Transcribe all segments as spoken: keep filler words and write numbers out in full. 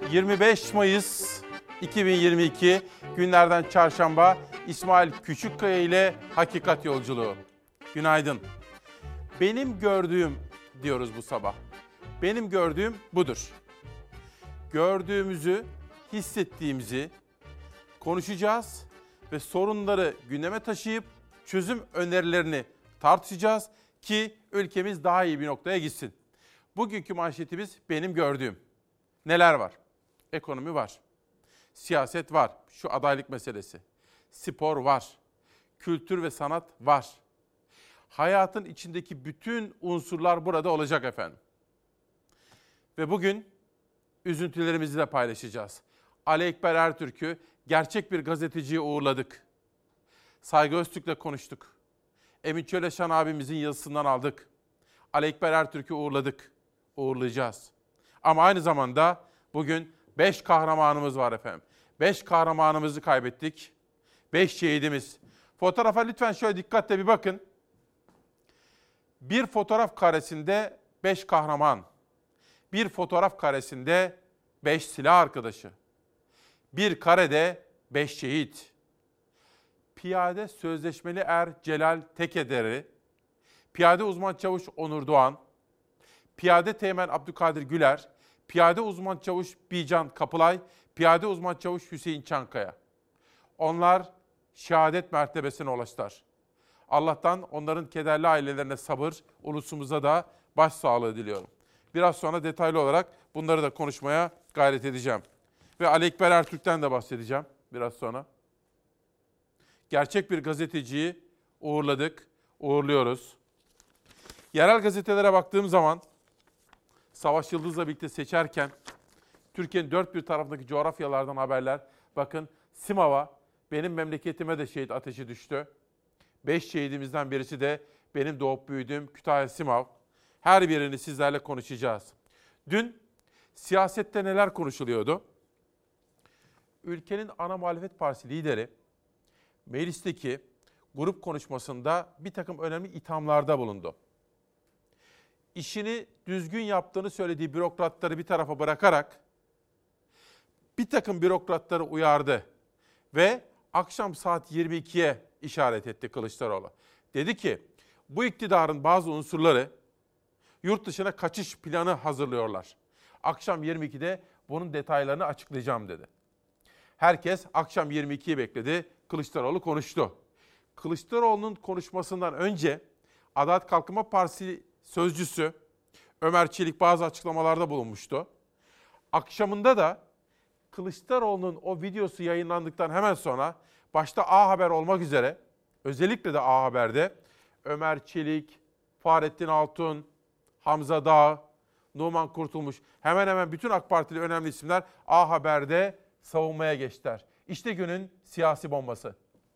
yirmi beş Mayıs iki bin yirmi iki günlerden çarşamba, İsmail Küçükkaya ile Hakikat Yolculuğu. Günaydın. Benim gördüğüm diyoruz bu sabah. Benim gördüğüm budur. Gördüğümüzü, hissettiğimizi konuşacağız ve sorunları gündeme taşıyıp çözüm önerilerini tartışacağız ki ülkemiz daha iyi bir noktaya gitsin. Bugünkü manşetimiz benim gördüğüm. Neler var? Ekonomi var. Siyaset var. Şu adaylık meselesi. Spor var. Kültür ve sanat var. Hayatın içindeki bütün unsurlar burada olacak efendim. Ve bugün üzüntülerimizi de paylaşacağız. Ali Ekber Ertürk'ü gerçek bir gazeteciyi uğurladık. Saygı Öztürk'le konuştuk. Emin Çöleşan abimizin yazısından aldık. Ali Ekber Ertürk'ü uğurladık. Uğurlayacağız. Ama aynı zamanda bugün beş kahramanımız var efendim. Beş kahramanımızı kaybettik. Beş şehidimiz. Fotoğrafa lütfen şöyle dikkatle bir bakın. Bir fotoğraf karesinde beş kahraman. Bir fotoğraf karesinde beş silah arkadaşı. Bir karede beş şehit. Piyade Sözleşmeli Er Celal Tekederi, Piyade Uzman Çavuş Onur Doğan, Piyade Teğmen Abdülkadir Güler, Piyade Uzman Çavuş Bican Kapılay, Piyade Uzman Çavuş Hüseyin Çankaya. Onlar şehadet mertebesine ulaştılar. Allah'tan onların kederli ailelerine sabır, ulusumuza da başsağlığı diliyorum. Biraz sonra detaylı olarak bunları da konuşmaya gayret edeceğim. Ve Ali Ekber Ertürk'ten de bahsedeceğim biraz sonra. Gerçek bir gazeteciyi uğurladık, uğurluyoruz. Yerel gazetelere baktığım zaman, Savaş Yıldız'la birlikte seçerken, Türkiye'nin dört bir tarafındaki coğrafyalardan haberler. Bakın Simav'a, benim memleketime de şehit ateşi düştü. Beş şehidimizden birisi de benim doğup büyüdüğüm Kütahya Simav. Her birini sizlerle konuşacağız. Dün siyasette neler konuşuluyordu? Ülkenin ana muhalefet partisi lideri, meclisteki grup konuşmasında bir takım önemli ithamlarda bulundu. İşini düzgün yaptığını söylediği bürokratları bir tarafa bırakarak bir takım bürokratları uyardı ve akşam saat yirmi ikiye işaret etti Kılıçdaroğlu. Dedi ki bu iktidarın bazı unsurları yurt dışına kaçış planı hazırlıyorlar. Akşam yirmi ikide bunun detaylarını açıklayacağım dedi. Herkes akşam yirmi ikiyi bekledi. Kılıçdaroğlu konuştu. Kılıçdaroğlu'nun konuşmasından önce Adalet Kalkınma Partisi sözcüsü Ömer Çelik bazı açıklamalarda bulunmuştu. Akşamında da Kılıçdaroğlu'nun o videosu yayınlandıktan hemen sonra başta A Haber olmak üzere özellikle de A Haber'de Ömer Çelik, Fahrettin Altun, Hamza Dağ, Numan Kurtulmuş hemen hemen bütün AK Partili önemli isimler A Haber'de savunmaya geçtiler. İşte günün siyasi bombası.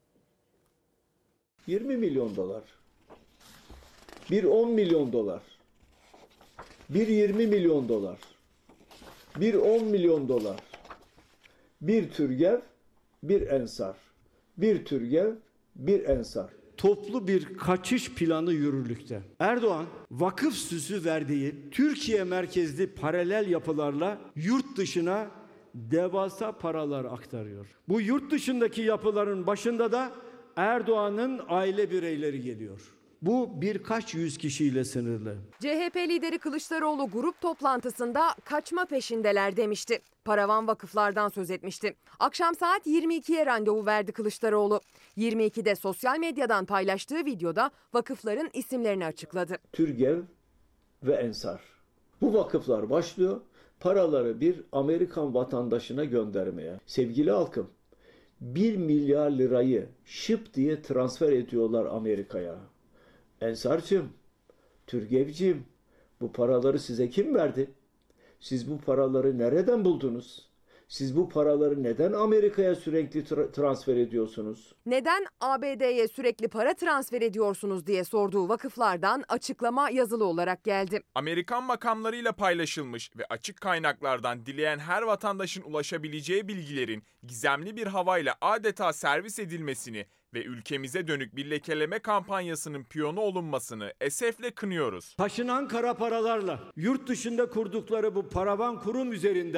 yirmi milyon dolar. Bir on milyon dolar. Bir yirmi milyon dolar. Bir on milyon dolar. Bir Türgev, bir Ensar. Bir Türgev, bir Ensar. Toplu bir kaçış planı yürürlükte. Erdoğan, vakıf süsü verdiği Türkiye merkezli paralel yapılarla yurt dışına devasa paralar aktarıyor. Bu yurt dışındaki yapıların başında da Erdoğan'ın aile bireyleri geliyor. Bu birkaç yüz kişiyle sınırlı. C H P lideri Kılıçdaroğlu grup toplantısında kaçma peşindeler demişti. Paravan vakıflardan söz etmişti. Akşam saat yirmi ikiye randevu verdi Kılıçdaroğlu. yirmi ikide sosyal medyadan paylaştığı videoda vakıfların isimlerini açıkladı. Türgev ve Ensar. Bu vakıflar başlıyor. Paraları bir Amerikan vatandaşına göndermeye. Sevgili halkım, bir milyar lirayı şıp diye transfer ediyorlar Amerika'ya. Ensar'cığım, Türgevciğim, bu paraları size kim verdi? Siz bu paraları nereden buldunuz? Siz bu paraları neden Amerika'ya sürekli tra- transfer ediyorsunuz? Neden A B D'ye sürekli para transfer ediyorsunuz diye sorduğu vakıflardan açıklama yazılı olarak geldi. Amerikan makamlarıyla paylaşılmış ve açık kaynaklardan dileyen her vatandaşın ulaşabileceği bilgilerin gizemli bir havayla adeta servis edilmesini ve ülkemize dönük bir lekeleme kampanyasının piyonu olunmasını esefle kınıyoruz. Taşınan kara paralarla yurt dışında kurdukları bu paravan kurum üzerinden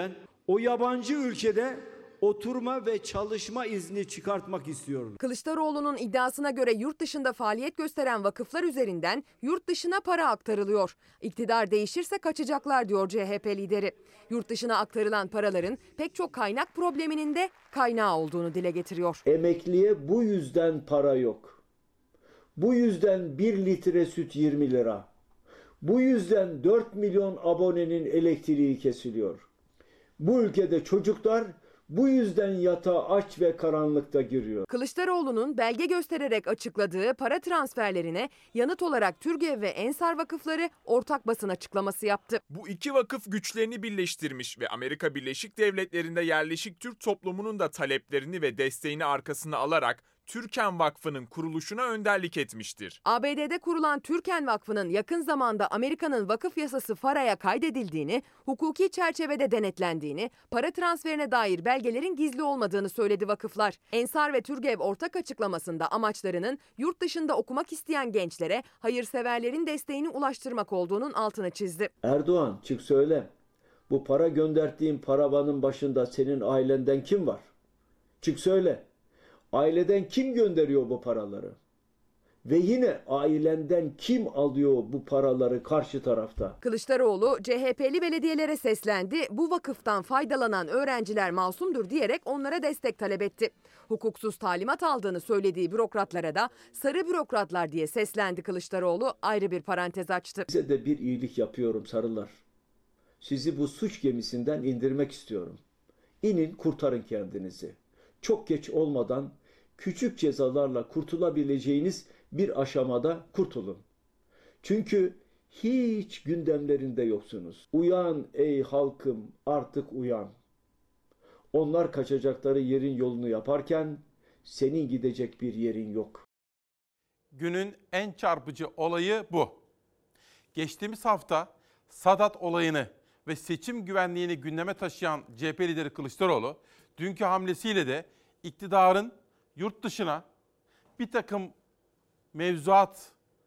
o yabancı ülkede oturma ve çalışma izni çıkartmak istiyorlar. Kılıçdaroğlu'nun iddiasına göre yurt dışında faaliyet gösteren vakıflar üzerinden yurt dışına para aktarılıyor. İktidar değişirse kaçacaklar diyor C H P lideri. Yurt dışına aktarılan paraların pek çok kaynak probleminin de kaynağı olduğunu dile getiriyor. Emekliye bu yüzden para yok. Bu yüzden bir litre süt yirmi lira. Bu yüzden dört milyon abonenin elektriği kesiliyor. Bu ülkede çocuklar bu yüzden yatağa aç ve karanlıkta giriyor. Kılıçdaroğlu'nun belge göstererek açıkladığı para transferlerine yanıt olarak Türgev ve Ensar vakıfları ortak basın açıklaması yaptı. Bu iki vakıf güçlerini birleştirmiş ve Amerika Birleşik Devletleri'nde yerleşik Türk toplumunun da taleplerini ve desteğini arkasına alarak Türken Vakfı'nın kuruluşuna önderlik etmiştir. A B D'de kurulan Türken Vakfı'nın yakın zamanda Amerika'nın vakıf yasası FARA'ya kaydedildiğini, hukuki çerçevede denetlendiğini, para transferine dair belgelerin gizli olmadığını söyledi vakıflar. Ensar ve Türgev ortak açıklamasında amaçlarının yurt dışında okumak isteyen gençlere hayırseverlerin desteğini ulaştırmak olduğunun altını çizdi. Erdoğan çık söyle. Bu para gönderdiğin paravanın başında senin ailenden kim var? Çık söyle. Aileden kim gönderiyor bu paraları? Ve yine ailenden kim alıyor bu paraları karşı tarafta? Kılıçdaroğlu C H P'li belediyelere seslendi. Bu vakıftan faydalanan öğrenciler masumdur diyerek onlara destek talep etti. Hukuksuz talimat aldığını söylediği bürokratlara da sarı bürokratlar diye seslendi Kılıçdaroğlu. Ayrı bir parantez açtı. Size de bir iyilik yapıyorum sarılar. Sizi bu suç gemisinden indirmek istiyorum. İnin, kurtarın kendinizi. Çok geç olmadan küçük cezalarla kurtulabileceğiniz bir aşamada kurtulun. Çünkü hiç gündemlerinde yoksunuz. Uyan ey halkım, artık uyan. Onlar kaçacakları yerin yolunu yaparken senin gidecek bir yerin yok. Günün en çarpıcı olayı bu. Geçtiğimiz hafta Sadat olayını ve seçim güvenliğini gündeme taşıyan C H P lideri Kılıçdaroğlu, dünkü hamlesiyle de iktidarın yurt dışına bir takım mevzuat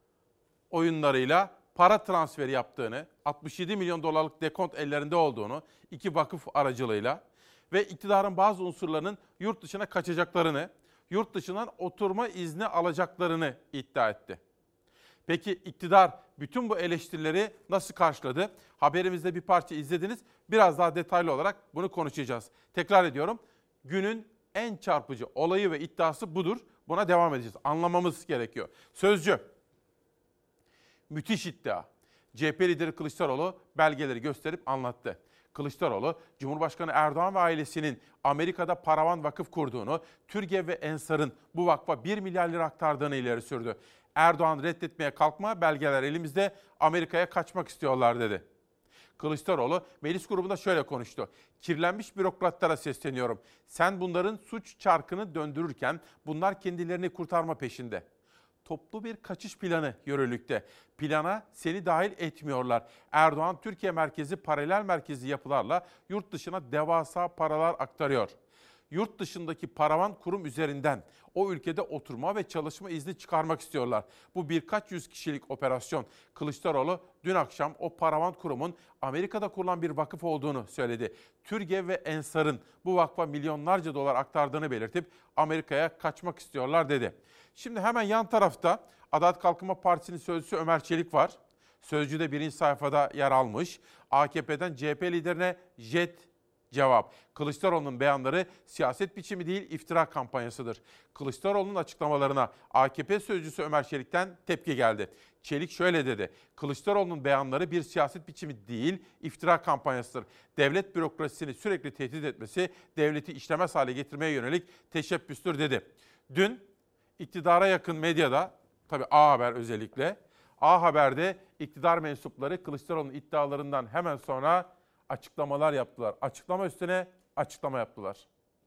oyunlarıyla para transferi yaptığını, altmış yedi milyon dolarlık dekont ellerinde olduğunu iki vakıf aracılığıyla ve iktidarın bazı unsurlarının yurt dışına kaçacaklarını, yurt dışından oturma izni alacaklarını iddia etti. Peki iktidar bütün bu eleştirileri nasıl karşıladı? Haberimizde bir parça izlediniz. Biraz daha detaylı olarak bunu konuşacağız. Tekrar ediyorum, günün en çarpıcı olayı ve iddiası budur. Buna devam edeceğiz. Anlamamız gerekiyor. Sözcü. Müthiş iddia. C H P lideri Kılıçdaroğlu belgeleri gösterip anlattı. Kılıçdaroğlu, Cumhurbaşkanı Erdoğan ve ailesinin Amerika'da paravan vakıf kurduğunu, Türgev ve Ensar'ın bu vakfa bir milyar lira aktardığını ileri sürdü. Erdoğan reddetmeye kalkma, belgeler elimizde, Amerika'ya kaçmak istiyorlar dedi. Kılıçdaroğlu meclis grubunda şöyle konuştu. Kirlenmiş bürokratlara sesleniyorum. Sen bunların suç çarkını döndürürken bunlar kendilerini kurtarma peşinde. Toplu bir kaçış planı yürürlükte. Plana seni dahil etmiyorlar. Erdoğan Türkiye merkezi paralel merkezi yapılarla yurt dışına devasa paralar aktarıyor. Yurt dışındaki paravan kurum üzerinden o ülkede oturma ve çalışma izni çıkarmak istiyorlar. Bu birkaç yüz kişilik operasyon. Kılıçdaroğlu dün akşam o paravan kurumun Amerika'da kurulan bir vakıf olduğunu söyledi. Türgev ve Ensar'ın bu vakfa milyonlarca dolar aktardığını belirtip Amerika'ya kaçmak istiyorlar dedi. Şimdi hemen yan tarafta Adalet Kalkınma Partisi'nin sözcüsü Ömer Çelik var. Sözcüde birinci sayfada yer almış. A K P'den C H P liderine jet cevap. Kılıçdaroğlu'nun beyanları siyaset biçimi değil, iftira kampanyasıdır. Kılıçdaroğlu'nun açıklamalarına A K P sözcüsü Ömer Çelik'ten tepki geldi. Çelik şöyle dedi. Kılıçdaroğlu'nun beyanları bir siyaset biçimi değil, iftira kampanyasıdır. Devlet bürokrasisini sürekli tehdit etmesi, devleti işlemez hale getirmeye yönelik teşebbüstür dedi. Dün iktidara yakın medyada, tabii A Haber özellikle, A Haber'de iktidar mensupları Kılıçdaroğlu'nun iddialarından hemen sonra açıklamalar yaptılar. Açıklama üstüne açıklama yaptılar.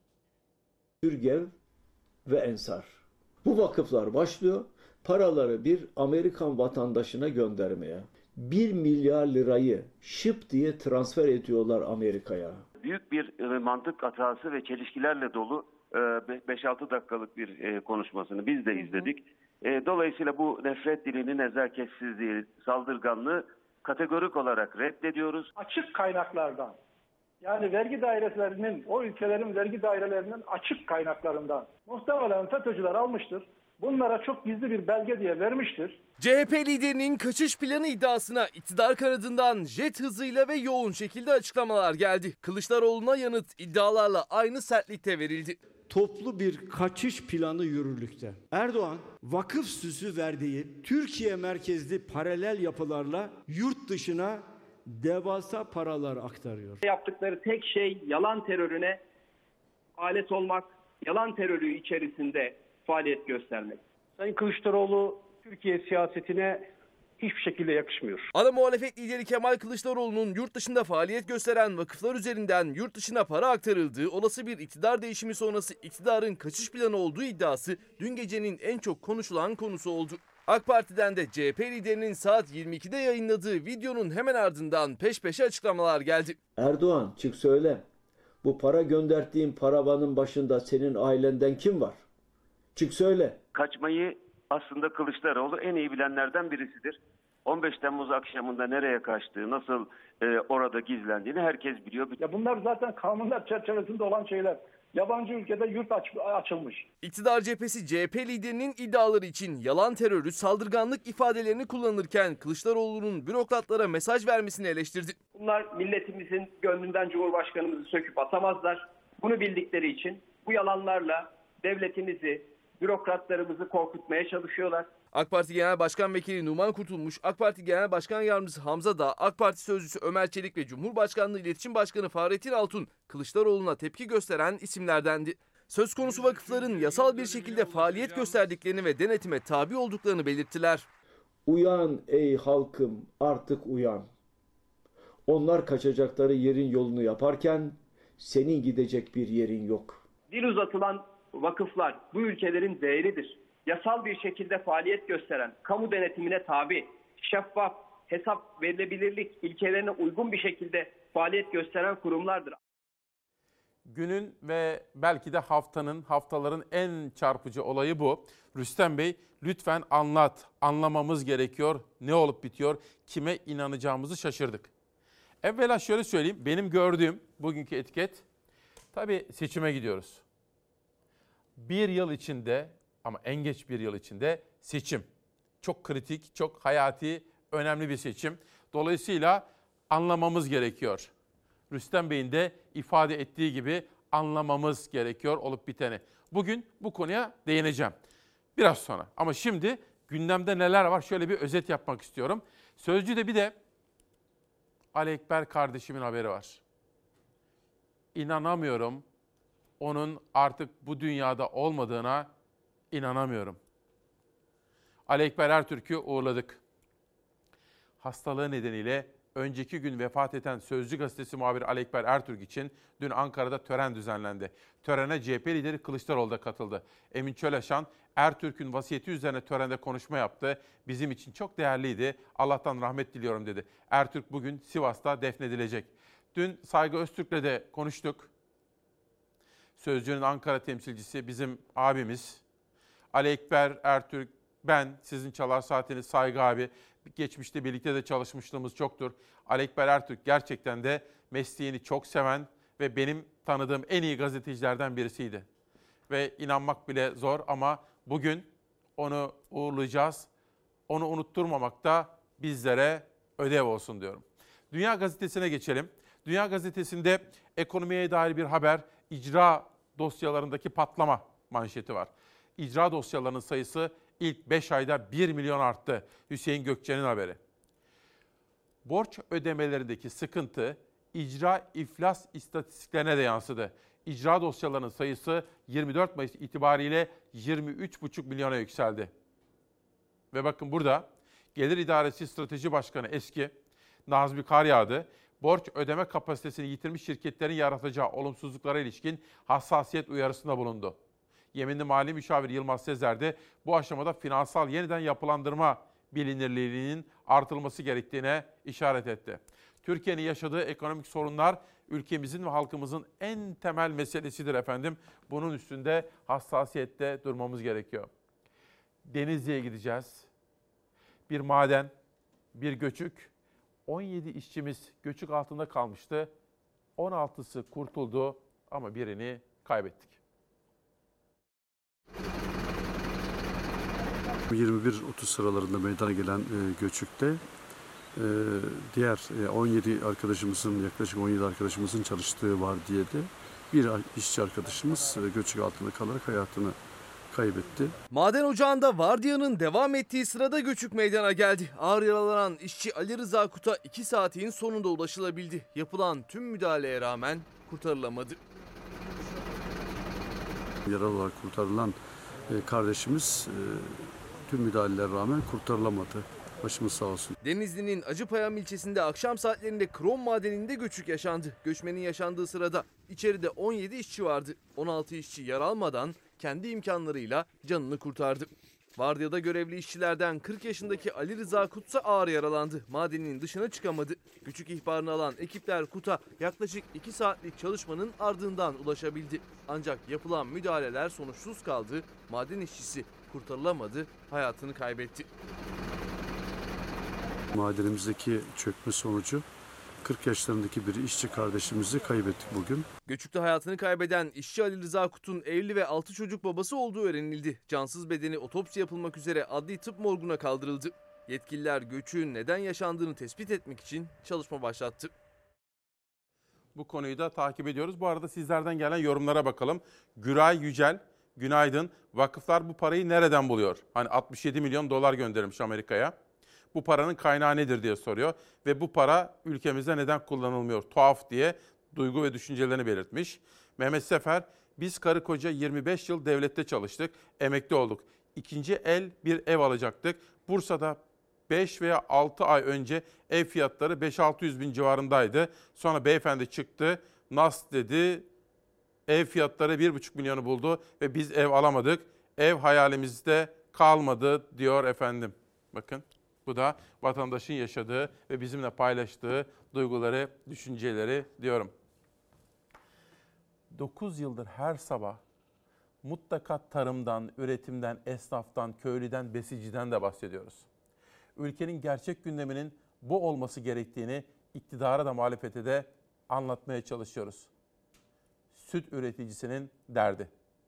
Türgev ve Ensar. Bu vakıflar başlıyor. Paraları bir Amerikan vatandaşına göndermeye. Bir milyar lirayı şıp diye transfer ediyorlar Amerika'ya. Büyük bir mantık hatası ve çelişkilerle dolu beş altı dakikalık bir konuşmasını biz de izledik. Dolayısıyla bu nefret dilini, nezaketsizliği, saldırganlığı kategorik olarak reddediyoruz. Açık kaynaklardan Yani vergi dairelerinin, o ülkelerin vergi dairelerinin açık kaynaklarından muhtemelen FETÖ'cüler almıştır. Bunlara çok gizli bir belge diye vermiştir. C H P liderinin kaçış planı iddiasına iktidar kanadından jet hızıyla ve yoğun şekilde açıklamalar geldi. Kılıçdaroğlu'na yanıt iddialarla aynı sertlikte verildi. Toplu bir kaçış planı yürürlükte. Erdoğan, vakıf süsü verdiği Türkiye merkezli paralel yapılarla yurt dışına devasa paralar aktarıyor. Yaptıkları tek şey yalan terörüne alet olmak, yalan terörü içerisinde faaliyet göstermek. Sayın Kılıçdaroğlu Türkiye siyasetine hiçbir şekilde yakışmıyor. Ana muhalefet lideri Kemal Kılıçdaroğlu'nun yurt dışında faaliyet gösteren vakıflar üzerinden yurt dışına para aktarıldığı, olası bir iktidar değişimi sonrası iktidarın kaçış planı olduğu iddiası dün gecenin en çok konuşulan konusu oldu. AK Parti'den de C H P liderinin saat yirmi ikide yayınladığı videonun hemen ardından peş peşe açıklamalar geldi. Erdoğan çık söyle. Bu para gönderdiğin paravanın başında senin ailenden kim var? Çık söyle. Kaçmayı aslında Kılıçdaroğlu en iyi bilenlerden birisidir. on beş Temmuz akşamında nereye kaçtığı, nasıl e, orada gizlendiğini herkes biliyor. Ya bunlar zaten kanunlar çerçevesinde olan şeyler. Yabancı ülkede yurt aç, açılmış. İktidar cephesi C H P liderinin iddiaları için yalan terörü, saldırganlık ifadelerini kullanırken Kılıçdaroğlu'nun bürokratlara mesaj vermesini eleştirdi. Bunlar milletimizin gönlünden Cumhurbaşkanımızı söküp atamazlar. Bunu bildikleri için bu yalanlarla devletimizi, bürokratlarımızı korkutmaya çalışıyorlar. AK Parti Genel Başkan Vekili Numan Kurtulmuş, AK Parti Genel Başkan Yardımcısı Hamza Dağ, AK Parti Sözcüsü Ömer Çelik ve Cumhurbaşkanlığı İletişim Başkanı Fahrettin Altun, Kılıçdaroğlu'na tepki gösteren isimlerdendi. Söz konusu vakıfların yasal bir şekilde faaliyet gösterdiklerini ve denetime tabi olduklarını belirttiler. Uyan ey halkım, artık uyan. Onlar kaçacakları yerin yolunu yaparken senin gidecek bir yerin yok. Dil uzatılan vakıflar bu ülkelerin değeridir. Yasal bir şekilde faaliyet gösteren, kamu denetimine tabi, şeffaf, hesap verilebilirlik ilkelerine uygun bir şekilde faaliyet gösteren kurumlardır. Günün ve belki de haftanın, haftaların en çarpıcı olayı bu. Rüstem Bey, lütfen anlat, anlamamız gerekiyor. Ne olup bitiyor, kime inanacağımızı şaşırdık. Evvela şöyle söyleyeyim, benim gördüğüm bugünkü etiket, tabii seçime gidiyoruz. Bir yıl içinde, ama en geç bir yıl içinde seçim. Çok kritik, çok hayati, önemli bir seçim. Dolayısıyla anlamamız gerekiyor. Rüstem Bey'in de ifade ettiği gibi anlamamız gerekiyor olup biteni. Bugün bu konuya değineceğim. Biraz sonra. Ama şimdi gündemde neler var şöyle bir özet yapmak istiyorum. Sözcü'de bir de Ali Ekber kardeşimin haberi var. İnanamıyorum. Onun artık bu dünyada olmadığına inanamıyorum. Ali Ekber Ertürk'ü uğurladık. Hastalığı nedeniyle önceki gün vefat eden Sözcü Gazetesi muhabiri Ali Ekber Ertürk için dün Ankara'da tören düzenlendi. Törene C H P lideri Kılıçdaroğlu da katıldı. Emin Çölaşan, Ertürk'ün vasiyeti üzerine törende konuşma yaptı. Bizim için çok değerliydi. Allah'tan rahmet diliyorum dedi. Ertürk bugün Sivas'ta defnedilecek. Dün Saygı Öztürk'le de konuştuk. Sözcü'nün Ankara temsilcisi bizim abimiz. Ali Ekber Ertürk, ben, sizin Çalar Saatiniz Saygı abi. Geçmişte birlikte de çalışmışlığımız çoktur. Ali Ekber Ertürk gerçekten de mesleğini çok seven ve benim tanıdığım en iyi gazetecilerden birisiydi. Ve inanmak bile zor ama bugün onu uğurlayacağız. Onu unutturmamak da bizlere ödev olsun diyorum. Dünya Gazetesi'ne geçelim. Dünya Gazetesi'nde ekonomiye dair bir haber, icra dosyalarındaki patlama manşeti var. İcra dosyalarının sayısı ilk beş ayda bir milyon arttı. Hüseyin Gökçe'nin haberi. Borç ödemelerindeki sıkıntı icra iflas istatistiklerine de yansıdı. İcra dosyalarının sayısı yirmi dört Mayıs itibariyle yirmi üç buçuk milyona yükseldi. Ve bakın burada Gelir İdaresi Strateji Başkanı eski Nazmi Karyağdı, borç ödeme kapasitesini yitirmiş şirketlerin yaratacağı olumsuzluklara ilişkin hassasiyet uyarısında bulundu. Yeminli Mali Müşavir Yılmaz Sezer de bu aşamada finansal yeniden yapılandırma bilinirliğinin artırılması gerektiğine işaret etti. Türkiye'nin yaşadığı ekonomik sorunlar ülkemizin ve halkımızın en temel meselesidir efendim. Bunun üstünde hassasiyetle durmamız gerekiyor. Denizli'ye gideceğiz. Bir maden, bir göçük, on yedi işçimiz göçük altında kalmıştı. on altısı kurtuldu ama birini kaybettik. yirmi bir otuz sıralarında meydana gelen e, göçükte e, diğer e, on yedi arkadaşımızın, yaklaşık on yedi arkadaşımızın çalıştığı vardiyede bir işçi arkadaşımız e, göçük altında kalarak hayatını kaybetti. Maden ocağında vardiyanın devam ettiği sırada göçük meydana geldi. Ağır yaralanan işçi Ali Rıza Kut'a iki saatin sonunda ulaşılabildi. Yapılan tüm müdahaleye rağmen kurtarılamadı. Yaralı olarak kurtarılan e, kardeşimiz e, tüm müdahalelere rağmen kurtarılamadı. Başımız sağ olsun. Denizli'nin Acıpayam ilçesinde akşam saatlerinde krom madeninde göçük yaşandı. Göçmenin yaşandığı sırada içeride on yedi işçi vardı. on altı işçi yara almadan kendi imkanlarıyla canını kurtardı. Vardiyada görevli işçilerden kırk yaşındaki Ali Rıza Kut ise ağır yaralandı. Madenin dışına çıkamadı. Küçük ihbarını alan ekipler Kut'a yaklaşık iki saatlik çalışmanın ardından ulaşabildi. Ancak yapılan müdahaleler sonuçsuz kaldı. Maden işçisi kurtarılamadı, hayatını kaybetti. Madenimizdeki çökme sonucu kırk yaşlarındaki bir işçi kardeşimizi kaybettik bugün. Göçükte hayatını kaybeden işçi Ali Rıza Kut'un evli ve altı çocuk babası olduğu öğrenildi. Cansız bedeni otopsi yapılmak üzere adli tıp morguna kaldırıldı. Yetkililer göçüğün neden yaşandığını tespit etmek için çalışma başlattı. Bu konuyu da takip ediyoruz. Bu arada sizlerden gelen yorumlara bakalım. Güray Yücel, günaydın. Vakıflar bu parayı nereden buluyor? Hani altmış yedi milyon dolar gönderilmiş Amerika'ya. Bu paranın kaynağı nedir diye soruyor. Ve bu para ülkemizde neden kullanılmıyor? Tuhaf diye duygu ve düşüncelerini belirtmiş. Mehmet Sefer, biz karı koca yirmi beş yıl devlette çalıştık, emekli olduk. İkinci el bir ev alacaktık. Bursa'da beş veya altı ay önce ev fiyatları beş altı yüz bin civarındaydı. Sonra beyefendi çıktı, nas dedi, ev fiyatları bir buçuk milyonu buldu ve biz ev alamadık. Ev hayalimizde kalmadı diyor efendim. Bakın. Bu da vatandaşın yaşadığı ve bizimle paylaştığı duyguları, düşünceleri diyorum. dokuz yıldır her sabah mutlaka tarımdan, üretimden, esnaftan, köylüden, besiciden de bahsediyoruz. Ülkenin gerçek gündeminin bu olması gerektiğini iktidara da muhalefete de anlatmaya çalışıyoruz. Süt üreticisinin derdi.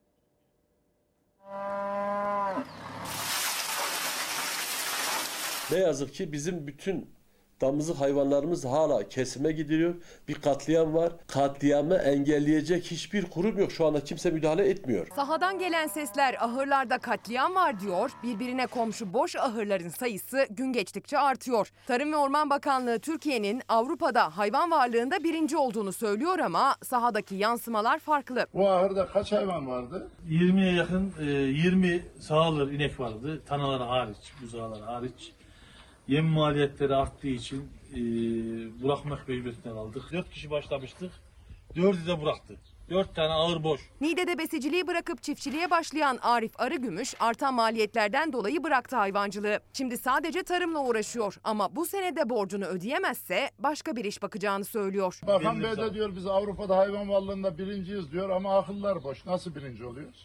Ne yazık ki bizim bütün damızlık hayvanlarımız hala kesime gidiyor. Bir katliam var. Katliamı engelleyecek hiçbir kurum yok. Şu anda kimse müdahale etmiyor. Sahadan gelen sesler ahırlarda katliam var diyor. Birbirine komşu boş ahırların sayısı gün geçtikçe artıyor. Tarım ve Orman Bakanlığı Türkiye'nin Avrupa'da hayvan varlığında birinci olduğunu söylüyor ama sahadaki yansımalar farklı. Bu ahırda kaç hayvan vardı? yirmiye yakın, yirmi sağılır inek vardı. Tanaları hariç, buzağları hariç. Yem maliyetleri arttığı için e, bırakmak mecburiyetten aldık. Dört kişi başlamıştık, dördü de bıraktı. Dört tane ağır boş. Niğde'de besiciliği bırakıp çiftçiliğe başlayan Arif Arıgümüş artan maliyetlerden dolayı bıraktı hayvancılığı. Şimdi sadece tarımla uğraşıyor ama bu sene de borcunu ödeyemezse başka bir iş bakacağını söylüyor. Bakan Bey de diyor biz Avrupa'da hayvan varlığında birinciyiz diyor ama akıllar boş. Nasıl birinci oluyoruz?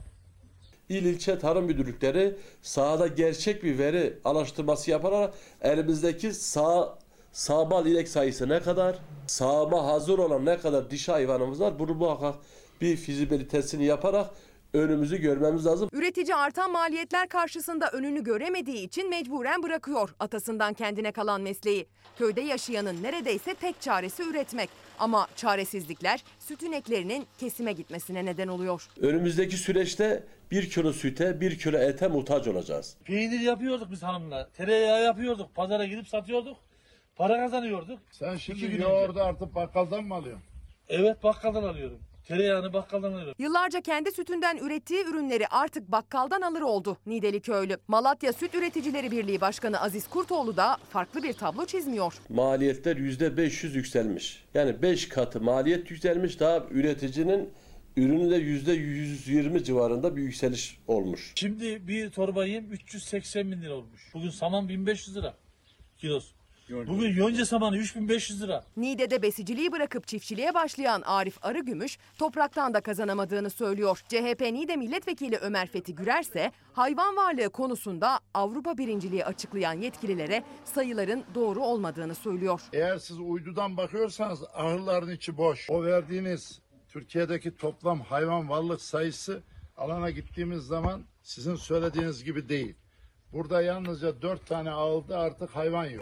İl ilçe tarım müdürlükleri sahada gerçek bir veri araştırması yaparak elimizdeki sağ sağmal inek sayısı ne kadar, sağıma hazır olan ne kadar dişi hayvanımız var, bunu muhakkak bir fizibilitesini yaparak önümüzü görmemiz lazım. Üretici artan maliyetler karşısında önünü göremediği için mecburen bırakıyor atasından kendine kalan mesleği. Köyde yaşayanın neredeyse tek çaresi üretmek. Ama çaresizlikler süt ineklerinin kesime gitmesine neden oluyor. Önümüzdeki süreçte bir kilo süte, bir kilo ete muhtaç olacağız. Peynir yapıyorduk biz hanımla, tereyağı yapıyorduk, pazara gidip satıyorduk, para kazanıyorduk. Sen şimdi yoğurdu artık bakkaldan mı alıyorsun? Evet, bakkaldan alıyorum. Tereyağını bakkaldan alıyorum. Yıllarca kendi sütünden ürettiği ürünleri artık bakkaldan alır oldu Niğdeli köylü. Malatya Süt Üreticileri Birliği Başkanı Aziz Kurtoğlu da farklı bir tablo çizmiyor. Maliyetler yüzde beş yüz yükselmiş. Yani beş katı maliyet yükselmiş, daha üreticinin ürünü de yüzde yüz yirmi civarında bir yükseliş olmuş. Şimdi bir torba yem üç yüz seksen bin lira olmuş. Bugün saman bin beş yüz lira kilosu. Bugün yonca samanı üç bin beş yüz lira. Niğde'de besiciliği bırakıp çiftçiliğe başlayan Arif Arıgümüş topraktan da kazanamadığını söylüyor. C H P Niğde Milletvekili Ömer Fethi Gürer ise hayvan varlığı konusunda Avrupa birinciliği açıklayan yetkililere sayıların doğru olmadığını söylüyor. Eğer siz uydudan bakıyorsanız ahırların içi boş. O verdiğiniz Türkiye'deki toplam hayvan varlık sayısı alana gittiğimiz zaman sizin söylediğiniz gibi değil. Burada yalnızca dört tane ağılda artık hayvan yok.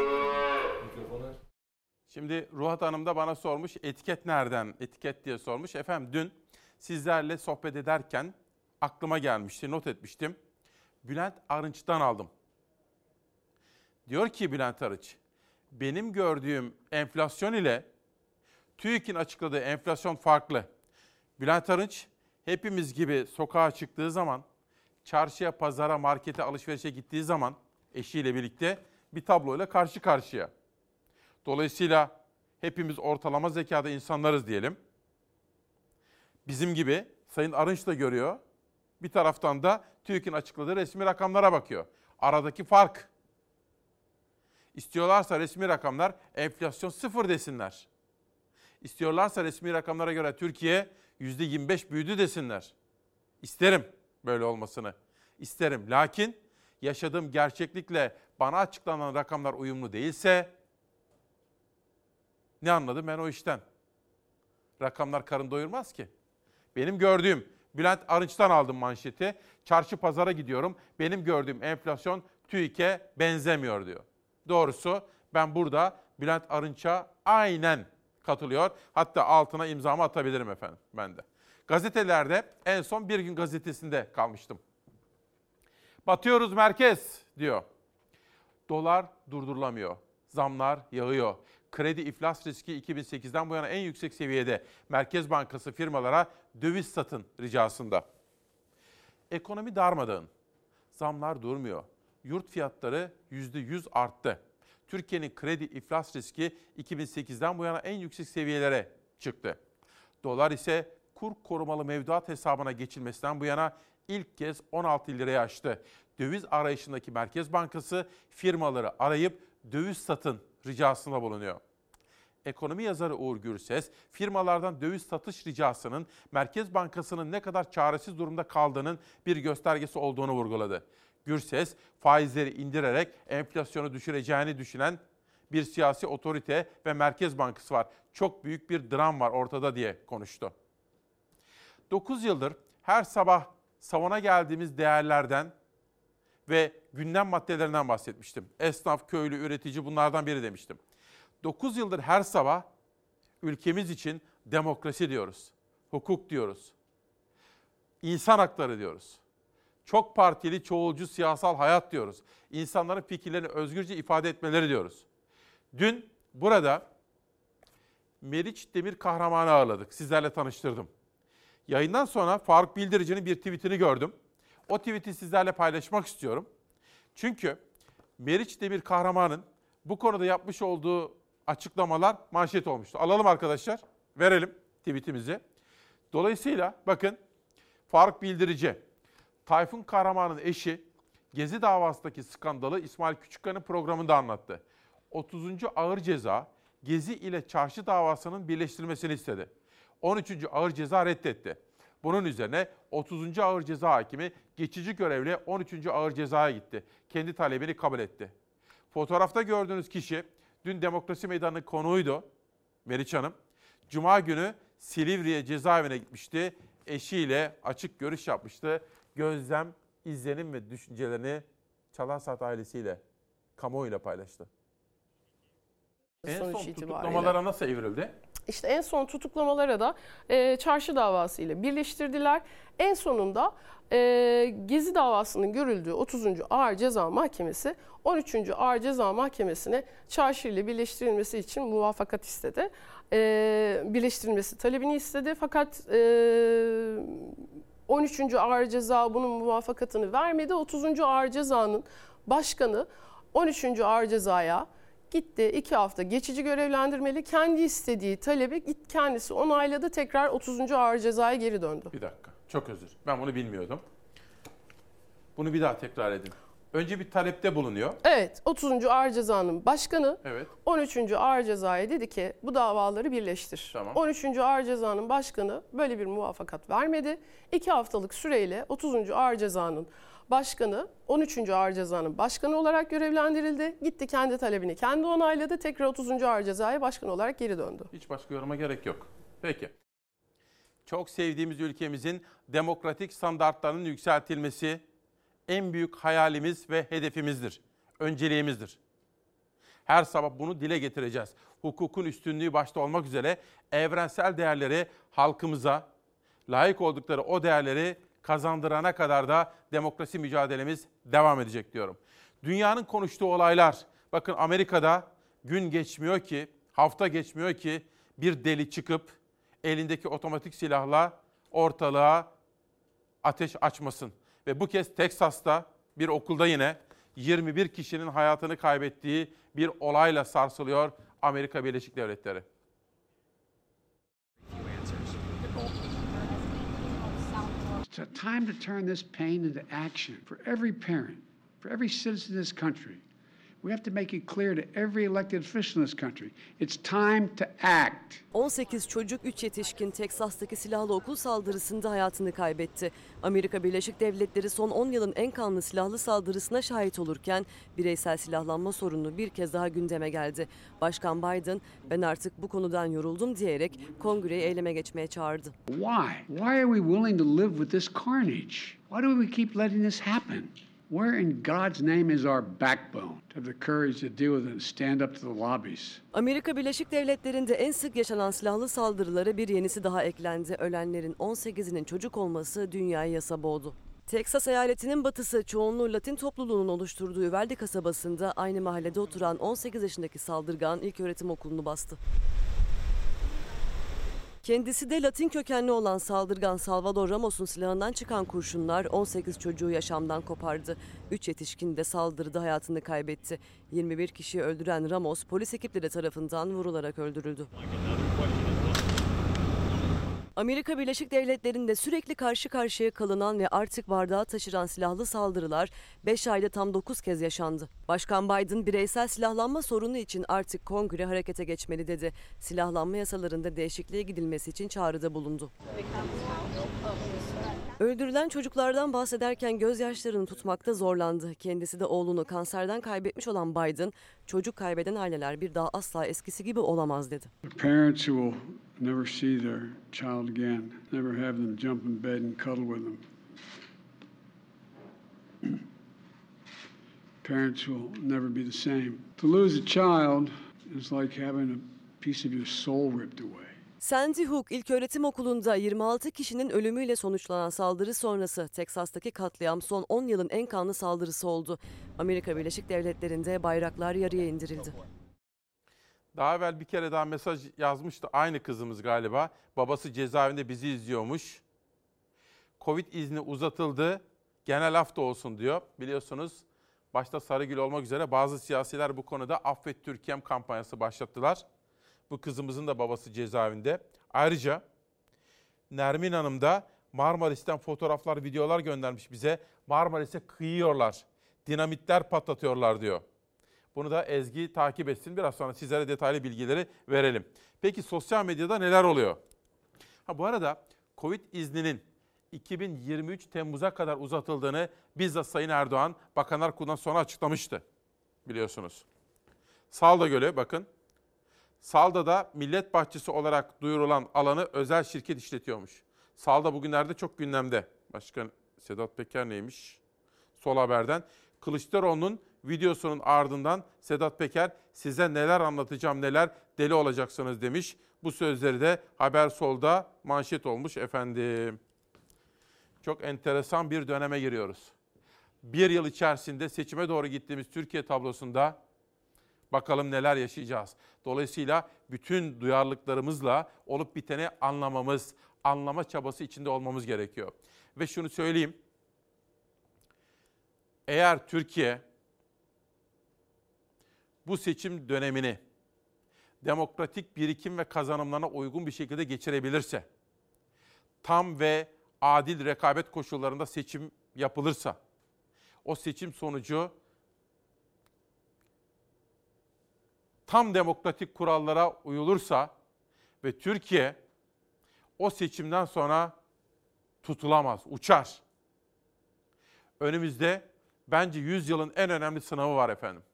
Şimdi Ruhat Hanım da bana sormuş, etiket nereden, etiket diye sormuş. Efendim dün sizlerle sohbet ederken aklıma gelmişti, not etmiştim. Bülent Arınç'tan aldım. Diyor ki Bülent Arınç, benim gördüğüm enflasyon ile TÜİK'in açıkladığı enflasyon farklı. Bülent Arınç hepimiz gibi sokağa çıktığı zaman, çarşıya, pazara, markete, alışverişe gittiği zaman eşiyle birlikte bir tabloyla karşı karşıya. Dolayısıyla hepimiz ortalama zekada insanlarız diyelim. Bizim gibi Sayın Arınç da görüyor. Bir taraftan da TÜİK'in açıkladığı resmi rakamlara bakıyor. Aradaki fark. İstiyorlarsa resmi rakamlar enflasyon sıfır desinler. İstiyorlarsa resmi rakamlara göre Türkiye yüzde yirmi beş büyüdü desinler. İsterim böyle olmasını. İsterim. Lakin yaşadığım gerçeklikle bana açıklanan rakamlar uyumlu değilse ne anladım ben o işten? Rakamlar karın doyurmaz ki. Benim gördüğüm, Bülent Arınç'tan aldım manşeti. Çarşı pazara gidiyorum. Benim gördüğüm enflasyon TÜİK'e benzemiyor diyor. Doğrusu ben burada Bülent Arınç'a aynen katılıyor. Hatta altına imzamı atabilirim efendim ben de. Gazetelerde en son Bir Gün Gazetesi'nde kalmıştım. Batıyoruz merkez diyor. Dolar durdurulamıyor. Zamlar yağıyor. Kredi iflas riski iki bin sekizden bu yana en yüksek seviyede. Merkez Bankası firmalara döviz satın ricasında. Ekonomi darmadağın. Zamlar durmuyor. Yurt fiyatları yüzde yüz arttı. Türkiye'nin kredi iflas riski iki bin sekizden bu yana en yüksek seviyelere çıktı. Dolar ise kur korumalı mevduat hesabına geçilmesinden bu yana ilk kez on altı liraya aştı. Döviz arayışındaki Merkez Bankası firmaları arayıp döviz satın ricasında bulunuyor. Ekonomi yazarı Uğur Gürses, firmalardan döviz satış ricasının Merkez Bankası'nın ne kadar çaresiz durumda kaldığının bir göstergesi olduğunu vurguladı. Gürses, faizleri indirerek enflasyonu düşüreceğini düşünen bir siyasi otorite ve Merkez Bankası var. Çok büyük bir dram var ortada diye konuştu. dokuz yıldır her sabah salona geldiğimiz değerlerden ve gündem maddelerinden bahsetmiştim. Esnaf, köylü, üretici bunlardan biri demiştim. dokuz yıldır her sabah ülkemiz için demokrasi diyoruz, hukuk diyoruz, insan hakları diyoruz. Çok partili, çoğulcu siyasal hayat diyoruz. İnsanların fikirlerini özgürce ifade etmeleri diyoruz. Dün burada Meriç Demir Kahraman'ı ağırladık. Sizlerle tanıştırdım. Yayından sonra Faruk Bildirici'nin bir tweetini gördüm. O tweet'i sizlerle paylaşmak istiyorum. Çünkü Meriç Demir Kahraman'ın bu konuda yapmış olduğu açıklamalar manşet olmuştu. Alalım arkadaşlar, verelim tweetimizi. Dolayısıyla bakın Faruk Bildirici, Tayfun Kahraman'ın eşi Gezi davasındaki skandalı İsmail Küçükkan'ın programında anlattı. otuzuncu ağır ceza Gezi ile Çarşı davasının birleştirilmesini istedi. on üçüncü ağır ceza reddetti. Bunun üzerine otuzuncu ağır ceza hakimi geçici görevle on üçüncü ağır cezaya gitti. Kendi talebini kabul etti. Fotoğrafta gördüğünüz kişi dün Demokrasi Meydanı'nın konuğuydu Meriç Hanım. Cuma günü Silivri'ye cezaevine gitmişti. Eşiyle açık görüş yapmıştı. Gözlem, izlenim ve düşüncelerini Çalar Saat ailesiyle, kamuoyuyla paylaştı. En son tutuklamalara nasıl evrildi? İşte en son tutuklamalara da e, çarşı davası ile birleştirdiler. En sonunda e, Gezi davasının görüldüğü otuzuncu Ağır Ceza Mahkemesi on üçüncü Ağır Ceza Mahkemesi'ne çarşı ile birleştirilmesi için muvaffakat istedi. E, birleştirilmesi talebini istedi fakat e, on üçüncü Ağır Ceza bunun muvaffakatını vermedi. otuzuncu Ağır Ceza'nın başkanı on üçüncü Ağır Ceza'ya gitti, iki hafta geçici görevlendirmeli, kendi istediği talebi git kendisi onayladı, tekrar otuzuncu Ağır Ceza'ya geri döndü. Bir dakika, çok özür. Ben bunu bilmiyordum. Bunu bir daha tekrar edin. Önce bir talepte bulunuyor. Evet, otuzuncu Ağır Ceza'nın başkanı Evet. on üçüncü Ağır Ceza'ya dedi ki bu davaları birleştir. Tamam. on üçüncü Ağır Ceza'nın başkanı böyle bir muvaffakat vermedi. İki haftalık süreyle otuzuncu Ağır Ceza'nın başkanı on üçüncü Ağır Ceza'nın başkanı olarak görevlendirildi. Gitti kendi talebini kendi onayladı. Tekrar otuzuncu Ağır Ceza'ya başkan olarak geri döndü. Hiç başka yoruma gerek yok. Peki. Çok sevdiğimiz ülkemizin demokratik standartlarının yükseltilmesi en büyük hayalimiz ve hedefimizdir. Önceliğimizdir. Her sabah bunu dile getireceğiz. Hukukun üstünlüğü başta olmak üzere evrensel değerleri halkımıza, layık oldukları o değerleri kazandırana kadar da demokrasi mücadelemiz devam edecek diyorum. Dünyanın konuştuğu olaylar, bakın Amerika'da gün geçmiyor ki, hafta geçmiyor ki bir deli çıkıp elindeki otomatik silahla ortalığa ateş açmasın. Ve bu kez Teksas'ta bir okulda yine yirmi bir kişinin hayatını kaybettiği bir olayla sarsılıyor Amerika Birleşik Devletleri. It's a time to turn this pain into action for every parent, for every citizen in this country. We have to make it clear to every elected official in this country. It's time to act. on sekiz çocuk, üç yetişkin Teksas'taki silahlı okul saldırısında hayatını kaybetti. Amerika Birleşik Devletleri son on yılın en kanlı silahlı saldırısına şahit olurken bireysel silahlanma sorunu bir kez daha gündeme geldi. Başkan Biden, ben artık bu konudan yoruldum diyerek kongreyi eyleme geçmeye çağırdı. Why? Why are we willing to live with this carnage? Why do we keep letting this happen? Where in God's name is our backbone to have the courage to deal with it and stand up to the lobbies? Amerika Birleşik Devletleri'nde en sık yaşanan silahlı saldırılara bir yenisi daha eklendi. Ölenlerin on sekizinin çocuk olması dünyayı yasa boğdu. Teksas eyaletinin batısı çoğunluğu Latin topluluğunun oluşturduğu Uvalde kasabasında aynı mahallede oturan on sekiz yaşındaki saldırgan ilköğretim okulunu bastı. Kendisi de Latin kökenli olan saldırgan Salvador Ramos'un silahından çıkan kurşunlar on sekiz çocuğu yaşamdan kopardı. üç yetişkin de saldırıda hayatını kaybetti. yirmi bir kişiyi öldüren Ramos polis ekipleri tarafından vurularak öldürüldü. Amerika Birleşik Devletleri'nde sürekli karşı karşıya kalınan ve artık bardağa taşıran silahlı saldırılar beş ayda tam dokuz kez yaşandı. Başkan Biden bireysel silahlanma sorunu için artık kongre harekete geçmeli dedi. Silahlanma yasalarında değişikliğe gidilmesi için çağrıda bulundu. Öldürülen çocuklardan bahsederken gözyaşlarını tutmakta zorlandı. Kendisi de oğlunu kanserden kaybetmiş olan Biden, çocuk kaybeden aileler bir daha asla eskisi gibi olamaz dedi. Parents who will never see their child again, never have them jump in bed and cuddle with them. Parents will never be the same. To lose a child is like having a piece of your soul ripped away. Sandy Hook İlköğretim Okulu'nda yirmi altı kişinin ölümüyle sonuçlanan saldırı sonrası Teksas'taki katliam son on yılın en kanlı saldırısı oldu. Amerika Birleşik Devletleri'nde bayraklar yarıya indirildi. Daha evvel bir kere daha mesaj yazmıştı aynı kızımız galiba. Babası cezaevinde bizi izliyormuş. Covid izni uzatıldı, genel af da olsun diyor. Biliyorsunuz başta Sarıgül olmak üzere bazı siyasiler bu konuda Affet Türkiye'm kampanyası başlattılar. Bu kızımızın da babası cezaevinde. Ayrıca Nermin Hanım da Marmaris'ten fotoğraflar, videolar göndermiş bize. Marmaris'e kıyıyorlar, dinamitler patlatıyorlar diyor. Bunu da Ezgi takip etsin. Biraz sonra sizlere detaylı bilgileri verelim. Peki sosyal medyada neler oluyor? Ha, bu arada Covid izninin iki bin yirmi üç Temmuz'a kadar uzatıldığını bizzat Sayın Erdoğan Bakanlar Kurulu'ndan sonra açıklamıştı. Biliyorsunuz. Salda Gölü bakın. Salda'da Millet Bahçesi olarak duyurulan alanı özel şirket işletiyormuş. Salda bugünlerde çok gündemde. Başkan Sedat Peker neymiş? Sol Haber'den. Kılıçdaroğlu'nun videosunun ardından Sedat Peker size neler anlatacağım neler deli olacaksınız demiş. Bu sözleri de Haber Sol'da manşet olmuş efendim. Çok enteresan bir döneme giriyoruz. Bir yıl içerisinde seçime doğru gittiğimiz Türkiye tablosunda bakalım neler yaşayacağız. Dolayısıyla bütün duyarlılıklarımızla olup biteni anlamamız, anlama çabası içinde olmamız gerekiyor. Ve şunu söyleyeyim. Eğer Türkiye bu seçim dönemini demokratik birikim ve kazanımlarına uygun bir şekilde geçirebilirse, tam ve adil rekabet koşullarında seçim yapılırsa, o seçim sonucu tam demokratik kurallara uyulursa ve Türkiye o seçimden sonra tutulamaz, uçar. Önümüzde bence yüzyılın en önemli sınavı var efendim.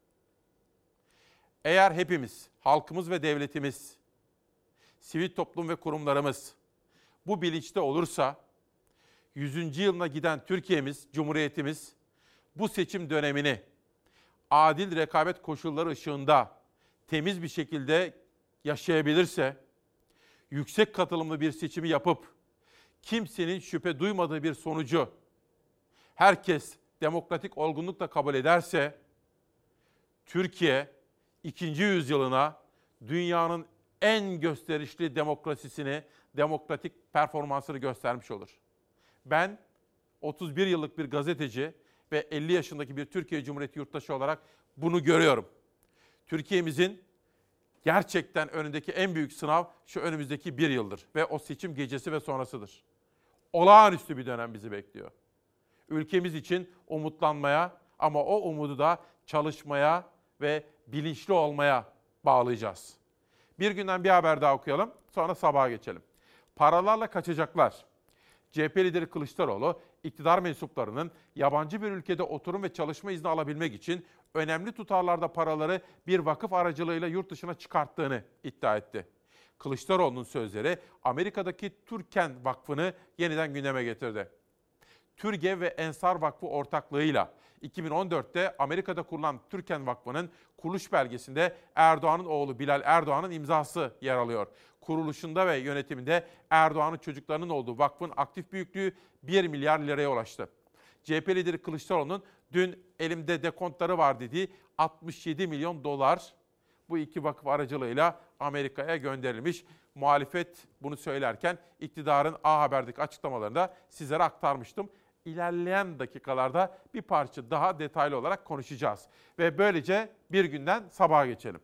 Eğer hepimiz, halkımız ve devletimiz, sivil toplum ve kurumlarımız bu bilinçte olursa yüzüncü yılına giden Türkiye'miz, Cumhuriyetimiz bu seçim dönemini adil rekabet koşulları ışığında temiz bir şekilde yaşayabilirse, yüksek katılımlı bir seçimi yapıp kimsenin şüphe duymadığı bir sonucu herkes demokratik olgunlukla kabul ederse Türkiye ikinci yüzyılına dünyanın en gösterişli demokrasisini, demokratik performansını göstermiş olur. Ben otuz bir yıllık bir gazeteci ve elli yaşındaki bir Türkiye Cumhuriyeti yurttaşı olarak bunu görüyorum. Türkiye'mizin gerçekten önündeki en büyük sınav şu önümüzdeki bir yıldır ve o seçim gecesi ve sonrasıdır. Olağanüstü bir dönem bizi bekliyor. Ülkemiz için umutlanmaya ama o umudu da çalışmaya ve bilinçli olmaya bağlayacağız. Bir günden bir haber daha okuyalım, sonra sabaha geçelim. Paralarla kaçacaklar. C H P lideri Kılıçdaroğlu, iktidar mensuplarının yabancı bir ülkede oturum ve çalışma izni alabilmek için önemli tutarlarda paraları bir vakıf aracılığıyla yurt dışına çıkarttığını iddia etti. Kılıçdaroğlu'nun sözleri Amerika'daki Türken Vakfı'nı yeniden gündeme getirdi. Türgev ve Ensar Vakfı ortaklığıyla iki bin on dörtte Amerika'da kurulan Türken Vakfı'nın kuruluş belgesinde Erdoğan'ın oğlu Bilal Erdoğan'ın imzası yer alıyor. Kuruluşunda ve yönetiminde Erdoğan'ın çocuklarının olduğu vakfın aktif büyüklüğü bir milyar liraya ulaştı. C H P lideri Kılıçdaroğlu'nun dün elimde dekontları var dediği altmış yedi milyon dolar bu iki vakıf aracılığıyla Amerika'ya gönderilmiş. Muhalefet bunu söylerken iktidarın A Haber'deki açıklamalarında sizlere aktarmıştım. İlerleyen dakikalarda bir parça daha detaylı olarak konuşacağız. Ve böylece bir günden sabaha geçelim.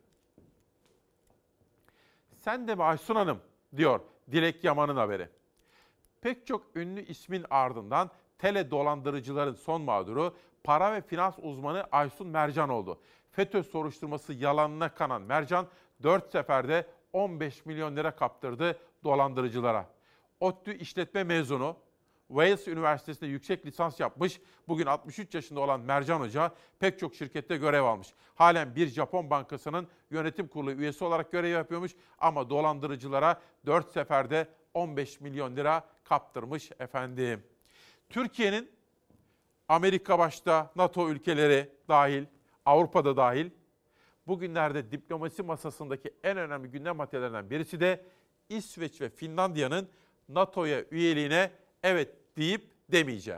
Sen de mi Aysun Hanım diyor Dilek Yaman'ın haberi. Pek çok ünlü ismin ardından tele dolandırıcıların son mağduru para ve finans uzmanı Aysun Mercan oldu. FETÖ soruşturması yalanına kanan Mercan dört seferde on beş milyon lira kaptırdı dolandırıcılara. ODTÜ işletme mezunu, Wales Üniversitesi'nde yüksek lisans yapmış, bugün altmış üç yaşında olan Mercan Hoca pek çok şirkette görev almış. Halen bir Japon bankasının yönetim kurulu üyesi olarak görev yapıyormuş ama dolandırıcılara dört seferde on beş milyon lira kaptırmış efendim. Türkiye'nin Amerika başta NATO ülkeleri dahil, Avrupa'da dahil, bugünlerde diplomasi masasındaki en önemli gündem maddelerinden birisi de İsveç ve Finlandiya'nın NATO'ya üyeliğine evet deyip demeyeceği.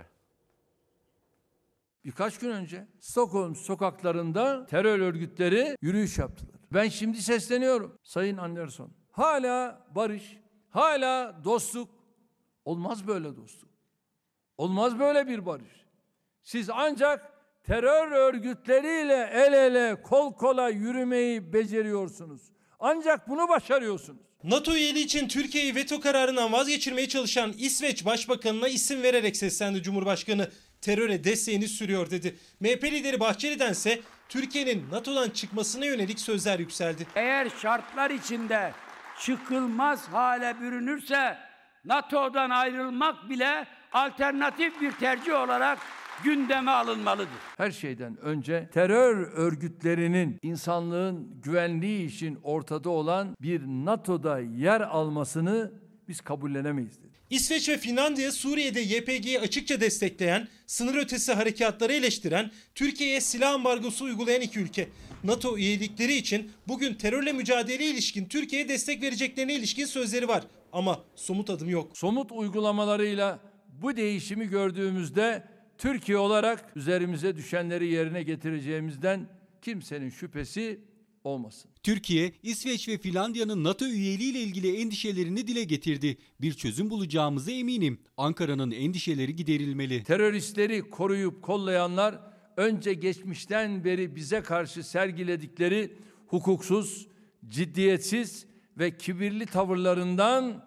Birkaç gün önce Stockholm sokaklarında terör örgütleri yürüyüş yaptılar. Ben şimdi sesleniyorum Sayın Anderson. Hala barış, hala dostluk. Olmaz böyle dostluk. Olmaz böyle bir barış. Siz ancak terör örgütleriyle el ele, kol kola yürümeyi beceriyorsunuz. Ancak bunu başarıyorsunuz. NATO üyeliği için Türkiye'yi veto kararından vazgeçirmeye çalışan İsveç Başbakanı'na isim vererek seslendi Cumhurbaşkanı. Teröre desteğini sürüyor dedi. M H P lideri Bahçeli'den ise Türkiye'nin NATO'dan çıkmasına yönelik sözler yükseldi. Eğer şartlar içinde çıkılmaz hale bürünürse NATO'dan ayrılmak bile alternatif bir tercih olarak gündeme alınmalıdır. Her şeyden önce terör örgütlerinin insanlığın güvenliği için ortada olan bir NATO'da yer almasını biz kabullenemeyiz dedi. İsveç ve Finlandiya Suriye'de Y P G'yi açıkça destekleyen, sınır ötesi harekatları eleştiren, Türkiye'ye silah ambargosu uygulayan iki ülke. NATO üyelikleri için bugün terörle mücadeleye ilişkin Türkiye'ye destek vereceklerine ilişkin sözleri var. Ama somut adım yok. Somut uygulamalarıyla bu değişimi gördüğümüzde Türkiye olarak üzerimize düşenleri yerine getireceğimizden kimsenin şüphesi olmasın. Türkiye, İsveç ve Finlandiya'nın NATO üyeliği ile ilgili endişelerini dile getirdi. Bir çözüm bulacağımıza eminim. Ankara'nın endişeleri giderilmeli. Teröristleri koruyup kollayanlar önce geçmişten beri bize karşı sergiledikleri hukuksuz, ciddiyetsiz ve kibirli tavırlarından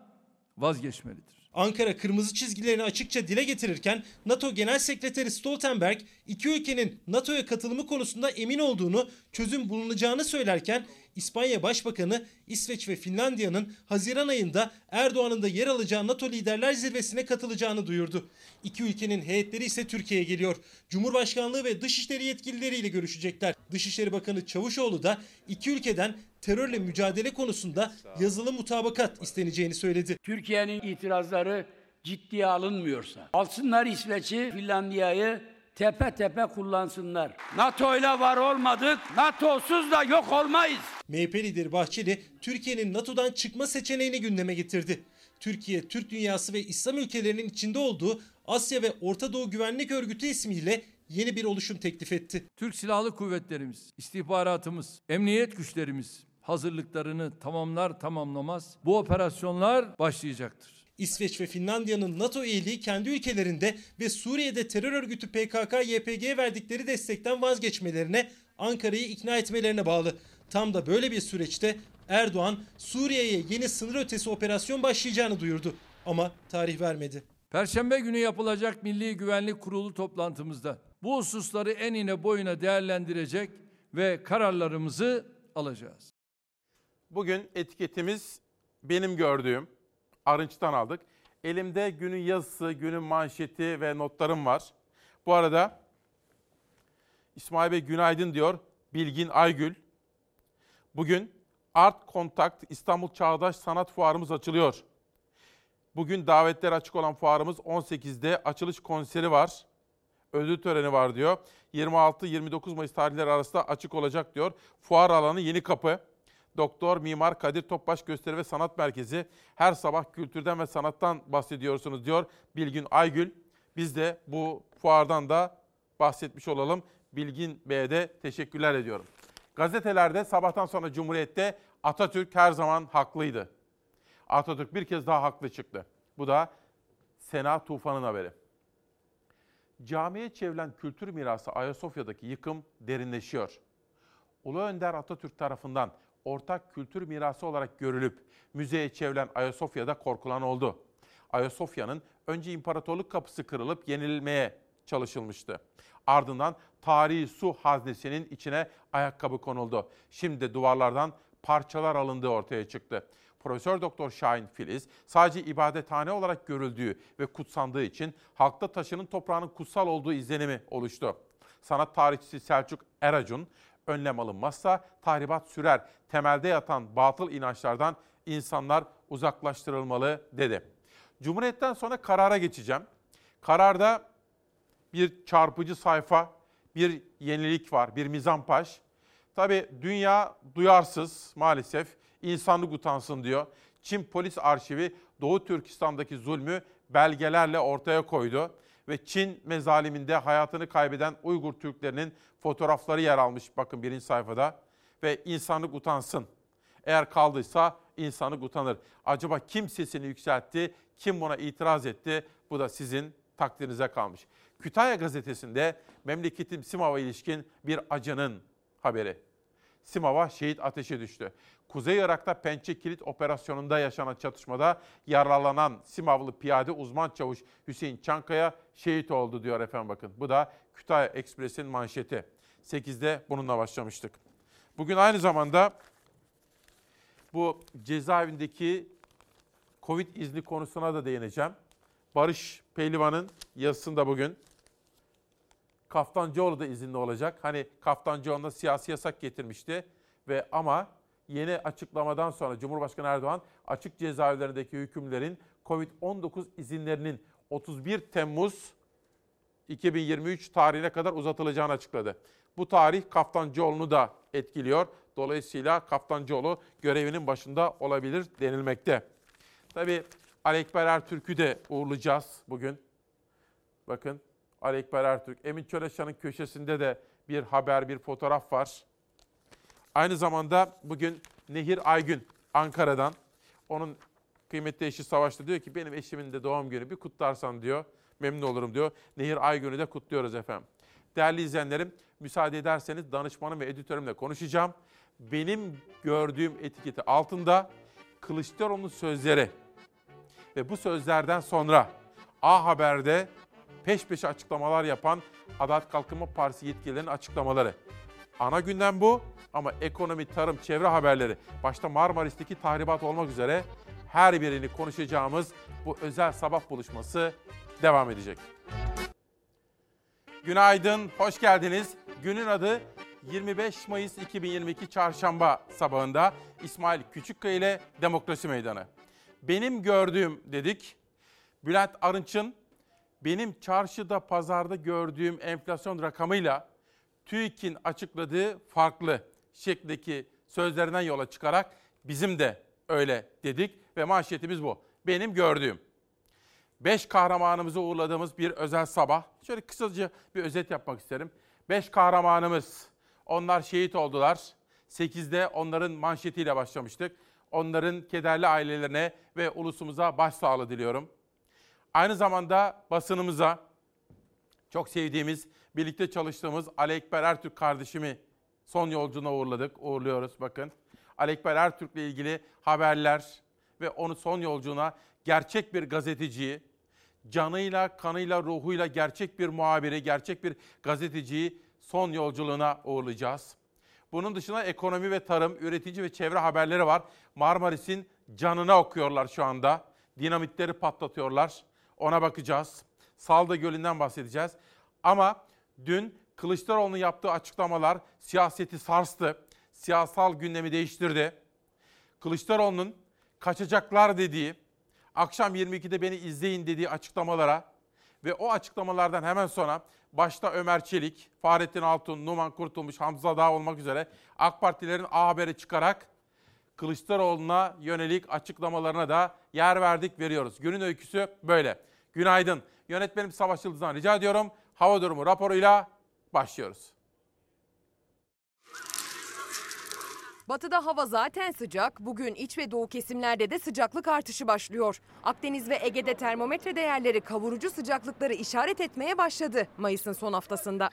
vazgeçmelidir. Ankara kırmızı çizgilerini açıkça dile getirirken NATO Genel Sekreteri Stoltenberg İki ülkenin NATO'ya katılımı konusunda emin olduğunu, çözüm bulunacağını söylerken İspanya Başbakanı İsveç ve Finlandiya'nın Haziran ayında Erdoğan'ın da yer alacağı NATO Liderler Zirvesi'ne katılacağını duyurdu. İki ülkenin heyetleri ise Türkiye'ye geliyor. Cumhurbaşkanlığı ve Dışişleri yetkilileriyle görüşecekler. Dışişleri Bakanı Çavuşoğlu da iki ülkeden terörle mücadele konusunda yazılı mutabakat isteneceğini söyledi. Türkiye'nin itirazları ciddiye alınmıyorsa alsınlar İsveç'i, Finlandiya'yı tepe tepe kullansınlar. NATO'yla var olmadık, NATO'suz da yok olmayız. M H P lideri Bahçeli, Türkiye'nin NATO'dan çıkma seçeneğini gündeme getirdi. Türkiye, Türk dünyası ve İslam ülkelerinin içinde olduğu Asya ve Orta Doğu Güvenlik Örgütü ismiyle yeni bir oluşum teklif etti. Türk Silahlı Kuvvetlerimiz, istihbaratımız, emniyet güçlerimiz hazırlıklarını tamamlar tamamlamaz bu operasyonlar başlayacaktır. İsveç ve Finlandiya'nın NATO üyeliği kendi ülkelerinde ve Suriye'de terör örgütü P K K Y P G'ye verdikleri destekten vazgeçmelerine, Ankara'yı ikna etmelerine bağlı. Tam da böyle bir süreçte Erdoğan Suriye'ye yeni sınır ötesi operasyon başlayacağını duyurdu. Ama tarih vermedi. Perşembe günü yapılacak Milli Güvenlik Kurulu toplantımızda bu hususları enine boyuna değerlendirecek ve kararlarımızı alacağız. Bugün etiketimiz benim gördüğüm, Arınç'tan aldık. Elimde günün yazısı, günün manşeti ve notlarım var. Bu arada İsmail Bey günaydın diyor Bilgin Aygül. Bugün Art Contact İstanbul Çağdaş Sanat Fuarımız açılıyor. Bugün davetler açık olan fuarımız on sekizde açılış konseri var. Ödül töreni var diyor. yirmi altı yirmi dokuz Mayıs tarihleri arasında açık olacak diyor. Fuar alanı Yenikapı. Doktor Mimar Kadir Topbaş Gösteri ve Sanat Merkezi. Her sabah kültürden ve sanattan bahsediyorsunuz diyor Bilgin Aygül. Biz de bu fuardan da bahsetmiş olalım. Bilgin Bey'e de teşekkürler ediyorum. Gazetelerde sabahtan sonra Cumhuriyet'te Atatürk her zaman haklıydı. Atatürk bir kez daha haklı çıktı. Bu da Sena Tufan'ın haberi. Camiye çevrilen kültür mirası Ayasofya'daki yıkım derinleşiyor. Ulu Önder Atatürk tarafından ortak kültür mirası olarak görülüp müzeye çevrilen Ayasofya'da korkulan oldu. Ayasofya'nın önce imparatorluk kapısı kırılıp yenilmeye çalışılmıştı. Ardından tarihi su haznesinin içine ayakkabı konuldu. Şimdi duvarlardan parçalar alındığı ortaya çıktı. Profesör Doktor Şahin Filiz, sadece ibadethane olarak görüldüğü ve kutsandığı için halkta taşının toprağının kutsal olduğu izlenimi oluştu. Sanat tarihçisi Selçuk Eracun, önlem alınmazsa tahribat sürer, temelde yatan batıl inançlardan insanlar uzaklaştırılmalı dedi. Cumhuriyet'ten sonra karara geçeceğim. Kararda bir çarpıcı sayfa, bir yenilik var, bir mizampaj. Tabii dünya duyarsız maalesef, insanlık utansın diyor. Çin Polis Arşivi Doğu Türkistan'daki zulmü belgelerle ortaya koydu. Ve Çin mezaliminde hayatını kaybeden Uygur Türklerinin fotoğrafları yer almış bakın birinci sayfada. Ve insanlık utansın. Eğer kaldıysa insanlık utanır. Acaba kim sesini yükseltti, kim buna itiraz etti? Bu da sizin takdirinize kalmış. Kütahya Gazetesi'nde memleketim Simav'a ilişkin bir acının haberi. Simav'a şehit ateşe düştü. Kuzey Irak'ta Pençe Kilit Operasyonu'nda yaşanan çatışmada yaralanan Simavlı piyade uzman çavuş Hüseyin Çankaya şehit oldu diyor efendim bakın. Bu da Kütahya Ekspres'in manşeti. sekizde bununla başlamıştık. Bugün aynı zamanda bu cezaevindeki Covid izni konusuna da değineceğim. Barış Pehlivan'ın yazısında bugün Kaftancıoğlu da izinli olacak. Hani Kaftancıoğlu'na siyasi yasak getirmişti ve ama yeni açıklamadan sonra Cumhurbaşkanı Erdoğan açık cezaevlerindeki hükümlerin Covid on dokuz izinlerinin otuz bir Temmuz iki bin yirmi üç tarihine kadar uzatılacağını açıkladı. Bu tarih Kaftancıoğlu'nu da etkiliyor. Dolayısıyla Kaftancıoğlu görevinin başında olabilir denilmekte. Tabii Ali Ekber Ertürk'ü de uğurlayacağız bugün. Bakın Ali Ekber Ertürk. Emin Çöleşan'ın köşesinde de bir haber, bir fotoğraf var. Aynı zamanda bugün Nehir Aygün Ankara'dan. Onun kıymetli eşi Savaş'ta diyor ki benim eşimin de doğum günü bir kutlarsan diyor. Memnun olurum diyor. Nehir Aygün'ü de kutluyoruz efendim. Değerli izleyenlerim, müsaade ederseniz danışmanım ve editörümle konuşacağım. Benim gördüğüm etiketi altında Kılıçdaroğlu'nun sözleri ve bu sözlerden sonra A Haber'de peş peşe açıklamalar yapan Adalet Kalkınma Partisi yetkililerinin açıklamaları. Ana gündem bu ama ekonomi, tarım, çevre haberleri, başta Marmaris'teki tahribat olmak üzere her birini konuşacağımız bu özel sabah buluşması devam edecek. Günaydın, hoş geldiniz. Günün adı yirmi beş Mayıs iki bin yirmi iki Çarşamba sabahında İsmail Küçükkaya ile Demokrasi Meydanı. Benim gördüğüm dedik, Bülent Arınç'ın benim çarşıda pazarda gördüğüm enflasyon rakamıyla TÜİK'in açıkladığı farklı şeklindeki sözlerinden yola çıkarak bizim de öyle dedik ve manşetimiz bu. Benim gördüğüm. Beş kahramanımızı uğurladığımız bir özel sabah. Şöyle kısaca bir özet yapmak isterim. Beş kahramanımız, onlar şehit oldular. sekizde onların manşetiyle başlamıştık. Onların kederli ailelerine ve ulusumuza başsağlığı diliyorum. Aynı zamanda basınımıza, çok sevdiğimiz, birlikte çalıştığımız Ali Ekber Ertürk kardeşimi son yolculuğuna uğurladık, uğurluyoruz bakın. Ali Ekber Ertürk'le ilgili haberler ve onu son yolculuğuna gerçek bir gazeteciyi, canıyla, kanıyla, ruhuyla gerçek bir muhabiri, gerçek bir gazeteciyi son yolculuğuna uğurlayacağız. Bunun dışında ekonomi ve tarım, üretici ve çevre haberleri var. Marmaris'in canına okuyorlar şu anda. Dinamitleri patlatıyorlar. Ona bakacağız. Salda Gölü'nden bahsedeceğiz. Ama dün Kılıçdaroğlu'nun yaptığı açıklamalar siyaseti sarstı. Siyasal gündemi değiştirdi. Kılıçdaroğlu'nun kaçacaklar dediği, akşam yirmi ikide beni izleyin dediği açıklamalara ve o açıklamalardan hemen sonra başta Ömer Çelik, Fahrettin Altun, Numan Kurtulmuş, Hamza Dağ olmak üzere AK Partilerin A Haber'e çıkarak Kılıçdaroğlu'na yönelik açıklamalarına da yer verdik, veriyoruz. Günün öyküsü böyle. Günaydın. Yönetmenim Savaş Yıldız'dan rica ediyorum. Hava durumu raporuyla başlıyoruz. Batıda hava zaten sıcak. Bugün iç ve doğu kesimlerde de sıcaklık artışı başlıyor. Akdeniz ve Ege'de termometre değerleri kavurucu sıcaklıkları işaret etmeye başladı Mayıs'ın son haftasında.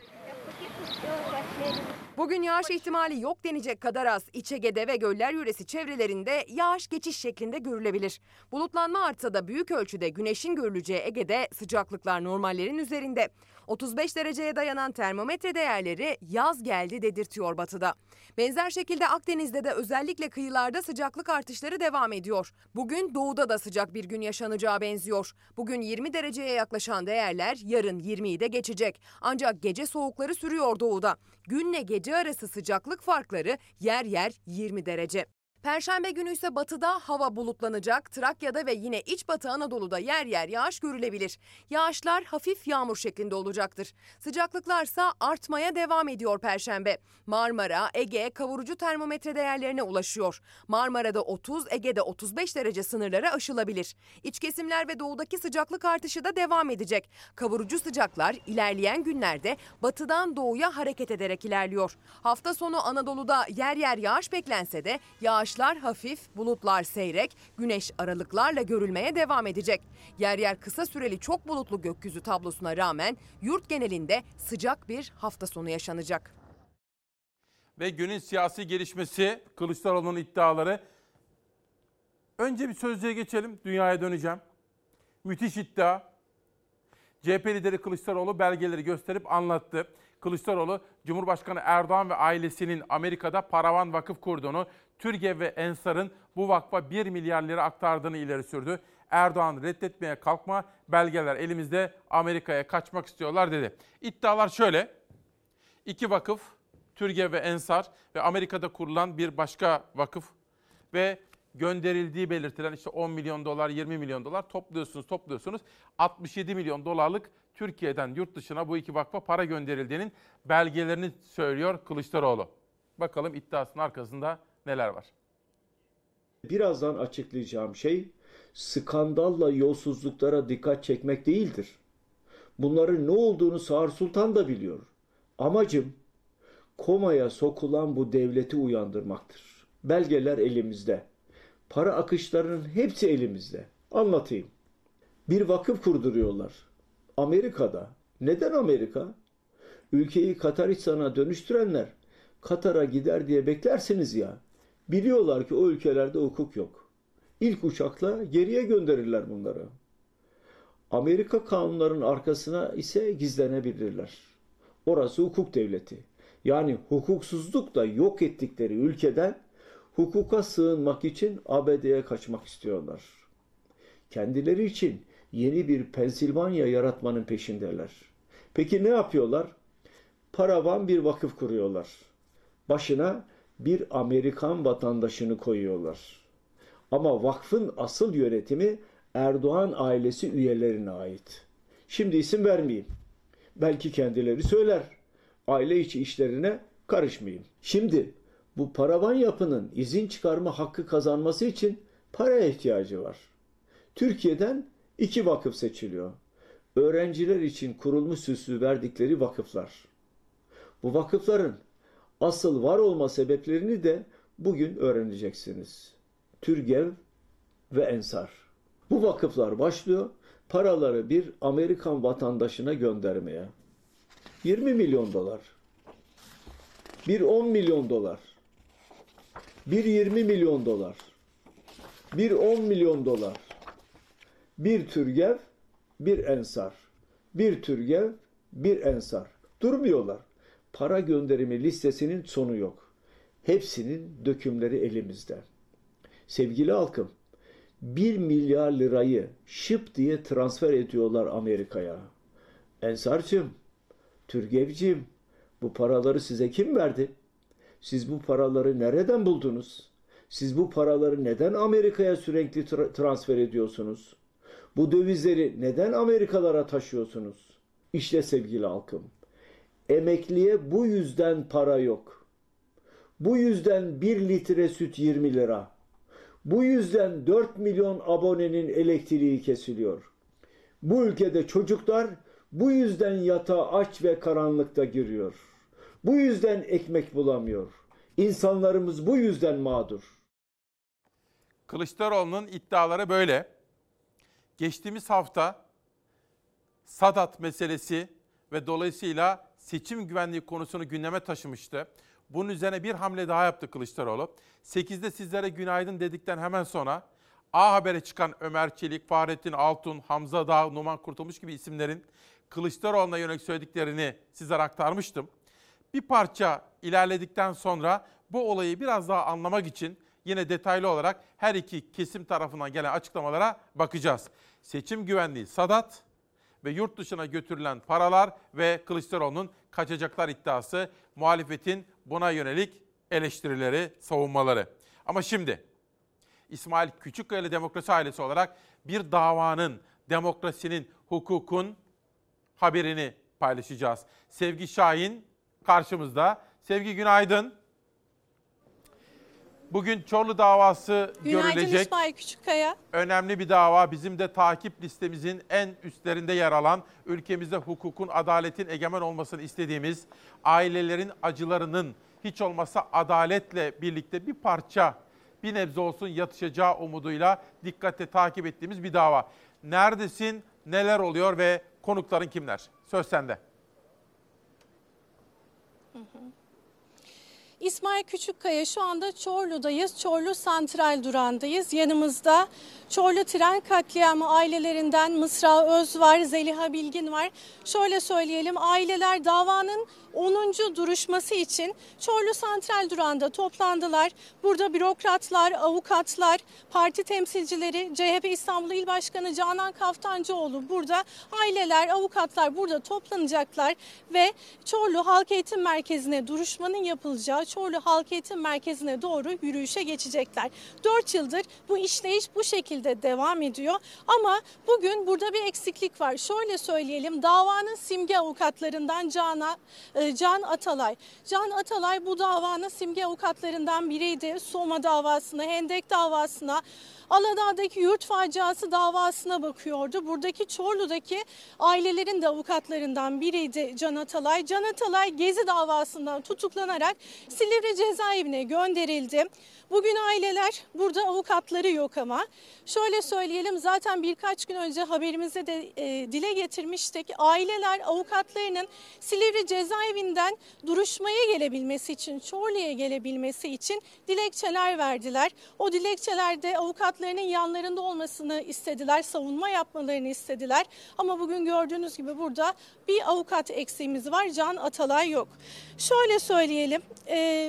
Bugün yağış ihtimali yok denecek kadar az. İç Ege'de ve göller yöresi çevrelerinde yağış geçiş şeklinde görülebilir. Bulutlanma artsa da büyük ölçüde güneşin görüleceği Ege'de sıcaklıklar normallerin üzerinde. otuz beş dereceye dayanan termometre değerleri yaz geldi dedirtiyor batıda. Benzer şekilde Akdeniz'de de özellikle kıyılarda sıcaklık artışları devam ediyor. Bugün doğuda da sıcak bir gün yaşanacağı benziyor. Bugün yirmi dereceye yaklaşan değerler yarın yirmiyi de geçecek. Ancak gece soğukları sürüyor doğuda. Günle gece arası sıcaklık farkları yer yer yirmi derece. Perşembe günü ise batıda hava bulutlanacak. Trakya'da ve yine iç batı Anadolu'da yer yer yağış görülebilir. Yağışlar hafif yağmur şeklinde olacaktır. Sıcaklıklarsa artmaya devam ediyor Perşembe. Marmara, Ege kavurucu termometre değerlerine ulaşıyor. Marmara'da otuz, Ege'de otuz beş derece sınırları aşılabilir. İç kesimler ve doğudaki sıcaklık artışı da devam edecek. Kavurucu sıcaklar ilerleyen günlerde batıdan doğuya hareket ederek ilerliyor. Hafta sonu Anadolu'da yer yer yağış beklense de yağış hafif, bulutlar seyrek, güneş aralıklarla görülmeye devam edecek. Yer yer kısa süreli çok bulutlu gökyüzü tablosuna rağmen yurt genelinde sıcak bir hafta sonu yaşanacak. Ve günün siyasi gelişmesi, Kılıçdaroğlu'nun iddiaları. Önce bir sözlüğe geçelim, dünyaya döneceğim. Müthiş iddia. C H P lideri Kılıçdaroğlu belgeleri gösterip anlattı. Kılıçdaroğlu, Cumhurbaşkanı Erdoğan ve ailesinin Amerika'da paravan vakıf kurduğunu, Türgev ve Ensar'ın bu vakfa bir milyar lira aktardığını ileri sürdü. Erdoğan reddetmeye kalkma, belgeler elimizde, Amerika'ya kaçmak istiyorlar dedi. İddialar şöyle, iki vakıf, Türgev ve Ensar ve Amerika'da kurulan bir başka vakıf ve gönderildiği belirtilen işte on milyon dolar, yirmi milyon dolar topluyorsunuz, topluyorsunuz. altmış yedi milyon dolarlık Türkiye'den yurt dışına bu iki vakfa para gönderildiğinin belgelerini söylüyor Kılıçdaroğlu. Bakalım iddiasının arkasında neler var? Birazdan açıklayacağım şey skandalla yolsuzluklara dikkat çekmek değildir. Bunların ne olduğunu Sağır Sultan da biliyor. Amacım komaya sokulan bu devleti uyandırmaktır. Belgeler elimizde. Para akışlarının hepsi elimizde. Anlatayım. Bir vakıf kurduruyorlar. Amerika'da. Neden Amerika? Ülkeyi Kataristan'a dönüştürenler Katar'a gider diye beklersiniz ya. Biliyorlar ki o ülkelerde hukuk yok. İlk uçakla geriye gönderirler bunları. Amerika kanunlarının arkasına ise gizlenebilirler. Orası hukuk devleti. Yani hukuksuzlukla yok ettikleri ülkeden hukuka sığınmak için A B D'ye kaçmak istiyorlar. Kendileri için yeni bir Pensilvanya yaratmanın peşindeler. Peki ne yapıyorlar? Paravan bir vakıf kuruyorlar. Başına bir Amerikan vatandaşını koyuyorlar. Ama vakfın asıl yönetimi Erdoğan ailesi üyelerine ait. Şimdi isim vermeyeyim. Belki kendileri söyler. Aile içi işlerine karışmayayım. Şimdi bu paravan yapının izin çıkarma hakkı kazanması için paraya ihtiyacı var. Türkiye'den iki vakıf seçiliyor. Öğrenciler için kurulmuş süslü verdikleri vakıflar. Bu vakıfların asıl var olma sebeplerini de bugün öğreneceksiniz. Türgev ve Ensar. Bu vakıflar başlıyor paraları bir Amerikan vatandaşına göndermeye. yirmi milyon dolar. Bir on milyon dolar. Bir yirmi milyon dolar. Bir on milyon dolar. Bir Türgev, bir Ensar. Bir Türgev, bir Ensar. Durmuyorlar. Para gönderimi listesinin sonu yok. Hepsinin dökümleri elimizde. Sevgili halkım, bir milyar lirayı şıp diye transfer ediyorlar Amerika'ya. Ensar'cığım, Türgevciğim, bu paraları size kim verdi? Siz bu paraları nereden buldunuz? Siz bu paraları neden Amerika'ya sürekli tra- transfer ediyorsunuz? Bu dövizleri neden Amerikalara taşıyorsunuz? İşte sevgili halkım, emekliye bu yüzden para yok. Bu yüzden bir litre süt yirmi lira. Bu yüzden dört milyon abonenin elektriği kesiliyor. Bu ülkede çocuklar bu yüzden yatağa aç ve karanlıkta giriyor. Bu yüzden ekmek bulamıyor. İnsanlarımız bu yüzden mağdur. Kılıçdaroğlu'nun iddiaları böyle. Geçtiğimiz hafta Sadat meselesi ve dolayısıyla seçim güvenliği konusunu gündeme taşımıştı. Bunun üzerine bir hamle daha yaptı Kılıçdaroğlu. sekizde sizlere günaydın dedikten hemen sonra A Haber'e çıkan Ömer Çelik, Fahrettin Altun, Hamza Dağ, Numan Kurtulmuş gibi isimlerin Kılıçdaroğlu'na yönelik söylediklerini sizlere aktarmıştım. Bir parça ilerledikten sonra bu olayı biraz daha anlamak için yine detaylı olarak her iki kesim tarafından gelen açıklamalara bakacağız. Seçim güvenliği Sadat ve yurt dışına götürülen paralar ve Kılıçdaroğlu'nun kaçacaklar iddiası, muhalefetin buna yönelik eleştirileri, savunmaları. Ama şimdi İsmail Küçükkaya'lı demokrasi ailesi olarak bir davanın, demokrasinin, hukukun haberini paylaşacağız. Sevgi Şahin karşımızda. Sevgi günaydın. Bugün Çorlu davası Günaydın görülecek. İsmail Küçükkaya. Önemli bir dava. Bizim de takip listemizin en üstlerinde yer alan, ülkemizde hukukun, adaletin egemen olmasını istediğimiz, ailelerin acılarının hiç olmazsa adaletle birlikte bir parça, bir nebze olsun yatışacağı umuduyla dikkatle takip ettiğimiz bir dava. Neredesin, neler oluyor ve konukların kimler? Söz sende. Hı hı. İsmail Küçükkaya, şu anda Çorlu'dayız. Çorlu Santral durağındayız. Yanımızda Çorlu tren katliamı ailelerinden Mısra Öz var, Zeliha Bilgin var. Şöyle söyleyelim, aileler davanın onuncu duruşması için Çorlu Santral durağında toplandılar. Burada bürokratlar, avukatlar, parti temsilcileri, C H P İstanbul İl Başkanı Canan Kaftancıoğlu burada, aileler, avukatlar burada toplanacaklar ve Çorlu Halk Eğitim Merkezi'ne duruşmanın yapılacağı Çorlu Halk Eğitim Merkezi'ne doğru yürüyüşe geçecekler. dört yıldır bu işleyiş bu şekilde devam ediyor ama bugün burada bir eksiklik var. Şöyle söyleyelim, davanın simge avukatlarından Can'a Can Atalay. Can Atalay bu davanın simge avukatlarından biriydi. Soma davasına, Hendek davasına, Aladağ'daki yurt faciası davasına bakıyordu. Buradaki Çorlu'daki ailelerin de avukatlarından biriydi Can Atalay. Can Atalay Gezi davasından tutuklanarak Silivri cezaevine gönderildi. Bugün aileler burada, avukatları yok ama şöyle söyleyelim, zaten birkaç gün önce haberimizde de e, dile getirmiştik. Aileler avukatlarının Silivri cezaevinden duruşmaya gelebilmesi için, Çorlu'ya gelebilmesi için dilekçeler verdiler. O dilekçelerde avukat avukatlarının yanlarında olmasını istediler, savunma yapmalarını istediler. Ama bugün gördüğünüz gibi burada bir avukat eksiğimiz var, Can Atalay yok. Şöyle söyleyelim, e,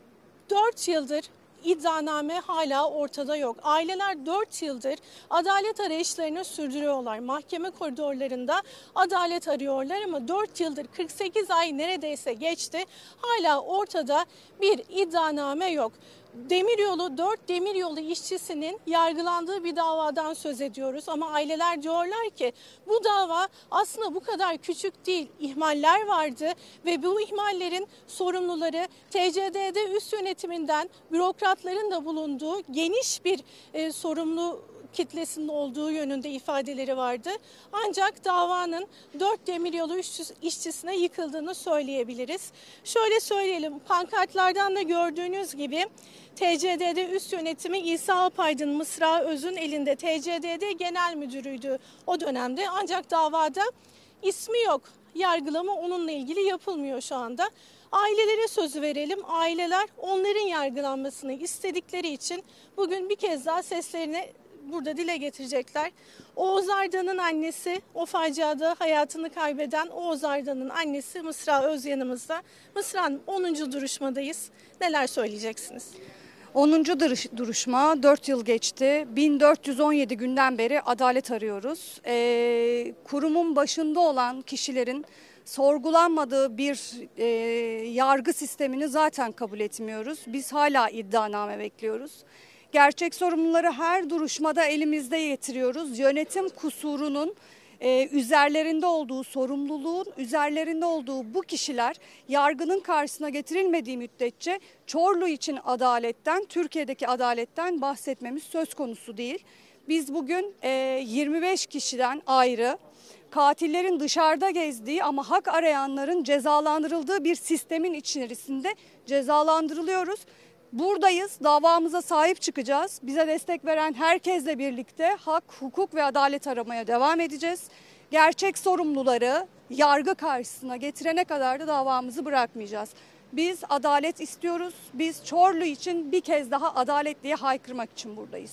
dört yıldır iddianame hala ortada yok. Aileler dört yıldır adalet arayışlarını sürdürüyorlar. Mahkeme koridorlarında adalet arıyorlar ama dört yıldır kırk sekiz ay neredeyse geçti. Hala ortada bir iddianame yok. Demiryolu, dört demiryolu işçisinin yargılandığı bir davadan söz ediyoruz. Ama aileler diyorlar ki bu dava aslında bu kadar küçük değil. İhmaller vardı ve bu ihmallerin sorumluları T C D'de üst yönetiminden bürokratların da bulunduğu geniş bir e, sorumlu kitlesinin olduğu yönünde ifadeleri vardı. Ancak davanın dört demiryolu işçisine yıkıldığını söyleyebiliriz. Şöyle söyleyelim, pankartlardan da gördüğünüz gibi T C D'de üst yönetimi İsa Alpaydın, Mısra Öz'ün elinde. T C D'de genel müdürüydü o dönemde. Ancak davada ismi yok. Yargılama onunla ilgili yapılmıyor şu anda. Ailelere sözü verelim. Aileler onların yargılanmasını istedikleri için bugün bir kez daha seslerini burada dile getirecekler. Oğuz Ardan'ın annesi, o faciada hayatını kaybeden Oğuz Ardan'ın annesi Mısra Öz yanımızda. Mısra Hanım, onuncu duruşmadayız. Neler söyleyeceksiniz? onuncu duruşma, dört yıl geçti. bin dört yüz on yedi günden beri adalet arıyoruz. Ee, kurumun başında olan kişilerin sorgulanmadığı bir e, yargı sistemini zaten kabul etmiyoruz. Biz hala iddianame bekliyoruz. Gerçek sorumluları her duruşmada elimizde getiriyoruz. Yönetim kusurunun e, üzerlerinde olduğu, sorumluluğun üzerlerinde olduğu bu kişiler yargının karşısına getirilmediği müddetçe Çorlu için adaletten, Türkiye'deki adaletten bahsetmemiz söz konusu değil. Biz bugün e, yirmi beş kişiden ayrı, katillerin dışarıda gezdiği ama hak arayanların cezalandırıldığı bir sistemin içerisinde cezalandırılıyoruz. Buradayız, davamıza sahip çıkacağız. Bize destek veren herkesle birlikte hak, hukuk ve adalet aramaya devam edeceğiz. Gerçek sorumluları yargı karşısına getirene kadar da davamızı bırakmayacağız. Biz adalet istiyoruz. Biz Çorlu için bir kez daha adalet diye haykırmak için buradayız.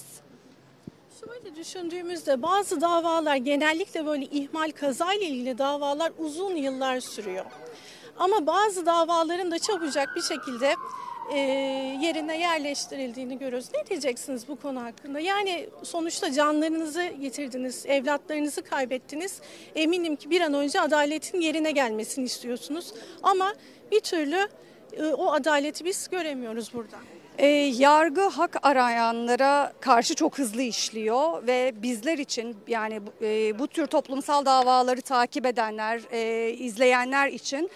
Şöyle düşündüğümüzde bazı davalar, genellikle böyle ihmal, kazayla ilgili davalar uzun yıllar sürüyor. Ama bazı davaların da çabucak bir şekilde e, yerine yerleştirildiğini görüyoruz. Ne diyeceksiniz bu konu hakkında? Yani sonuçta canlarınızı yitirdiniz, evlatlarınızı kaybettiniz. Eminim ki bir an önce adaletin yerine gelmesini istiyorsunuz. Ama bir türlü e, o adaleti biz göremiyoruz burada. E, yargı hak arayanlara karşı çok hızlı işliyor ve bizler için, yani e, bu tür toplumsal davaları takip edenler, e, izleyenler için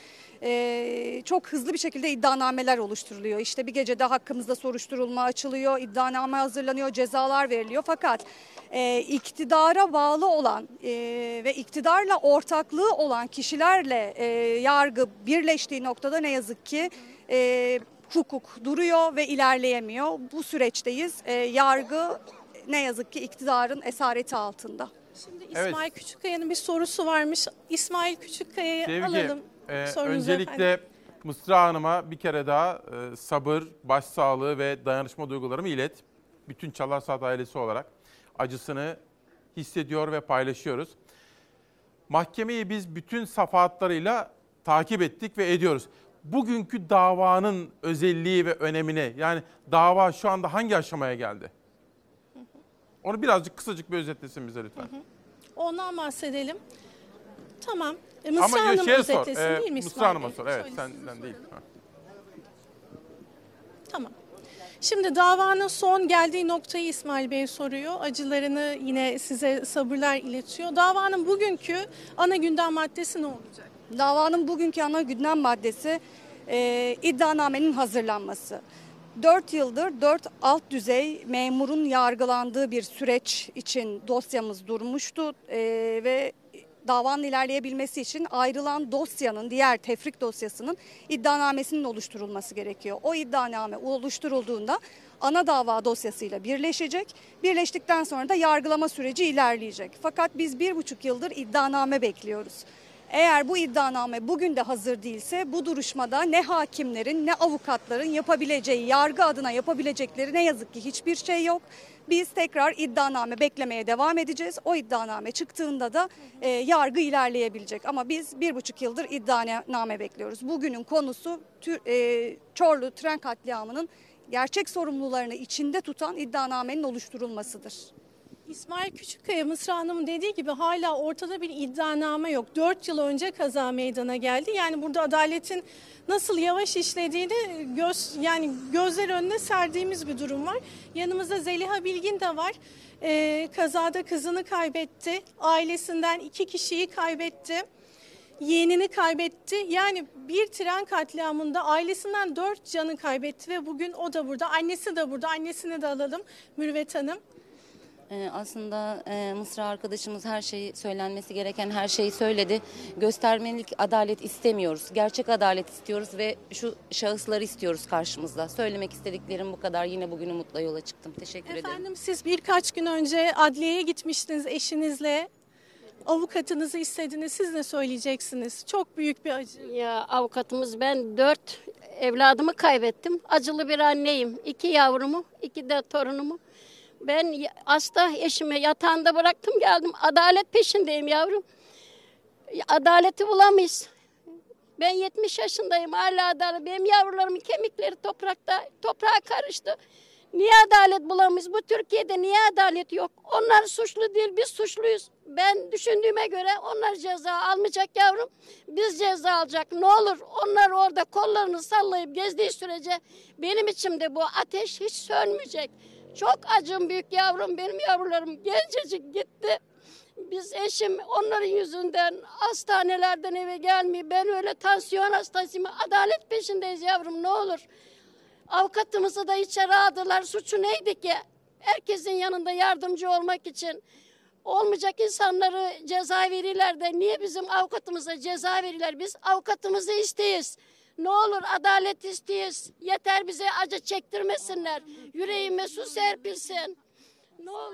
e, çok hızlı bir şekilde iddianameler oluşturuluyor. İşte bir gecede hakkımızda soruşturulma açılıyor, iddianame hazırlanıyor, cezalar veriliyor. Fakat e, iktidara bağlı olan e, ve iktidarla ortaklığı olan kişilerle e, yargı birleştiği noktada ne yazık ki e, hukuk duruyor ve ilerleyemiyor. Bu süreçteyiz. E, yargı ne yazık ki iktidarın esareti altında. Şimdi İsmail evet. Küçükkaya'nın bir sorusu varmış. İsmail Küçükkaya'yı alalım. E, öncelikle efendim. Mısra Hanım'a bir kere daha e, sabır, başsağlığı ve dayanışma duygularımı ilet. Bütün Çalar Saat ailesi olarak acısını hissediyor ve paylaşıyoruz. Mahkemeyi biz bütün safahatlarıyla takip ettik ve ediyoruz. Bugünkü davanın özelliği ve önemine, yani dava şu anda hangi aşamaya geldi? Onu birazcık kısacık bir özetlesin bize lütfen. Hı hı. Ondan bahsedelim. Tamam. E, Mısra Ama Hanım özetlesin sor. değil mi İsmail Mısra Hanım'a sor. Evet, senden değil. Ha. Tamam. Şimdi davanın son geldiği noktayı İsmail Bey soruyor. Acılarını yine size sabırlar iletiyor. Davanın bugünkü ana gündem maddesi ne olacak? Davanın bugünkü ana gündem maddesi e, iddianamenin hazırlanması. Dört yıldır dört alt düzey memurun yargılandığı bir süreç için dosyamız durmuştu e, ve davanın ilerleyebilmesi için ayrılan dosyanın, diğer tefrik dosyasının iddianamesinin oluşturulması gerekiyor. O iddianame oluşturulduğunda ana dava dosyasıyla birleşecek. Birleştikten sonra da yargılama süreci ilerleyecek. Fakat biz bir buçuk yıldır iddianame bekliyoruz. Eğer bu iddianame bugün de hazır değilse bu duruşmada ne hakimlerin ne avukatların yapabileceği, yargı adına yapabilecekleri ne yazık ki hiçbir şey yok. Biz tekrar iddianame beklemeye devam edeceğiz. O iddianame çıktığında da e, yargı ilerleyebilecek. Ama biz bir buçuk yıldır iddianame bekliyoruz. Bugünün konusu tür, e, Çorlu tren katliamının gerçek sorumlularını içinde tutan iddianamenin oluşturulmasıdır. İsmail Küçükkaya, Mısra Hanım'ın dediği gibi hala ortada bir iddianame yok. dört yıl önce kaza meydana geldi. Yani burada adaletin nasıl yavaş işlediğini göz, yani gözler önüne serdiğimiz bir durum var. Yanımızda Zeliha Bilgin de var. Ee, kazada kızını kaybetti. Ailesinden iki kişiyi kaybetti. Yeğenini kaybetti. Yani bir tren katliamında ailesinden dört canı kaybetti ve bugün o da burada. Annesi de burada. Annesini de alalım Mürvet Hanım. Ee, aslında e, Mısra arkadaşımız her şeyi, söylenmesi gereken her şeyi söyledi. Göstermelik adalet istemiyoruz. Gerçek adalet istiyoruz ve şu şahısları istiyoruz karşımızda. Söylemek istediklerim bu kadar. Yine bugün umutla yola çıktım. Teşekkür ederim. Efendim, siz birkaç gün önce adliyeye gitmiştiniz eşinizle. Avukatınızı istediniz. Siz ne söyleyeceksiniz? Çok büyük bir acı. Ya avukatımız, ben dört evladımı kaybettim. Acılı bir anneyim. İki yavrumu, iki de torunumu. Ben hasta eşimi yatağında bıraktım, geldim. Adalet peşindeyim yavrum. Adaleti bulamayız. Ben yetmiş yaşındayım, hala adalet. Benim yavrularımın kemikleri toprakta, toprağa karıştı. Niye adalet bulamayız? Bu Türkiye'de niye adalet yok? Onlar suçlu değil, biz suçluyuz. Ben düşündüğüme göre onlar ceza almayacak yavrum. Biz ceza alacak. Ne olur onlar orada kollarını sallayıp gezdiği sürece benim içimde bu ateş hiç sönmeyecek. Çok acım büyük yavrum, benim yavrularım gencecik gitti. Biz eşim onların yüzünden hastanelerden eve gelmiyor. Ben öyle tansiyon hastasıyım. Adalet peşindeyiz yavrum, ne olur. Avukatımızı da içeri aldılar. Suçu neydi ki? Herkesin yanında yardımcı olmak için. Olmayacak insanları ceza verirler de niye bizim avukatımıza ceza verirler? Biz avukatımızı isteyiz. Ne olur adalet isteyiz. Yeter bize acı çektirmesinler. Yüreğime su serpilsin. Ne olur.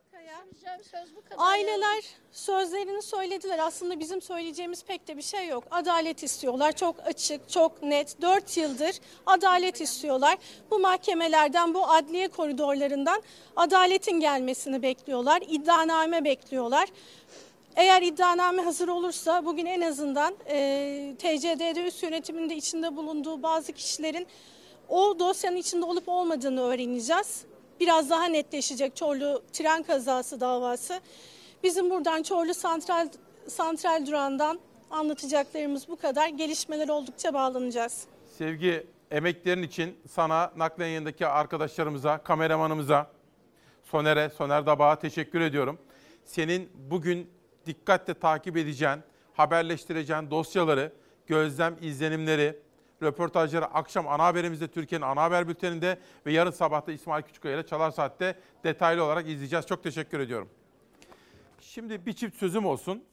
Söz bu kadar. Aileler sözlerini söylediler. Aslında bizim söyleyeceğimiz pek de bir şey yok. Adalet istiyorlar. Çok açık, çok net. Dört yıldır adalet istiyorlar. Bu mahkemelerden, bu adliye koridorlarından adaletin gelmesini bekliyorlar. İddianame bekliyorlar. Eğer iddianame hazır olursa bugün en azından e, T C D'de üst yönetiminde içinde bulunduğu bazı kişilerin o dosyanın içinde olup olmadığını öğreneceğiz. Biraz daha netleşecek Çorlu tren kazası davası. Bizim buradan Çorlu Santral, Santral Durağı'ndan anlatacaklarımız bu kadar. Gelişmeler oldukça bağlanacağız. Sevgi, emeklerin için sana, naklen yanındaki arkadaşlarımıza, kameramanımıza, Soner'e, Soner Dabağ'a teşekkür ediyorum. Senin bugün dikkatle takip edeceğin, haberleştireceğin dosyaları, gözlem, izlenimleri, röportajları akşam ana haberimizde, Türkiye'nin ana haber bülteninde ve yarın sabahta İsmail Küçükkaya ile Çalar Saat'te detaylı olarak izleyeceğiz. Çok teşekkür ediyorum. Şimdi bir çift sözüm olsun.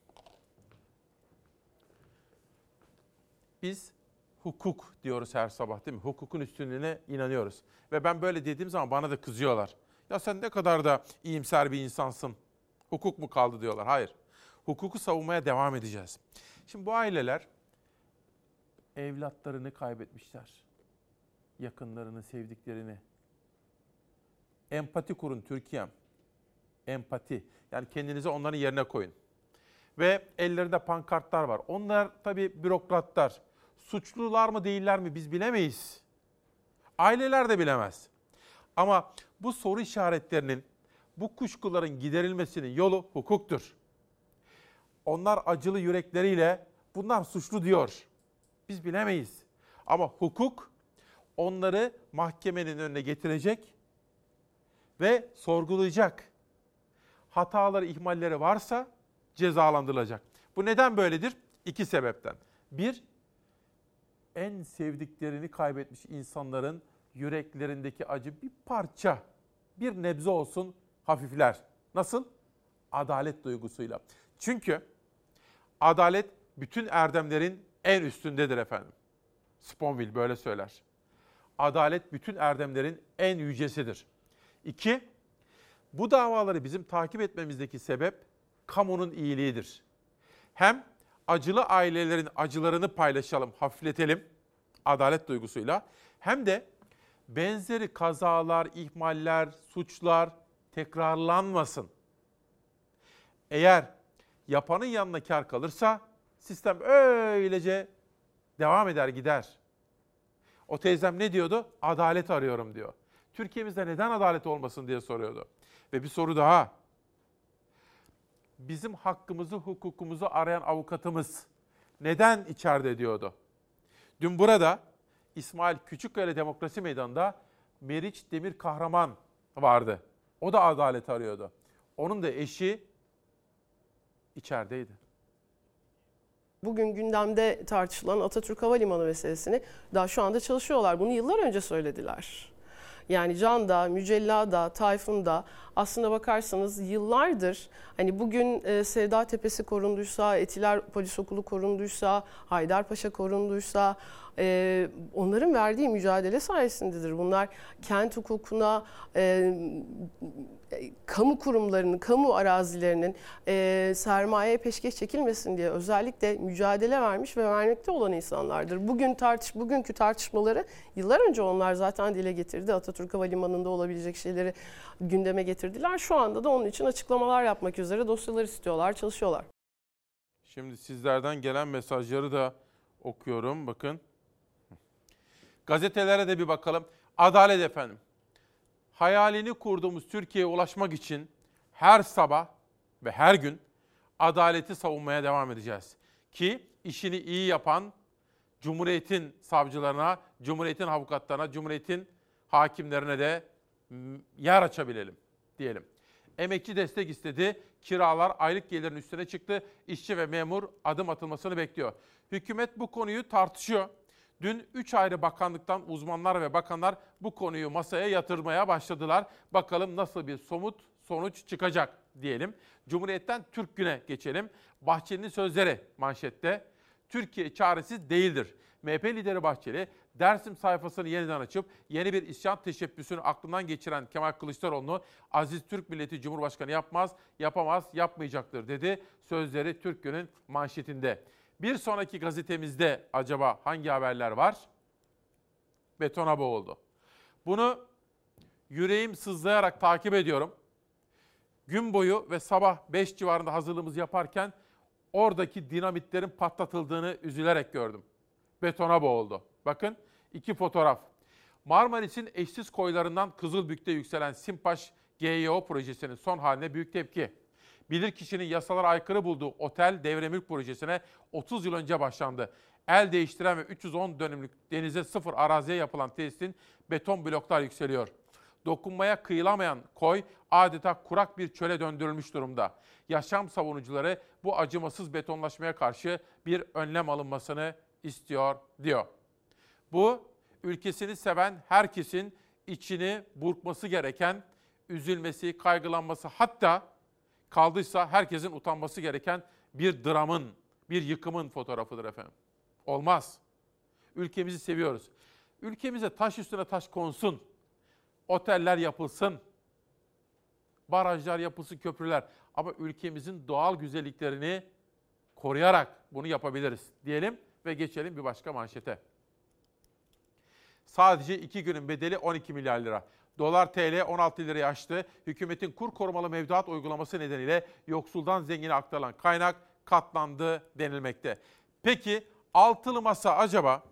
Biz hukuk diyoruz her sabah, değil mi? Hukukun üstünlüğüne inanıyoruz. Ve ben böyle dediğim zaman bana da kızıyorlar. Ya sen ne kadar da iyimser bir insansın. Hukuk mu kaldı diyorlar. Hayır. Hukuku savunmaya devam edeceğiz. Şimdi bu aileler evlatlarını kaybetmişler. Yakınlarını, sevdiklerini. Empati kurun Türkiye'm. Empati. Yani kendinizi onların yerine koyun. Ve ellerinde pankartlar var. Onlar tabii bürokratlar. Suçlular mı değiller mi biz bilemeyiz. Aileler de bilemez. Ama bu soru işaretlerinin, bu kuşkuların giderilmesinin yolu hukuktur. Onlar acılı yürekleriyle bunlar suçlu diyor. Biz bilemeyiz. Ama hukuk onları mahkemenin önüne getirecek ve sorgulayacak. Hataları, ihmalleri varsa cezalandırılacak. Bu neden böyledir? İki sebepten. Bir, en sevdiklerini kaybetmiş insanların yüreklerindeki acı bir parça, bir nebze olsun hafifler. Nasıl? Adalet duygusuyla. Çünkü adalet bütün erdemlerin en üstündedir efendim. Sponville böyle söyler. Adalet bütün erdemlerin en yücesidir. İki, bu davaları bizim takip etmemizdeki sebep kamunun iyiliğidir. Hem acılı ailelerin acılarını paylaşalım, hafifletelim adalet duygusuyla. Hem de benzeri kazalar, ihmaller, suçlar tekrarlanmasın. Eğer yapanın yanına kar kalırsa sistem öylece devam eder gider. O teyzem ne diyordu? Adalet arıyorum diyor. Türkiye'mizde neden adalet olmasın diye soruyordu. Ve bir soru daha. Bizim hakkımızı, hukukumuzu arayan avukatımız neden içeride diyordu. Dün burada İsmail Küçükkaya Demokrasi Meydanı'nda Meriç Demir Kahraman vardı. O da adalet arıyordu. Onun da eşi içerideydi. Bugün gündemde tartışılan Atatürk Havalimanı meselesini daha şu anda çalışıyorlar. Bunu yıllar önce söylediler. Yani Can'da, Mücella'da, Tayfun'da aslında bakarsanız yıllardır hani bugün e, Sevda Tepesi korunduysa, Etiler Polis Okulu korunduysa, Haydarpaşa korunduysa e, onların verdiği mücadele sayesindedir. Bunlar kent hukukuna, e, kamu kurumlarının, kamu arazilerinin e, sermayeye peşkeş çekilmesin diye özellikle mücadele vermiş ve vermekte olan insanlardır. Bugün tartış, bugünkü tartışmaları yıllar önce onlar zaten dile getirdi. Atatürk Havalimanı'nda olabilecek şeyleri gündeme getirdiler. Şu anda da onun için açıklamalar yapmak üzere dosyalar istiyorlar, çalışıyorlar. Şimdi sizlerden gelen mesajları da okuyorum. Bakın. Gazetelere de bir bakalım. Adalet efendim. Hayalini kurduğumuz Türkiye'ye ulaşmak için her sabah ve her gün adaleti savunmaya devam edeceğiz. Ki işini iyi yapan Cumhuriyet'in savcılarına, Cumhuriyet'in avukatlarına, Cumhuriyet'in hakimlerine de yer açabilelim diyelim. Emekçi destek istedi, kiralar aylık gelirin üstüne çıktı, işçi ve memur adım atılmasını bekliyor. Hükümet bu konuyu tartışıyor. Dün üç ayrı bakanlıktan uzmanlar ve bakanlar bu konuyu masaya yatırmaya başladılar. Bakalım nasıl bir somut sonuç çıkacak diyelim. Cumhuriyet'ten Türk Gün'e geçelim. Bahçeli'nin sözleri manşette. Türkiye çaresiz değildir. M H P lideri Bahçeli, Dersim sayfasını yeniden açıp yeni bir isyan teşebbüsünü aklından geçiren Kemal Kılıçdaroğlu'nu aziz Türk milleti Cumhurbaşkanı yapmaz, yapamaz, yapmayacaktır dedi. Sözleri Türk Gün'ün manşetinde. Bir sonraki gazetemizde acaba hangi haberler var? Betona boğuldu. Bunu yüreğim sızlayarak takip ediyorum. Gün boyu ve sabah beş civarında hazırlığımızı yaparken oradaki dinamitlerin patlatıldığını üzülerek gördüm. Betona boğuldu. Bakın iki fotoğraf. Marmaris'in eşsiz koylarından Kızılbük'te yükselen Simpaş G Y O projesinin son haline büyük tepki. Bilirkişinin yasalara aykırı bulduğu otel devre mülk projesine otuz yıl önce başlandı. El değiştiren ve üç yüz on dönümlük denize sıfır araziye yapılan tesisin beton bloklar yükseliyor. Dokunmaya kıyılamayan koy adeta kurak bir çöle döndürülmüş durumda. Yaşam savunucuları bu acımasız betonlaşmaya karşı bir önlem alınmasını istiyor diyor. Bu ülkesini seven herkesin içini burkması gereken, üzülmesi, kaygılanması, hatta kaldıysa herkesin utanması gereken bir dramın, bir yıkımın fotoğrafıdır efendim. Olmaz. Ülkemizi seviyoruz. Ülkemize taş üstüne taş konsun. Oteller yapılsın. Barajlar yapılsın, köprüler. Ama ülkemizin doğal güzelliklerini koruyarak bunu yapabiliriz diyelim ve geçelim bir başka manşete. Sadece iki günün bedeli on iki milyar lira. Dolar T L on altı lirayı aştı. Hükümetin kur korumalı mevduat uygulaması nedeniyle yoksuldan zengine aktarılan kaynak katlandı denilmekte. Peki altılı masa acaba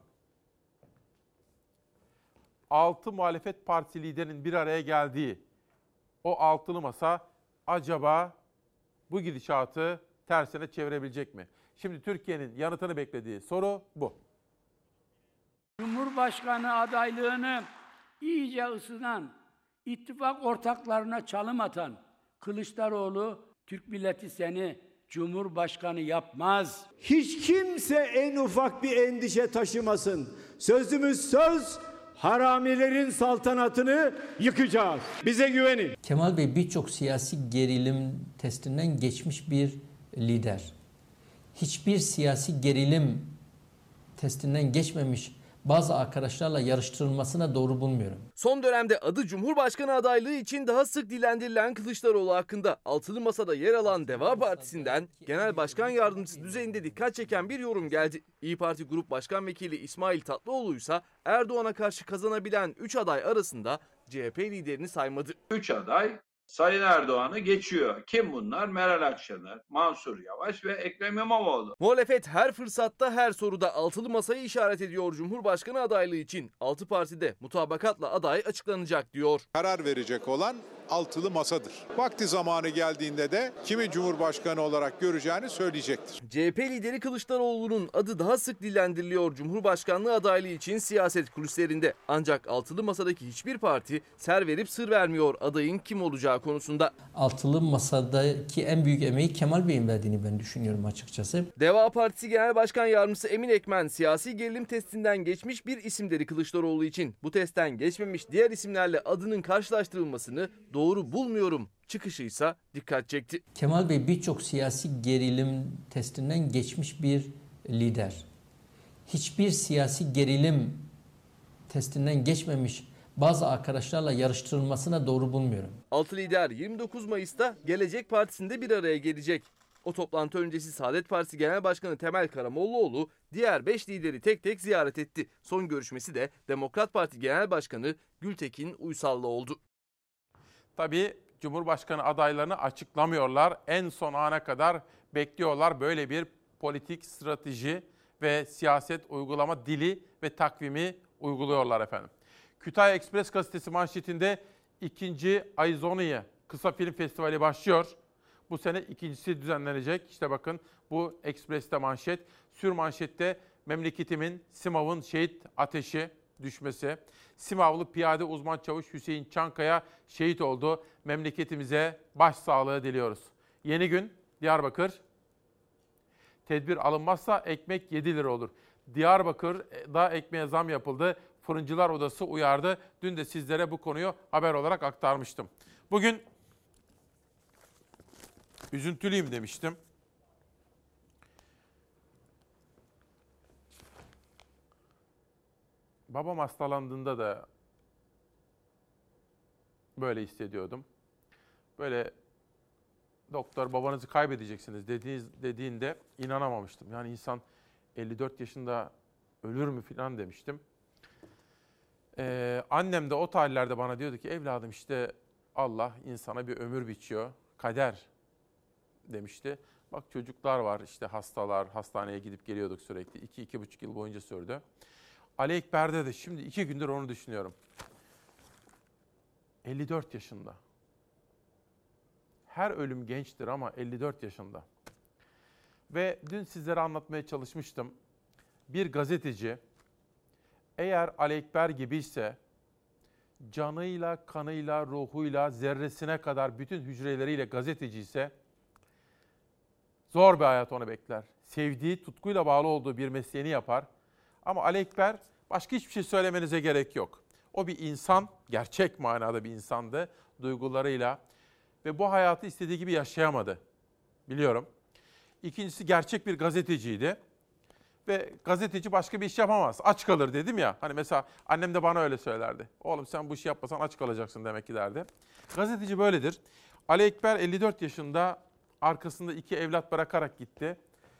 altı muhalefet partisi liderinin bir araya geldiği o altılı masa acaba bu gidişatı tersine çevirebilecek mi? Şimdi Türkiye'nin yanıtını beklediği soru bu. Cumhurbaşkanı adaylığını iyice ısınan, ittifak ortaklarına çalım atan Kılıçdaroğlu, Türk milleti seni Cumhurbaşkanı yapmaz. Hiç kimse en ufak bir endişe taşımasın. Sözümüz söz, haramilerin saltanatını yıkacağız. Bize güvenin. Kemal Bey birçok siyasi gerilim testinden geçmiş bir lider. Hiçbir siyasi gerilim testinden geçmemiş bazı arkadaşlarla yarıştırılmasına doğru bulmuyorum. Son dönemde adı Cumhurbaşkanı adaylığı için daha sık dillendirilen Kılıçdaroğlu hakkında altılı masada yer alan Deva Partisi'nden Genel Başkan Yardımcısı düzeyinde dikkat çeken bir yorum geldi. İYİ Parti Grup Başkan Vekili İsmail Tatlıoğlu ise Erdoğan'a karşı kazanabilen üç aday arasında C H P liderini saymadı. üç aday Sayın Erdoğan'ı geçiyor. Kim bunlar? Meral Akşener, Mansur Yavaş ve Ekrem İmamoğlu. Muhalefet her fırsatta her soruda altılı masayı işaret ediyor Cumhurbaşkanı adaylığı için. Altı partide mutabakatla aday açıklanacak diyor. Karar verecek olan altılı masadır. Vakti zamanı geldiğinde de kimi Cumhurbaşkanı olarak göreceğini söyleyecektir. C H P lideri Kılıçdaroğlu'nun adı daha sık dillendiriliyor Cumhurbaşkanlığı adaylığı için siyaset kulislerinde. Ancak altılı masadaki hiçbir parti ser verip sır vermiyor adayın kim olacağı konusunda. Altılı masadaki en büyük emeği Kemal Bey'in verdiğini ben düşünüyorum açıkçası. Deva Partisi Genel Başkan Yardımcısı Emin Ekmen siyasi gerilim testinden geçmiş bir isim dedi Kılıçdaroğlu için. Bu testten geçmemiş diğer isimlerle adının karşılaştırılmasını doğru bulmuyorum çıkışıysa dikkat çekti. Kemal Bey birçok siyasi gerilim testinden geçmiş bir lider. Hiçbir siyasi gerilim testinden geçmemiş bazı arkadaşlarla yarıştırılmasına doğru bulmuyorum. Altı lider yirmi dokuz Mayıs'ta Gelecek Partisi'nde bir araya gelecek. O toplantı öncesi Saadet Partisi Genel Başkanı Temel Karamollaoğlu diğer beş lideri tek tek ziyaret etti. Son görüşmesi de Demokrat Parti Genel Başkanı Gültekin Uysal'la oldu. Tabii Cumhurbaşkanı adaylarını açıklamıyorlar. En son ana kadar bekliyorlar. Böyle bir politik strateji ve siyaset uygulama dili ve takvimi uyguluyorlar efendim. Kütahya Ekspres gazetesi manşetinde ikinci Aizonia Kısa Film Festivali başlıyor. Bu sene ikincisi düzenlenecek. İşte bakın bu Ekspres'te manşet. Sür manşette memleketimin Simav'ın şehit ateşi düşmesi. Simavlı piyade uzman çavuş Hüseyin Çankaya şehit oldu. Memleketimize başsağlığı diliyoruz. Yeni gün Diyarbakır. Tedbir alınmazsa ekmek yedi lira olur. Diyarbakır'da ekmeğe zam yapıldı. Fırıncılar Odası uyardı. Dün de sizlere bu konuyu haber olarak aktarmıştım. Bugün üzüntülüyüm demiştim. Babam hastalandığında da böyle hissediyordum. Böyle doktor babanızı kaybedeceksiniz dediğiniz, dediğinde inanamamıştım. Yani insan elli dört yaşında ölür mü falan demiştim. Ee, annem de o tarihlerde bana diyordu ki evladım işte Allah insana bir ömür biçiyor. Kader demişti. Bak çocuklar var işte hastalar, hastaneye gidip geliyorduk sürekli. İki, iki buçuk yıl boyunca sürdü. Ali Ekber'de de şimdi iki gündür onu düşünüyorum. elli dört yaşında. Her ölüm gençtir ama elli dört yaşında. Ve dün sizlere anlatmaya çalışmıştım. Bir gazeteci eğer Ali Ekber gibiyse canıyla, kanıyla, ruhuyla, zerresine kadar bütün hücreleriyle gazeteci ise zor bir hayat onu bekler. Sevdiği, tutkuyla bağlı olduğu bir mesleğini yapar. Ama Ali Ekber başka hiçbir şey söylemenize gerek yok. O bir insan, gerçek manada bir insandı. Duygularıyla ve bu hayatı istediği gibi yaşayamadı. Biliyorum. İkincisi gerçek bir gazeteciydi. Ve gazeteci başka bir iş yapamaz. Aç kalır dedim ya. Hani mesela annem de bana öyle söylerdi. Oğlum sen bu işi yapmasan aç kalacaksın demek ki derdi. Gazeteci böyledir. Ali Ekber elli dört yaşında arkasında iki evlat bırakarak gitti.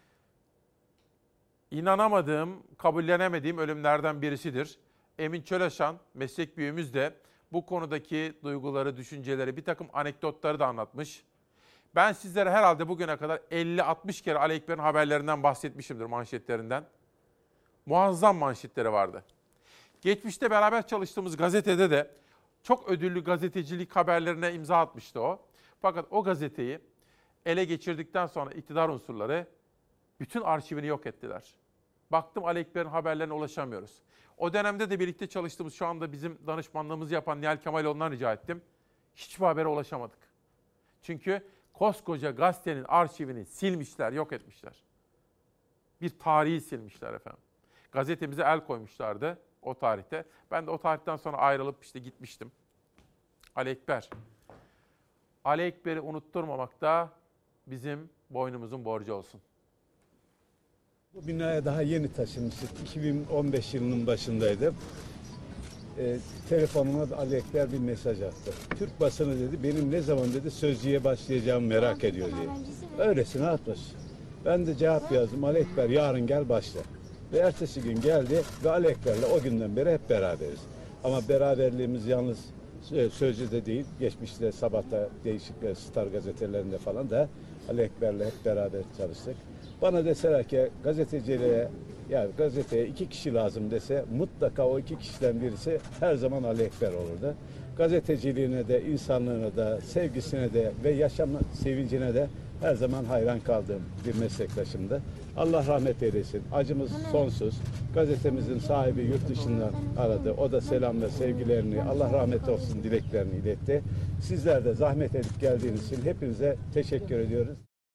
İnanamadığım, kabullenemediğim ölümlerden birisidir. Emin Çöleşan, meslek büyüğümüz de bu konudaki duyguları, düşünceleri, bir takım anekdotları da anlatmış. Ben sizlere herhalde bugüne kadar elli altmış kere Ali Ekber'in haberlerinden bahsetmişimdir, manşetlerinden. Muazzam manşetleri vardı. Geçmişte beraber çalıştığımız gazetede de çok ödüllü gazetecilik haberlerine imza atmıştı o. Fakat o gazeteyi ele geçirdikten sonra iktidar unsurları bütün arşivini yok ettiler. Baktım Ali Ekber'in haberlerine ulaşamıyoruz. O dönemde de birlikte çalıştığımız, şu anda bizim danışmanlığımızı yapan Nihal Kemaloğlu'ndan rica ettim. Hiçbir habere ulaşamadık. Çünkü koskoca gazetenin arşivini silmişler, yok etmişler. Bir tarihi silmişler efendim. Gazetemize el koymuşlardı o tarihte. Ben de o tarihten sonra ayrılıp işte gitmiştim. Ali Ekber. Ali Ekber'i unutturmamak da bizim boynumuzun borcu olsun. Bu binaya daha yeni taşınmıştık. iki bin on beş yılının başındaydım. E, telefonuma Ali Ekber bir mesaj attı. Türk basını dedi benim ne zaman dedi sözcüye başlayacağımı merak ediyor diye. Öylesine atmış. Ben de cevap yazdım. Ali Ekber yarın gel başla. Ve ertesi gün geldi ve Ali Ekber'le o günden beri hep beraberiz. Ama beraberliğimiz yalnız sözcüde değil. Geçmişte Sabah'ta değişik Star gazetelerinde falan da Ali Ekber'le hep beraber çalıştık. Bana deseler ki gazeteciliğe, ya gazeteye iki kişi lazım dese mutlaka o iki kişiden birisi her zaman Ali Ekber olurdu. Gazeteciliğine de, insanlığına da, sevgisine de ve yaşam sevincine de her zaman hayran kaldığım bir meslektaşımdı. Allah rahmet eylesin. Acımız sonsuz. Gazetemizin sahibi yurt dışından aradı. O da selam ve sevgilerini, Allah rahmet olsun dileklerini iletti. Sizler de zahmet edip geldiğiniz için hepinize teşekkür ediyoruz.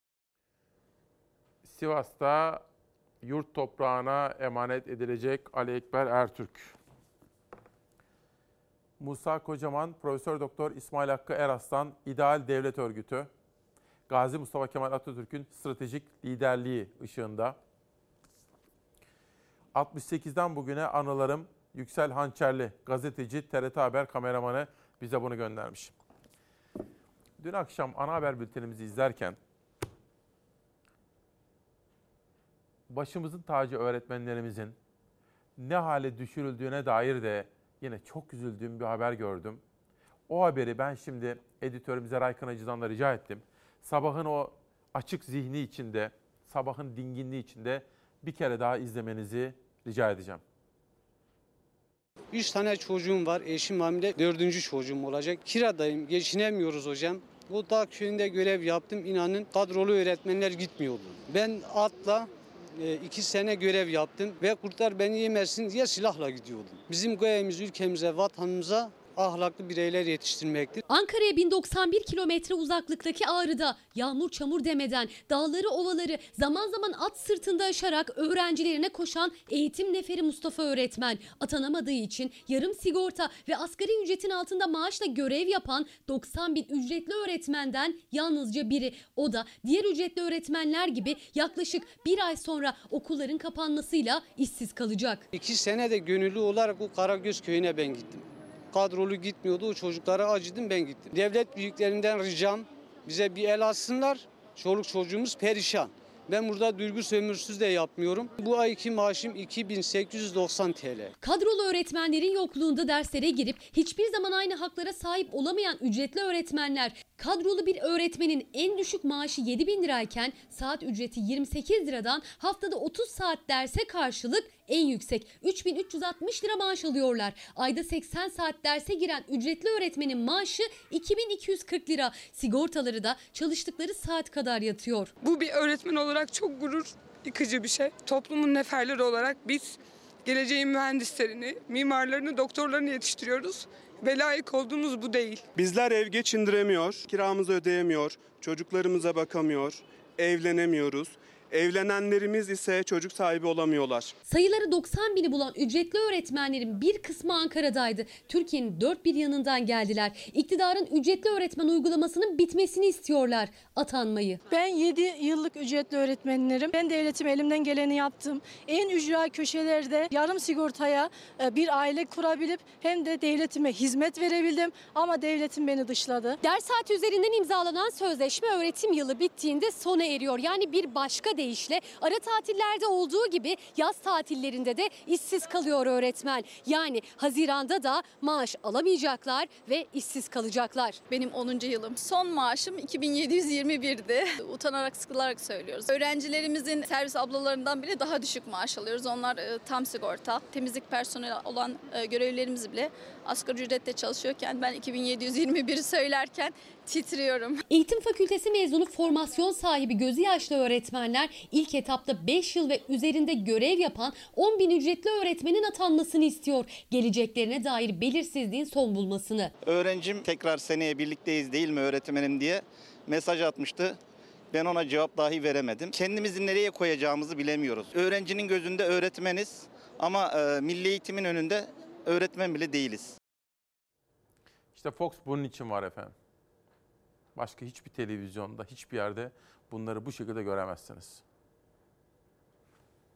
Sivas'ta yurt toprağına emanet edilecek Ali Ekber Ertürk. Musa Kocaman, Profesör Doktor İsmail Hakkı Eraslan, İdeal Devlet Örgütü, Gazi Mustafa Kemal Atatürk'ün stratejik liderliği ışığında. altmış sekizden bugüne anılarım Yüksel Hançerli, gazeteci, T R T Haber kameramanı bize bunu göndermiş. Dün akşam ana haber bültenimizi izlerken başımızın tacı öğretmenlerimizin ne hale düşürüldüğüne dair de yine çok üzüldüğüm bir haber gördüm. O haberi ben şimdi editörüm Zeray Kınacı'dan da rica ettim. Sabahın o açık zihni içinde, sabahın dinginliği içinde bir kere daha izlemenizi rica edeceğim. Üç tane çocuğum var, eşim hamile, dördüncü çocuğum olacak. Kiradayım, geçinemiyoruz hocam. O dağ köyünde görev yaptım, inanın kadrolu öğretmenler gitmiyordu. Ben atla iki sene görev yaptım ve kurtlar beni yemesin diye silahla gidiyordum. Bizim gayemiz ülkemize, vatanımıza ahlaklı bireyler yetiştirmektir. Ankara'ya bin doksan bir kilometre uzaklıktaki Ağrı'da yağmur çamur demeden dağları ovaları zaman zaman at sırtında aşarak öğrencilerine koşan eğitim neferi Mustafa öğretmen atanamadığı için yarım sigorta ve asgari ücretin altında maaşla görev yapan doksan bin ücretli öğretmenden yalnızca biri. O da diğer ücretli öğretmenler gibi yaklaşık bir ay sonra okulların kapanmasıyla işsiz kalacak. İki sene de gönüllü olarak o Karagöz köyüne ben gittim. Kadrolu gitmiyordu. O çocuklara acıdım, ben gittim. Devlet büyüklerinden ricam bize bir el atsınlar. Çoluk çocuğumuz perişan. Ben burada duygu sömürüsüz de yapmıyorum. Bu ayki maaşım iki bin sekiz yüz doksan T L. Kadrolu öğretmenlerin yokluğunda derslere girip hiçbir zaman aynı haklara sahip olamayan ücretli öğretmenler, kadrolu bir öğretmenin en düşük maaşı yedi bin lirayken saat ücreti yirmi sekiz liradan haftada otuz saat derse karşılık en yüksek üç bin üç yüz altmış lira maaş alıyorlar. Ayda seksen saat derse giren ücretli öğretmenin maaşı iki bin iki yüz kırk lira. Sigortaları da çalıştıkları saat kadar yatıyor. Bu bir öğretmen olarak çok gurur yıkıcı bir şey. Toplumun neferleri olarak biz geleceğin mühendislerini, mimarlarını, doktorlarını yetiştiriyoruz. Ve layık olduğumuz bu değil. Bizler ev geçindiremiyor, kiramızı ödeyemiyor, çocuklarımıza bakamıyor, evlenemiyoruz. Evlenenlerimiz ise çocuk sahibi olamıyorlar. Sayıları doksan bini bulan ücretli öğretmenlerin bir kısmı Ankara'daydı. Türkiye'nin dört bir yanından geldiler. İktidarın ücretli öğretmen uygulamasının bitmesini istiyorlar, atanmayı. Ben yedi yıllık ücretli öğretmenlerim. Ben devletim elimden geleni yaptım. En ücra köşelerde yarım sigortaya bir aile kurabilip hem de devletime hizmet verebildim. Ama devletim beni dışladı. Ders saati üzerinden imzalanan sözleşme öğretim yılı bittiğinde sona eriyor. Yani bir başka deyişle ara tatillerde olduğu gibi yaz tatillerinde de işsiz kalıyor öğretmen. Yani Haziran'da da maaş alamayacaklar ve işsiz kalacaklar. Benim onuncu yılım. Son maaşım iki bin yedi yüz yirmi birdi. Utanarak, sıkılarak söylüyoruz. Öğrencilerimizin servis ablalarından bile daha düşük maaş alıyoruz. Onlar e, tam sigorta. Temizlik personeli olan e, görevlilerimiz bile asgari ücretle çalışıyorken ben iki bin yedi yüz yirmi biri söylerken titriyorum. Eğitim fakültesi mezunu formasyon sahibi gözü yaşlı öğretmenler ilk etapta beş yıl ve üzerinde görev yapan on bin ücretli öğretmenin atanmasını istiyor. Geleceklerine dair belirsizliğin son bulmasını. Öğrencim tekrar seneye birlikteyiz değil mi öğretmenim diye mesaj atmıştı. Ben ona cevap dahi veremedim. Kendimizi nereye koyacağımızı bilemiyoruz. Öğrencinin gözünde öğretmeniz ama e, milli eğitimin önünde öğretmen bile değiliz. İşte Fox bunun için var efendim. Başka hiçbir televizyonda, hiçbir yerde bunları bu şekilde göremezsiniz.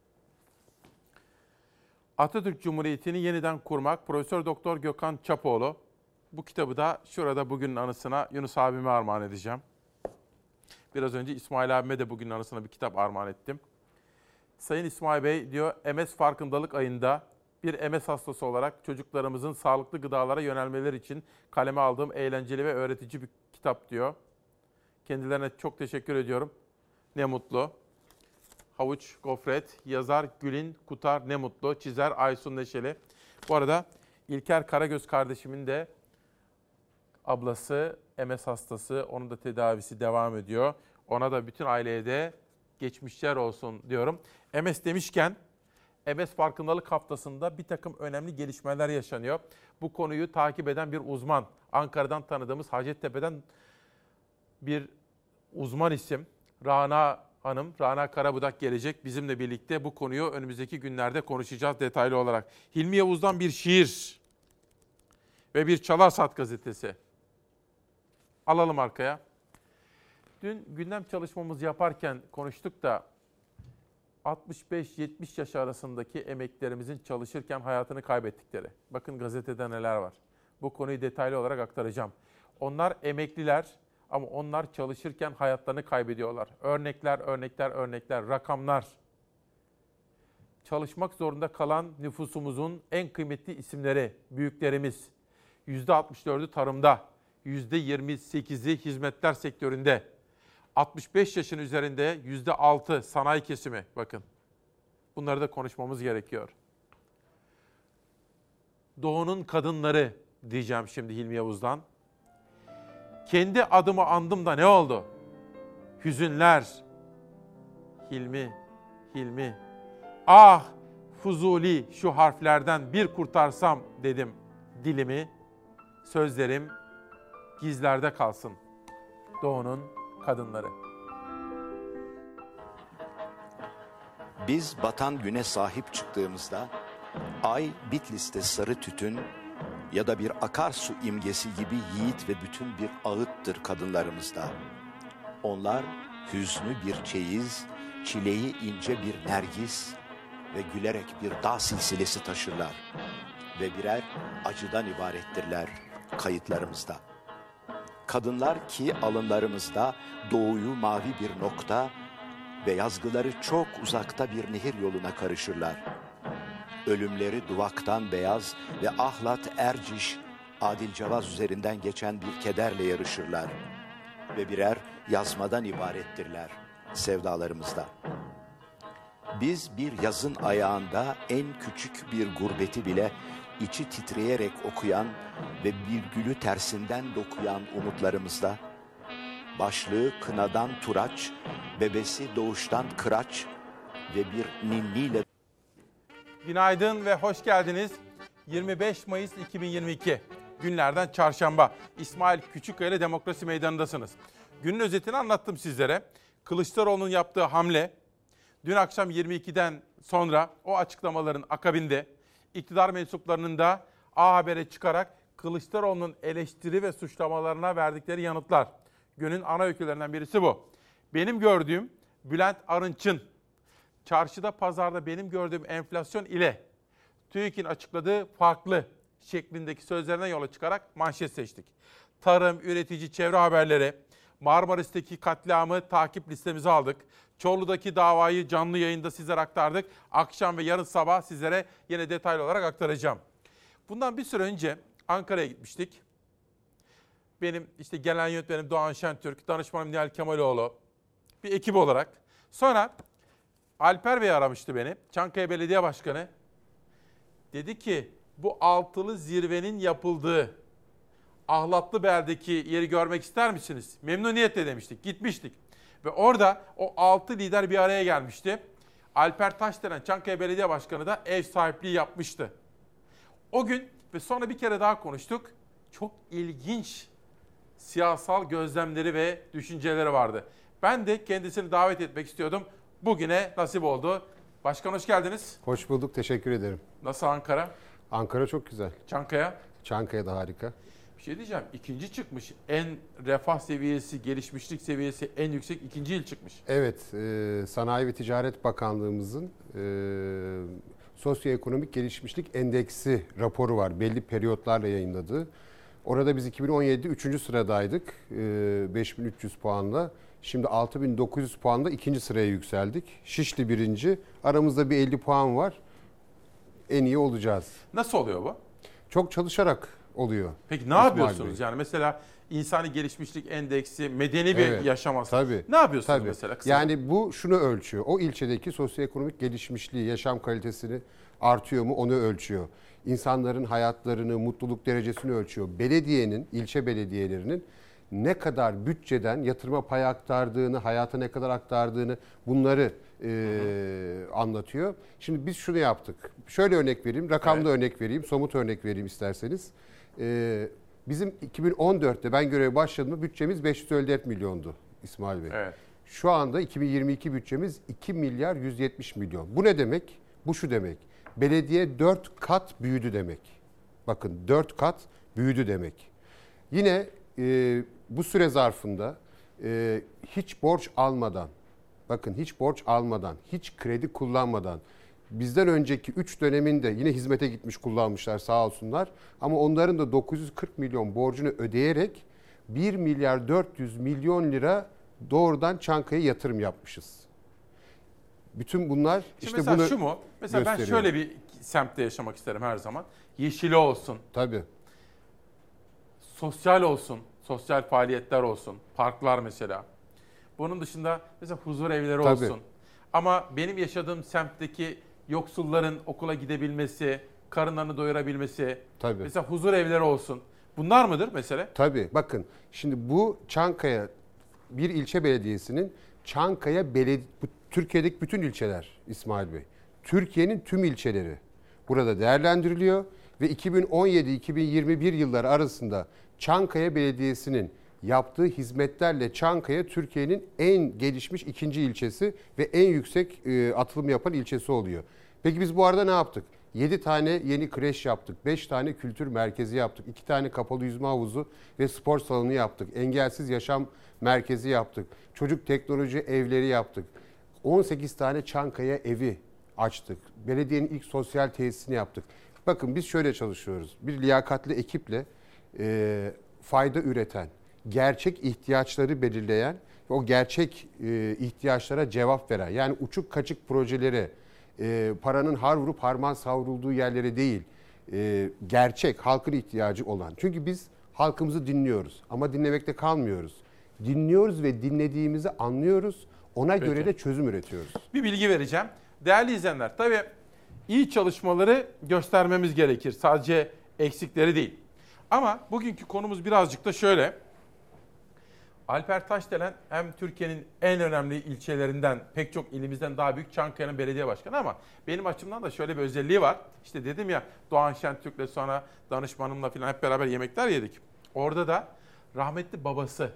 Atatürk Cumhuriyeti'ni yeniden kurmak, Profesör Doktor Gökhan Çapoğlu. Bu kitabı da şurada bugünün anısına Yunus abime armağan edeceğim. Biraz önce İsmail abime de bugünün anısına bir kitap armağan ettim. Sayın İsmail Bey diyor, M S farkındalık ayında bir M S hastası olarak çocuklarımızın sağlıklı gıdalara yönelmeleri için kaleme aldığım eğlenceli ve öğretici bir kitap diyor. Kendilerine çok teşekkür ediyorum. Ne mutlu. Havuç Gofret, yazar Gülin Kutar ne mutlu, çizer Aysun Neşeli. Bu arada İlker Karagöz kardeşimin de ablası M S hastası, onun da tedavisi devam ediyor. Ona da bütün aileye de geçmişler olsun diyorum. M S demişken M S farkındalık haftasında bir takım önemli gelişmeler yaşanıyor. Bu konuyu takip eden bir uzman, Ankara'dan tanıdığımız Hacettepe'den bir uzman isim Rana Hanım, Rana Karabudak gelecek bizimle birlikte. Bu konuyu önümüzdeki günlerde konuşacağız detaylı olarak. Hilmi Yavuz'dan bir şiir ve bir Çalarsat gazetesi. Alalım arkaya. Dün gündem çalışmamızı yaparken konuştuk da altmış beş yetmiş yaş arasındaki emeklilerimizin çalışırken hayatını kaybettikleri. Bakın gazetede neler var. Bu konuyu detaylı olarak aktaracağım. Onlar emekliler ama onlar çalışırken hayatlarını kaybediyorlar. Örnekler, örnekler, örnekler, rakamlar. Çalışmak zorunda kalan nüfusumuzun en kıymetli isimleri, büyüklerimiz. yüzde altmış dördü tarımda, yüzde yirmi sekizi hizmetler sektöründe. altmış beş yaşın üzerinde yüzde altı sanayi kesimi. Bakın, bunları da konuşmamız gerekiyor. Doğu'nun kadınları diyeceğim şimdi Hilmi Yavuz'dan. Kendi adımı andım da ne oldu? Hüzünler. Hilmi, Hilmi. Ah Fuzuli şu harflerden bir kurtarsam dedim dilimi. Sözlerim gizlerde kalsın. Doğu'nun kadınları. Biz batan güne sahip çıktığımızda ay Bitlis'te sarı tütün ya da bir akarsu imgesi gibi yiğit ve bütün bir ağıttır kadınlarımızda. Onlar hüznü bir çeyiz, çileği ince bir nergis ve gülerek bir dağ silsilesi taşırlar. Ve birer acıdan ibarettirler kayıtlarımızda. Kadınlar ki alınlarımızda doğuyu mavi bir nokta ve yazgıları çok uzakta bir nehir yoluna karışırlar. Ölümleri duvaktan beyaz ve Ahlat, Erciş, Adilcavaz üzerinden geçen bir kederle yarışırlar. Ve birer yazmadan ibarettirler sevdalarımızda. Biz bir yazın ayağında en küçük bir gurbeti bile içi titreyerek okuyan ve bir gülü tersinden dokuyan umutlarımızda, başlığı kınadan turaç, bebesi doğuştan kıraç ve bir ninniyle... Günaydın ve hoş geldiniz. yirmi beş Mayıs iki bin yirmi iki günlerden çarşamba. İsmail Küçükkaya ile Demokrasi Meydanı'ndasınız. Günün özetini anlattım sizlere. Kılıçdaroğlu'nun yaptığı hamle, dün akşam yirmi ikiden sonra o açıklamaların akabinde iktidar mensuplarının da A Haber'e çıkarak Kılıçdaroğlu'nun eleştiri ve suçlamalarına verdikleri yanıtlar. Günün ana öykülerinden birisi bu. Benim gördüğüm Bülent Arınç'ın çarşıda pazarda benim gördüğüm enflasyon ile TÜİK'in açıkladığı farklı şeklindeki sözlerine yola çıkarak manşet seçtik. Tarım, üretici, çevre haberleri, Marmaris'teki katliamı takip listemize aldık. Çorlu'daki davayı canlı yayında sizlere aktardık. Akşam ve yarın sabah sizlere yine detaylı olarak aktaracağım. Bundan bir süre önce Ankara'ya gitmiştik. Benim işte gelen yönetmenim Doğan Şentürk, danışmanım Nihal Kemaloğlu, bir ekip olarak. Sonra Alper Bey aramıştı beni, Çankaya Belediye Başkanı. Dedi ki bu altılı zirvenin yapıldığı Ahlatlıbel'deki yeri görmek ister misiniz? Memnuniyetle demiştik, gitmiştik. Ve orada o altı lider bir araya gelmişti. Alper Taşdelen, Çankaya Belediye Başkanı da ev sahipliği yapmıştı. O gün ve sonra bir kere daha konuştuk. Çok ilginç siyasal gözlemleri ve düşünceleri vardı. Ben de kendisini davet etmek istiyordum. Bugüne nasip oldu. Başkan hoş geldiniz. Hoş bulduk, teşekkür ederim. Nasıl Ankara? Ankara çok güzel. Çankaya? Çankaya da harika. Bir şey diyeceğim, ikinci çıkmış. En refah seviyesi, gelişmişlik seviyesi en yüksek ikinci il çıkmış. Evet, e, Sanayi ve Ticaret Bakanlığımızın e, Sosyoekonomik Gelişmişlik Endeksi raporu var. Belli periyotlarla yayınladığı. Orada biz iki bin on yedide üçüncü sıradaydık. beş bin üç yüz puanla. Şimdi altı bin dokuz yüz puanla ikinci sıraya yükseldik. Şişli birinci. Aramızda bir elli puan var. En iyi olacağız. Nasıl oluyor bu? Çok çalışarak oluyor. Peki ne İsmail yapıyorsunuz? Bey. Yani mesela insani gelişmişlik endeksi, medeni bir Evet, yaşam aslında. Tabii. Ne yapıyorsunuz Tabii. mesela? Kısaca. Yani bu şunu ölçüyor. O ilçedeki sosyoekonomik gelişmişliği, yaşam kalitesini artıyor mu onu ölçüyor. İnsanların hayatlarını, mutluluk derecesini ölçüyor. Belediyenin, ilçe belediyelerinin ne kadar bütçeden yatırıma pay aktardığını, hayata ne kadar aktardığını bunları e, anlatıyor. Şimdi biz şunu yaptık. Şöyle örnek vereyim, rakamda evet. örnek vereyim, somut örnek vereyim isterseniz. E, bizim iki bin on dörtte ben göreve başladığımda bütçemiz beş yüz elli dört milyondu İsmail Bey. Evet. Şu anda iki bin yirmi iki bütçemiz iki milyar yüz yetmiş milyon. Bu ne demek? Bu şu demek. Belediye dört kat büyüdü demek. Bakın dört kat büyüdü demek. Yine e, bu süre zarfında e, hiç borç almadan, bakın hiç borç almadan, hiç kredi kullanmadan, bizden önceki üç döneminde yine hizmete gitmiş kullanmışlar sağ olsunlar. Ama onların da dokuz yüz kırk milyon borcunu ödeyerek bir milyar dört yüz milyon lira doğrudan Çankaya'ya yatırım yapmışız. Bütün bunlar Şimdi işte mesela bunu şu mu? Mesela ben şöyle bir semtte yaşamak isterim her zaman. Yeşili olsun. Tabii. Sosyal olsun. Sosyal faaliyetler olsun. Parklar mesela. Bunun dışında mesela huzur evleri Tabii. olsun. Ama benim yaşadığım semtteki yoksulların okula gidebilmesi, karınlarını doyurabilmesi. Tabii. Mesela huzur evleri olsun. Bunlar mıdır mesele? Tabii. Bakın şimdi bu Çankaya bir ilçe belediyesinin Çankaya Belediye, Türkiye'deki bütün ilçeler İsmail Bey. Türkiye'nin tüm ilçeleri burada değerlendiriliyor ve iki bin on yedi iki bin yirmi bir yılları arasında Çankaya Belediyesi'nin yaptığı hizmetlerle Çankaya Türkiye'nin en gelişmiş ikinci ilçesi ve en yüksek e, atılım yapan ilçesi oluyor. Peki biz bu arada ne yaptık? yedi tane yeni kreş yaptık, beş tane kültür merkezi yaptık, iki tane kapalı yüzme havuzu ve spor salonu yaptık, engelsiz yaşam merkezi yaptık, çocuk teknoloji evleri yaptık, on sekiz tane Çankaya evi açtık, belediyenin ilk sosyal tesisini yaptık. Bakın biz şöyle çalışıyoruz, bir liyakatli ekiple e, fayda üreten, gerçek ihtiyaçları belirleyen ve o gerçek e, ihtiyaçlara cevap veren, yani uçuk kaçık projelere, e, paranın har vurup harman savrulduğu yerlere değil, e, gerçek halkın ihtiyacı olan. Çünkü biz halkımızı dinliyoruz ama dinlemekte kalmıyoruz. Dinliyoruz ve dinlediğimizi anlıyoruz, ona Peki. göre de çözüm üretiyoruz. Bir bilgi vereceğim. Değerli izleyenler, tabii iyi çalışmaları göstermemiz gerekir. Sadece eksikleri değil. Ama bugünkü konumuz birazcık da şöyle. Alper Taşdelen hem Türkiye'nin en önemli ilçelerinden, pek çok ilimizden daha büyük Çankaya'nın belediye başkanı ama benim açımdan da şöyle bir özelliği var. İşte dedim ya Doğan Şentürk'le sonra danışmanımla falan hep beraber yemekler yedik. Orada da rahmetli babası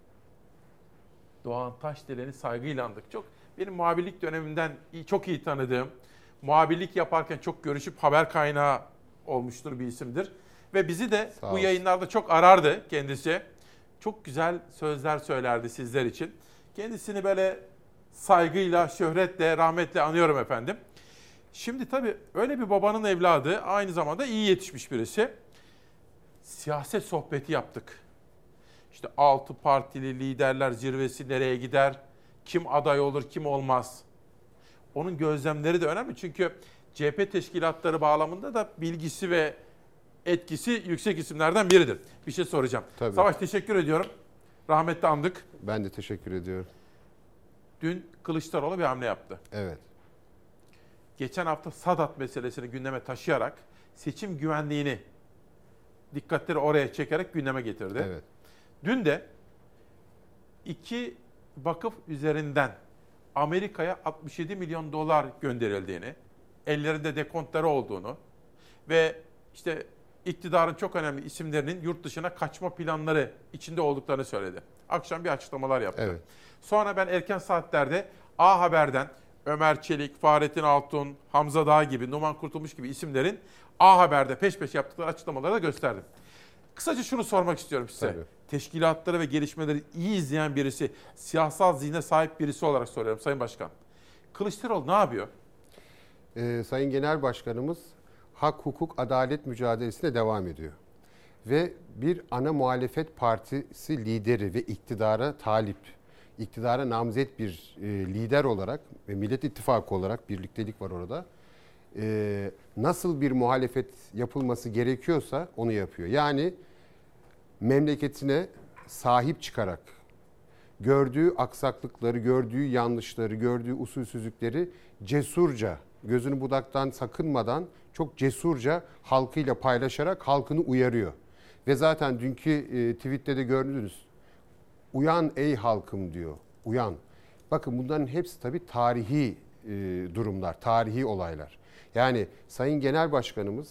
Doğan Taşdelen'i saygıyla andık. Çok benim muhabirlik dönemimden çok iyi tanıdığım, muhabirlik yaparken çok görüşüp haber kaynağı olmuştur bir isimdir. Ve bizi de Sağ bu olsun. yayınlarda çok arardı kendisi. Çok güzel sözler söylerdi sizler için. Kendisini böyle saygıyla, şöhretle, rahmetle anıyorum efendim. Şimdi tabii öyle bir babanın evladı, aynı zamanda iyi yetişmiş birisi. Siyaset sohbeti yaptık. İşte altı partili liderler zirvesi nereye gider? Kim aday olur, kim olmaz? Onun gözlemleri de önemli. Çünkü C H P teşkilatları bağlamında da bilgisi ve etkisi yüksek isimlerden biridir. Bir şey soracağım. Tabii. Savaş, teşekkür ediyorum. Rahmetli andık. Ben de teşekkür ediyorum. Dün Kılıçdaroğlu bir hamle yaptı. Evet. Geçen hafta Sadat meselesini gündeme taşıyarak seçim güvenliğini dikkatleri oraya çekerek gündeme getirdi. Evet. Dün de iki vakıf üzerinden Amerika'ya altmış yedi milyon dolar gönderildiğini, ellerinde dekontları olduğunu ve işte iktidarın çok önemli isimlerinin yurt dışına kaçma planları içinde olduklarını söyledi. Akşam bir açıklamalar yaptı. Evet. Sonra ben erken saatlerde A Haber'den Ömer Çelik, Fahrettin Altun, Hamza Dağ gibi, Numan Kurtulmuş gibi isimlerin A Haber'de peş peşe yaptıkları açıklamaları da gösterdim. Kısaca şunu sormak istiyorum size. Tabii. Teşkilatları ve gelişmeleri iyi izleyen birisi, siyasal zihne sahip birisi olarak soruyorum Sayın Başkan. Kılıçdaroğlu ne yapıyor? e, Sayın Genel Başkanımız hak, hukuk, adalet mücadelesine devam ediyor. Ve bir ana muhalefet partisi lideri ve iktidara talip, iktidara namzet bir e, lider olarak ve Millet İttifakı olarak birliktelik var orada. E, nasıl bir muhalefet yapılması gerekiyorsa onu yapıyor. Yani memleketine sahip çıkarak, gördüğü aksaklıkları, gördüğü yanlışları, gördüğü usulsüzlükleri cesurca, gözünü budaktan sakınmadan çok cesurca halkıyla paylaşarak halkını uyarıyor. Ve zaten dünkü e, tweette de gördünüz. Uyan ey halkım diyor. Uyan. Bakın bunların hepsi tabii tarihi e, durumlar, tarihi olaylar. Yani Sayın Genel Başkanımız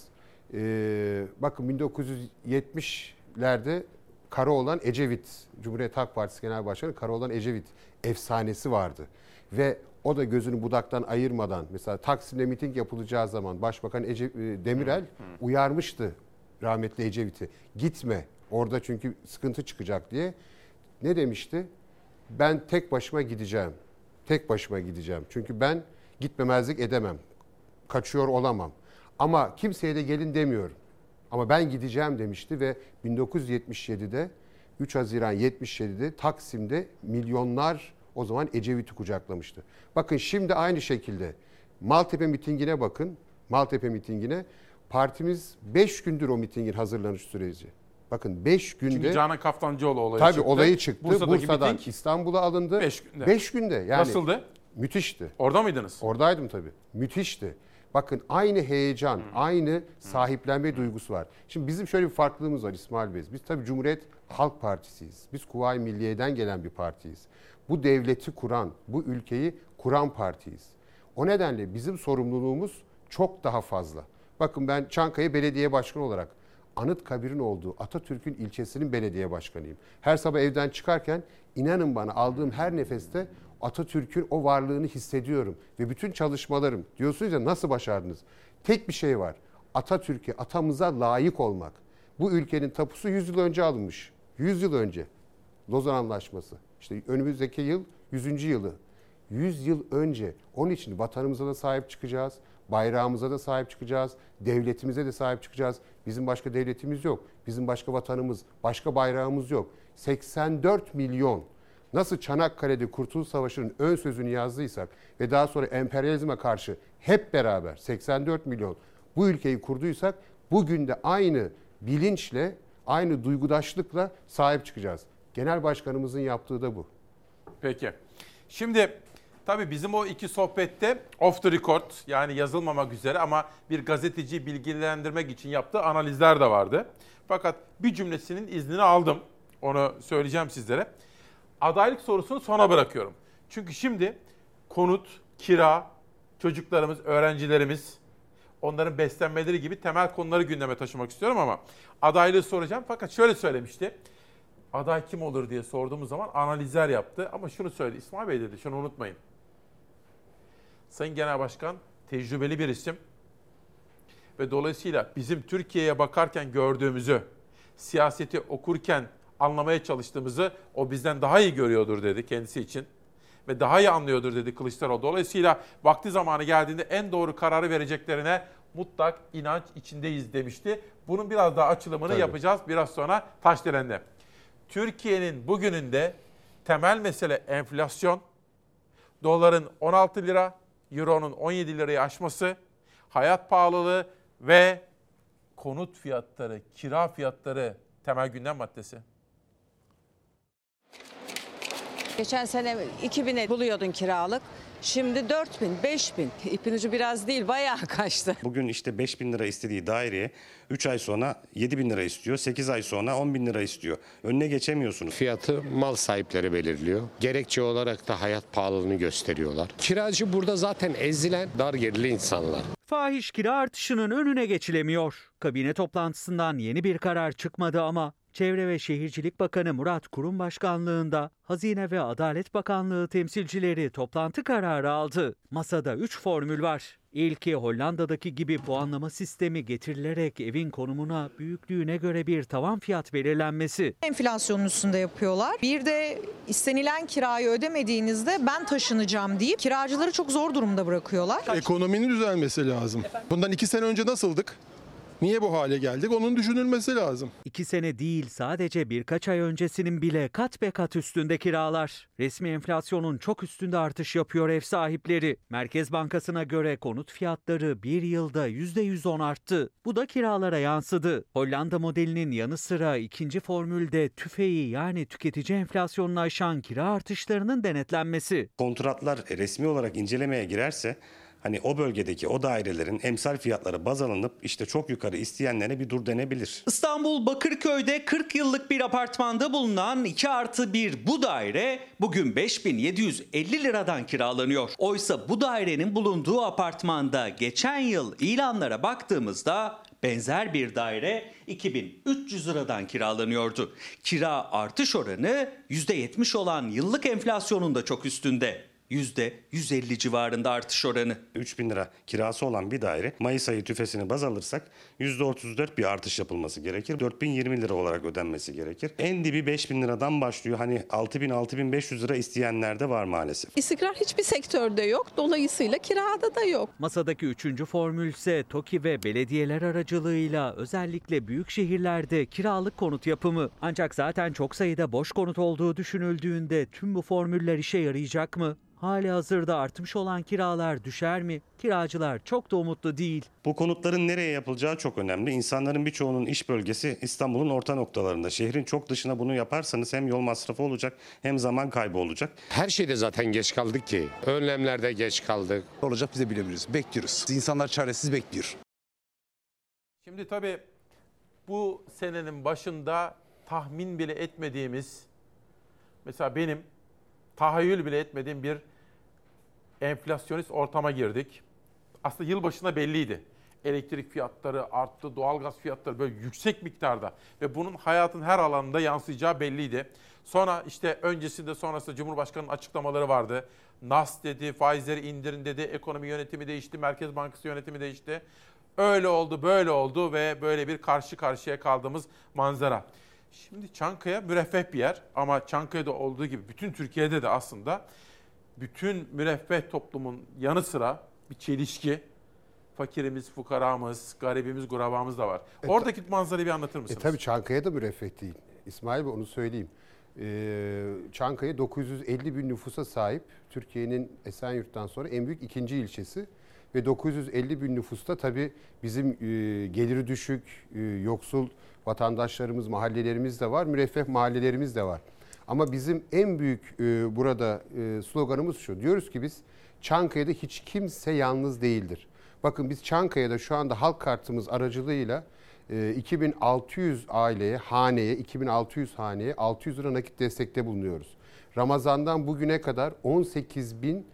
e, bakın bin dokuz yüz yetmişlerde Karaoğlan Ecevit, Cumhuriyet Halk Partisi Genel Başkanı Karaoğlan Ecevit efsanesi vardı. Ve o da gözünü budaktan ayırmadan, mesela Taksim'de miting yapılacağı zaman Başbakan Ece, Demirel uyarmıştı rahmetli Ecevit'i. Gitme orada çünkü sıkıntı çıkacak diye. Ne demişti? Ben tek başıma gideceğim. Tek başıma gideceğim. Çünkü ben gitmemezlik edemem. Kaçıyor olamam. Ama kimseye de gelin demiyorum. Ama ben gideceğim demişti ve bin dokuz yüz yetmiş yedide üç Haziran yetmiş yedide Taksim'de milyonlar o zaman Ecevit'i kucaklamıştı. Bakın şimdi aynı şekilde Maltepe mitingine bakın. Maltepe mitingine partimiz beş gündür o mitingin hazırlanış süreci. Bakın beş günde. Çünkü Canan Kaftancıoğlu olayı tabii çıktı. olayı çıktı. Bursa'daki Bursa'dan miting İstanbul'a alındı. beş günde. beş günde. Yani nasıldı? Müthişti. Orada mıydınız? Oradaydım tabii. Müthişti. Bakın aynı heyecan, hmm. aynı sahiplenme hmm. duygusu var. Şimdi bizim şöyle bir farklılığımız var İsmail Bey. Biz tabii Cumhuriyet Halk Partisi'yiz. Biz Kuvayi Milliye'den gelen bir partiyiz. Bu devleti kuran, bu ülkeyi kuran partiyiz. O nedenle bizim sorumluluğumuz çok daha fazla. Bakın ben Çankaya Belediye Başkanı olarak Anıtkabir'in olduğu Atatürk'ün ilçesinin belediye başkanıyım. Her sabah evden çıkarken inanın bana aldığım her nefeste Atatürk'ün o varlığını hissediyorum. Ve bütün çalışmalarım, diyorsunuz ya nasıl başardınız? Tek bir şey var. Atatürk'e, atamıza layık olmak. Bu ülkenin tapusu yüz yıl önce alınmış. yüz yıl önce. Lozan Anlaşması. İşte önümüzdeki yıl yüzüncü yılı. yüz yıl önce. Onun için vatanımıza da sahip çıkacağız. Bayrağımıza da sahip çıkacağız. Devletimize de sahip çıkacağız. Bizim başka devletimiz yok. Bizim başka vatanımız, başka bayrağımız yok. seksen dört milyon. Nasıl Çanakkale'de Kurtuluş Savaşı'nın ön sözünü yazdıysak ve daha sonra emperyalizme karşı hep beraber seksen dört milyon bu ülkeyi kurduysak bugün de aynı bilinçle, aynı duygudaşlıkla sahip çıkacağız. Genel Başkanımızın yaptığı da bu. Peki. Şimdi tabii bizim o iki sohbette off the record yani yazılmamak üzere ama bir gazeteciyi bilgilendirmek için yaptığı analizler de vardı. Fakat bir cümlesinin iznini aldım. Onu söyleyeceğim sizlere. Adaylık sorusunu sona bırakıyorum. Çünkü şimdi konut, kira, çocuklarımız, öğrencilerimiz, onların beslenmeleri gibi temel konuları gündeme taşımak istiyorum ama adaylığı soracağım. Fakat şöyle söylemişti. Aday kim olur diye sorduğumuz zaman analizler yaptı. Ama şunu söyledi. İsmail Bey dedi, şunu unutmayın. Sayın Genel Başkan tecrübeli bir isim. Ve dolayısıyla bizim Türkiye'ye bakarken gördüğümüzü, siyaseti okurken anlamaya çalıştığımızı o bizden daha iyi görüyordur dedi kendisi için. Ve daha iyi anlıyordur dedi Kılıçdaroğlu. Dolayısıyla vakti zamanı geldiğinde en doğru kararı vereceklerine mutlak inanç içindeyiz demişti. Bunun biraz daha açılımını Tabii. yapacağız biraz sonra Taşdelen'de. Türkiye'nin bugününde temel mesele enflasyon, doların on altı lira, euronun on yedi lirayı aşması, hayat pahalılığı ve konut fiyatları, kira fiyatları temel gündem maddesi. Geçen sene iki bine buluyordun kiralık. Şimdi dört bin, beş bin. İpin ucu biraz değil, bayağı kaçtı. Bugün işte beş bin lira istediği daireye üç ay sonra yedi bin lira istiyor. sekiz ay sonra on bin lira istiyor. Önüne geçemiyorsunuz. Fiyatı mal sahipleri belirliyor. Gerekçe olarak da hayat pahalılığını gösteriyorlar. Kiracı burada zaten ezilen, dar gelirli insanlar. Fahiş kira artışının önüne geçilemiyor. Kabine toplantısından yeni bir karar çıkmadı ama Çevre ve Şehircilik Bakanı Murat Kurum başkanlığında Hazine ve Adalet Bakanlığı temsilcileri toplantı kararı aldı. Masada üç formül var. İlki Hollanda'daki gibi puanlama sistemi getirilerek evin konumuna, büyüklüğüne göre bir tavan fiyat belirlenmesi. Enflasyonun üstünde yapıyorlar. Bir de istenilen kirayı ödemediğinizde ben taşınacağım deyip kiracıları çok zor durumda bırakıyorlar. Ekonominin düzelmesi lazım. Bundan iki sene önce nasıldık? Niye bu hale geldik? Onun düşünülmesi lazım. İki sene değil, sadece birkaç ay öncesinin bile kat be kat üstünde kiralar. Resmi enflasyonun çok üstünde artış yapıyor ev sahipleri. Merkez Bankası'na göre konut fiyatları bir yılda yüzde yüz on arttı. Bu da kiralara yansıdı. Hollanda modelinin yanı sıra ikinci formülde tüfeği, yani tüketici enflasyonunu aşan kira artışlarının denetlenmesi. Kontratlar resmi olarak incelemeye girerse hani o bölgedeki o dairelerin emsal fiyatları baz alınıp işte çok yukarı isteyenlere bir dur denebilir. İstanbul Bakırköy'de kırk yıllık bir apartmanda bulunan iki artı bir bu daire bugün beş bin yedi yüz elli liradan kiralanıyor. Oysa bu dairenin bulunduğu apartmanda geçen yıl ilanlara baktığımızda benzer bir daire iki bin üç yüz liradan kiralanıyordu. Kira artış oranı yüzde yetmiş olan yıllık enflasyonun da çok üstünde. yüzde yüz elli civarında artış oranı. üç bin lira kirası olan bir daire Mayıs ayı tüfesini baz alırsak yüzde otuz dört bir artış yapılması gerekir. dört bin yirmi lira olarak ödenmesi gerekir. En dibi beş bin liradan başlıyor. Hani altı bin altı bin beş yüz lira isteyenler de var maalesef. İstikrar hiçbir sektörde yok. Dolayısıyla kirada da yok. Masadaki üçüncü formül ise TOKİ ve belediyeler aracılığıyla özellikle büyük şehirlerde kiralık konut yapımı. Ancak zaten çok sayıda boş konut olduğu düşünüldüğünde tüm bu formüller işe yarayacak mı? Hali hazırda artmış olan kiralar düşer mi? Kiracılar çok da umutlu değil. Bu konutların nereye yapılacağı çok önemli. İnsanların birçoğunun iş bölgesi İstanbul'un orta noktalarında. Şehrin çok dışına bunu yaparsanız hem yol masrafı olacak hem zaman kaybı olacak. Her şeyde zaten geç kaldık ki. Önlemlerde geç kaldık. Olacak biz de bilemiyoruz. Bekliyoruz. İnsanlar çaresiz bekliyor. Şimdi tabii bu senenin başında tahmin bile etmediğimiz, mesela benim tahayyül bile etmediğim bir enflasyonist ortama girdik. Aslında yılbaşında belliydi. Elektrik fiyatları arttı, doğalgaz fiyatları böyle yüksek miktarda ve bunun hayatın her alanında yansıyacağı belliydi. Sonra işte öncesinde sonrasında Cumhurbaşkanı'nın açıklamaları vardı. N A S dedi, faizleri indirin dedi, ekonomi yönetimi değişti, Merkez Bankası yönetimi değişti. Öyle oldu, böyle oldu ve böyle bir karşı karşıya kaldığımız manzara. Şimdi Çankaya müreffeh bir yer ama Çankaya'da olduğu gibi bütün Türkiye'de de aslında bütün müreffeh toplumun yanı sıra bir çelişki. Fakirimiz, fukaramız, garibimiz, gurabamız da var. E, Oradaki manzarayı bir anlatır mısınız? E, tabii Çankaya'da müreffeh değil. İsmail Bey, onu söyleyeyim. Ee, Çankaya dokuz yüz elli bin nüfusa sahip, Türkiye'nin Esenyurt'tan sonra en büyük ikinci ilçesi. Ve dokuz yüz elli bin nüfusta tabii bizim e, geliri düşük, e, yoksul vatandaşlarımız, mahallelerimiz de var, müreffeh mahallelerimiz de var. Ama bizim en büyük e, burada e, sloganımız şu. Diyoruz ki biz Çankaya'da hiç kimse yalnız değildir. Bakın biz Çankaya'da şu anda halk kartımız aracılığıyla e, iki bin altı yüz aileye, haneye, iki bin altı yüz haneye altı yüz lira nakit destekte bulunuyoruz. Ramazan'dan bugüne kadar on sekiz bin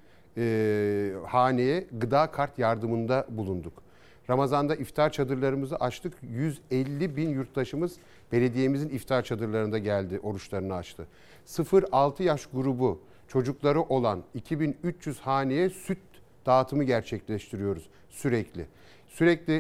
e, haneye gıda kart yardımında bulunduk. Ramazan'da iftar çadırlarımızı açtık. yüz elli bin yurttaşımız belediyemizin iftar çadırlarında geldi, oruçlarını açtı. sıfır altı yaş grubu çocukları olan iki bin üç yüz haneye süt dağıtımı gerçekleştiriyoruz sürekli. Sürekli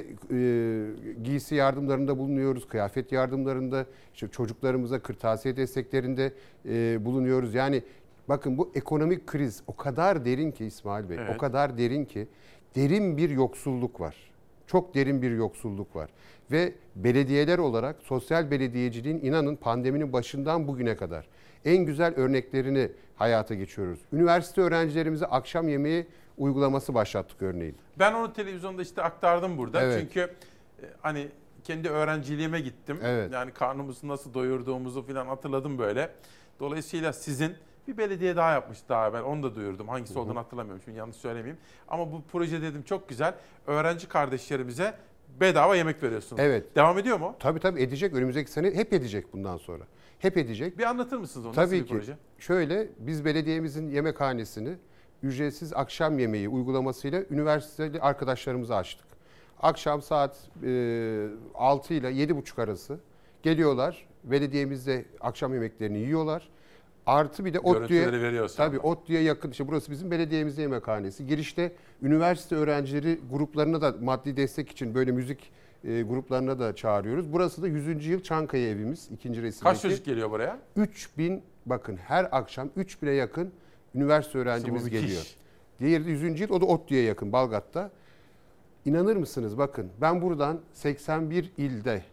e, giysi yardımlarında bulunuyoruz, kıyafet yardımlarında, işte çocuklarımıza kırtasiye desteklerinde e, bulunuyoruz. Yani bakın bu ekonomik kriz o kadar derin ki İsmail Bey, evet. o kadar derin ki derin bir yoksulluk var. Çok derin bir yoksulluk var. Ve belediyeler olarak sosyal belediyeciliğin inanın pandeminin başından bugüne kadar en güzel örneklerini hayata geçiriyoruz. Üniversite öğrencilerimize akşam yemeği uygulaması başlattık örneğin. Ben onu televizyonda işte aktardım burada. Evet. Çünkü e, hani kendi öğrenciliğime gittim. Evet. Yani karnımızı nasıl doyurduğumuzu falan hatırladım böyle. Dolayısıyla sizin bir belediye daha yapmış daha ben onu da duyurdum. Hangisi olduğunu hatırlamıyorum şimdi yanlış söylemeyeyim. Ama bu proje dedim çok güzel. Öğrenci kardeşlerimize bedava yemek veriyorsunuz. Evet. Devam ediyor mu? Tabii tabii edecek. Önümüzdeki sene hep edecek bundan sonra. Hep edecek. Bir anlatır mısınız onu? Tabii Nasıl bir ki. proje? Şöyle biz belediyemizin yemekhanesini ücretsiz akşam yemeği uygulamasıyla üniversiteli arkadaşlarımıza açtık. Akşam saat e, altı ile yedi buçuk arası Geliyorlar, belediyemizde akşam yemeklerini yiyorlar. Artı bir de ODTÜ'ye, Görüntüleri veriyorsun. tabii ODTÜ'ye yakın, işte burası bizim belediyemizde yemekhanesi. Girişte üniversite öğrencileri gruplarına da maddi destek için böyle müzik e, gruplarına da çağırıyoruz. Burası da yüzüncü yıl Çankaya evimiz, ikinci resimdeki. Kaç çocuk geliyor buraya? üç bin, bakın her akşam üç bine yakın üniversite öğrencimiz Bu müthiş. geliyor. Diğeri de yüzüncü yıl, o da ODTÜ'ye yakın Balgat'ta. İnanır mısınız, bakın ben buradan seksen bir ilde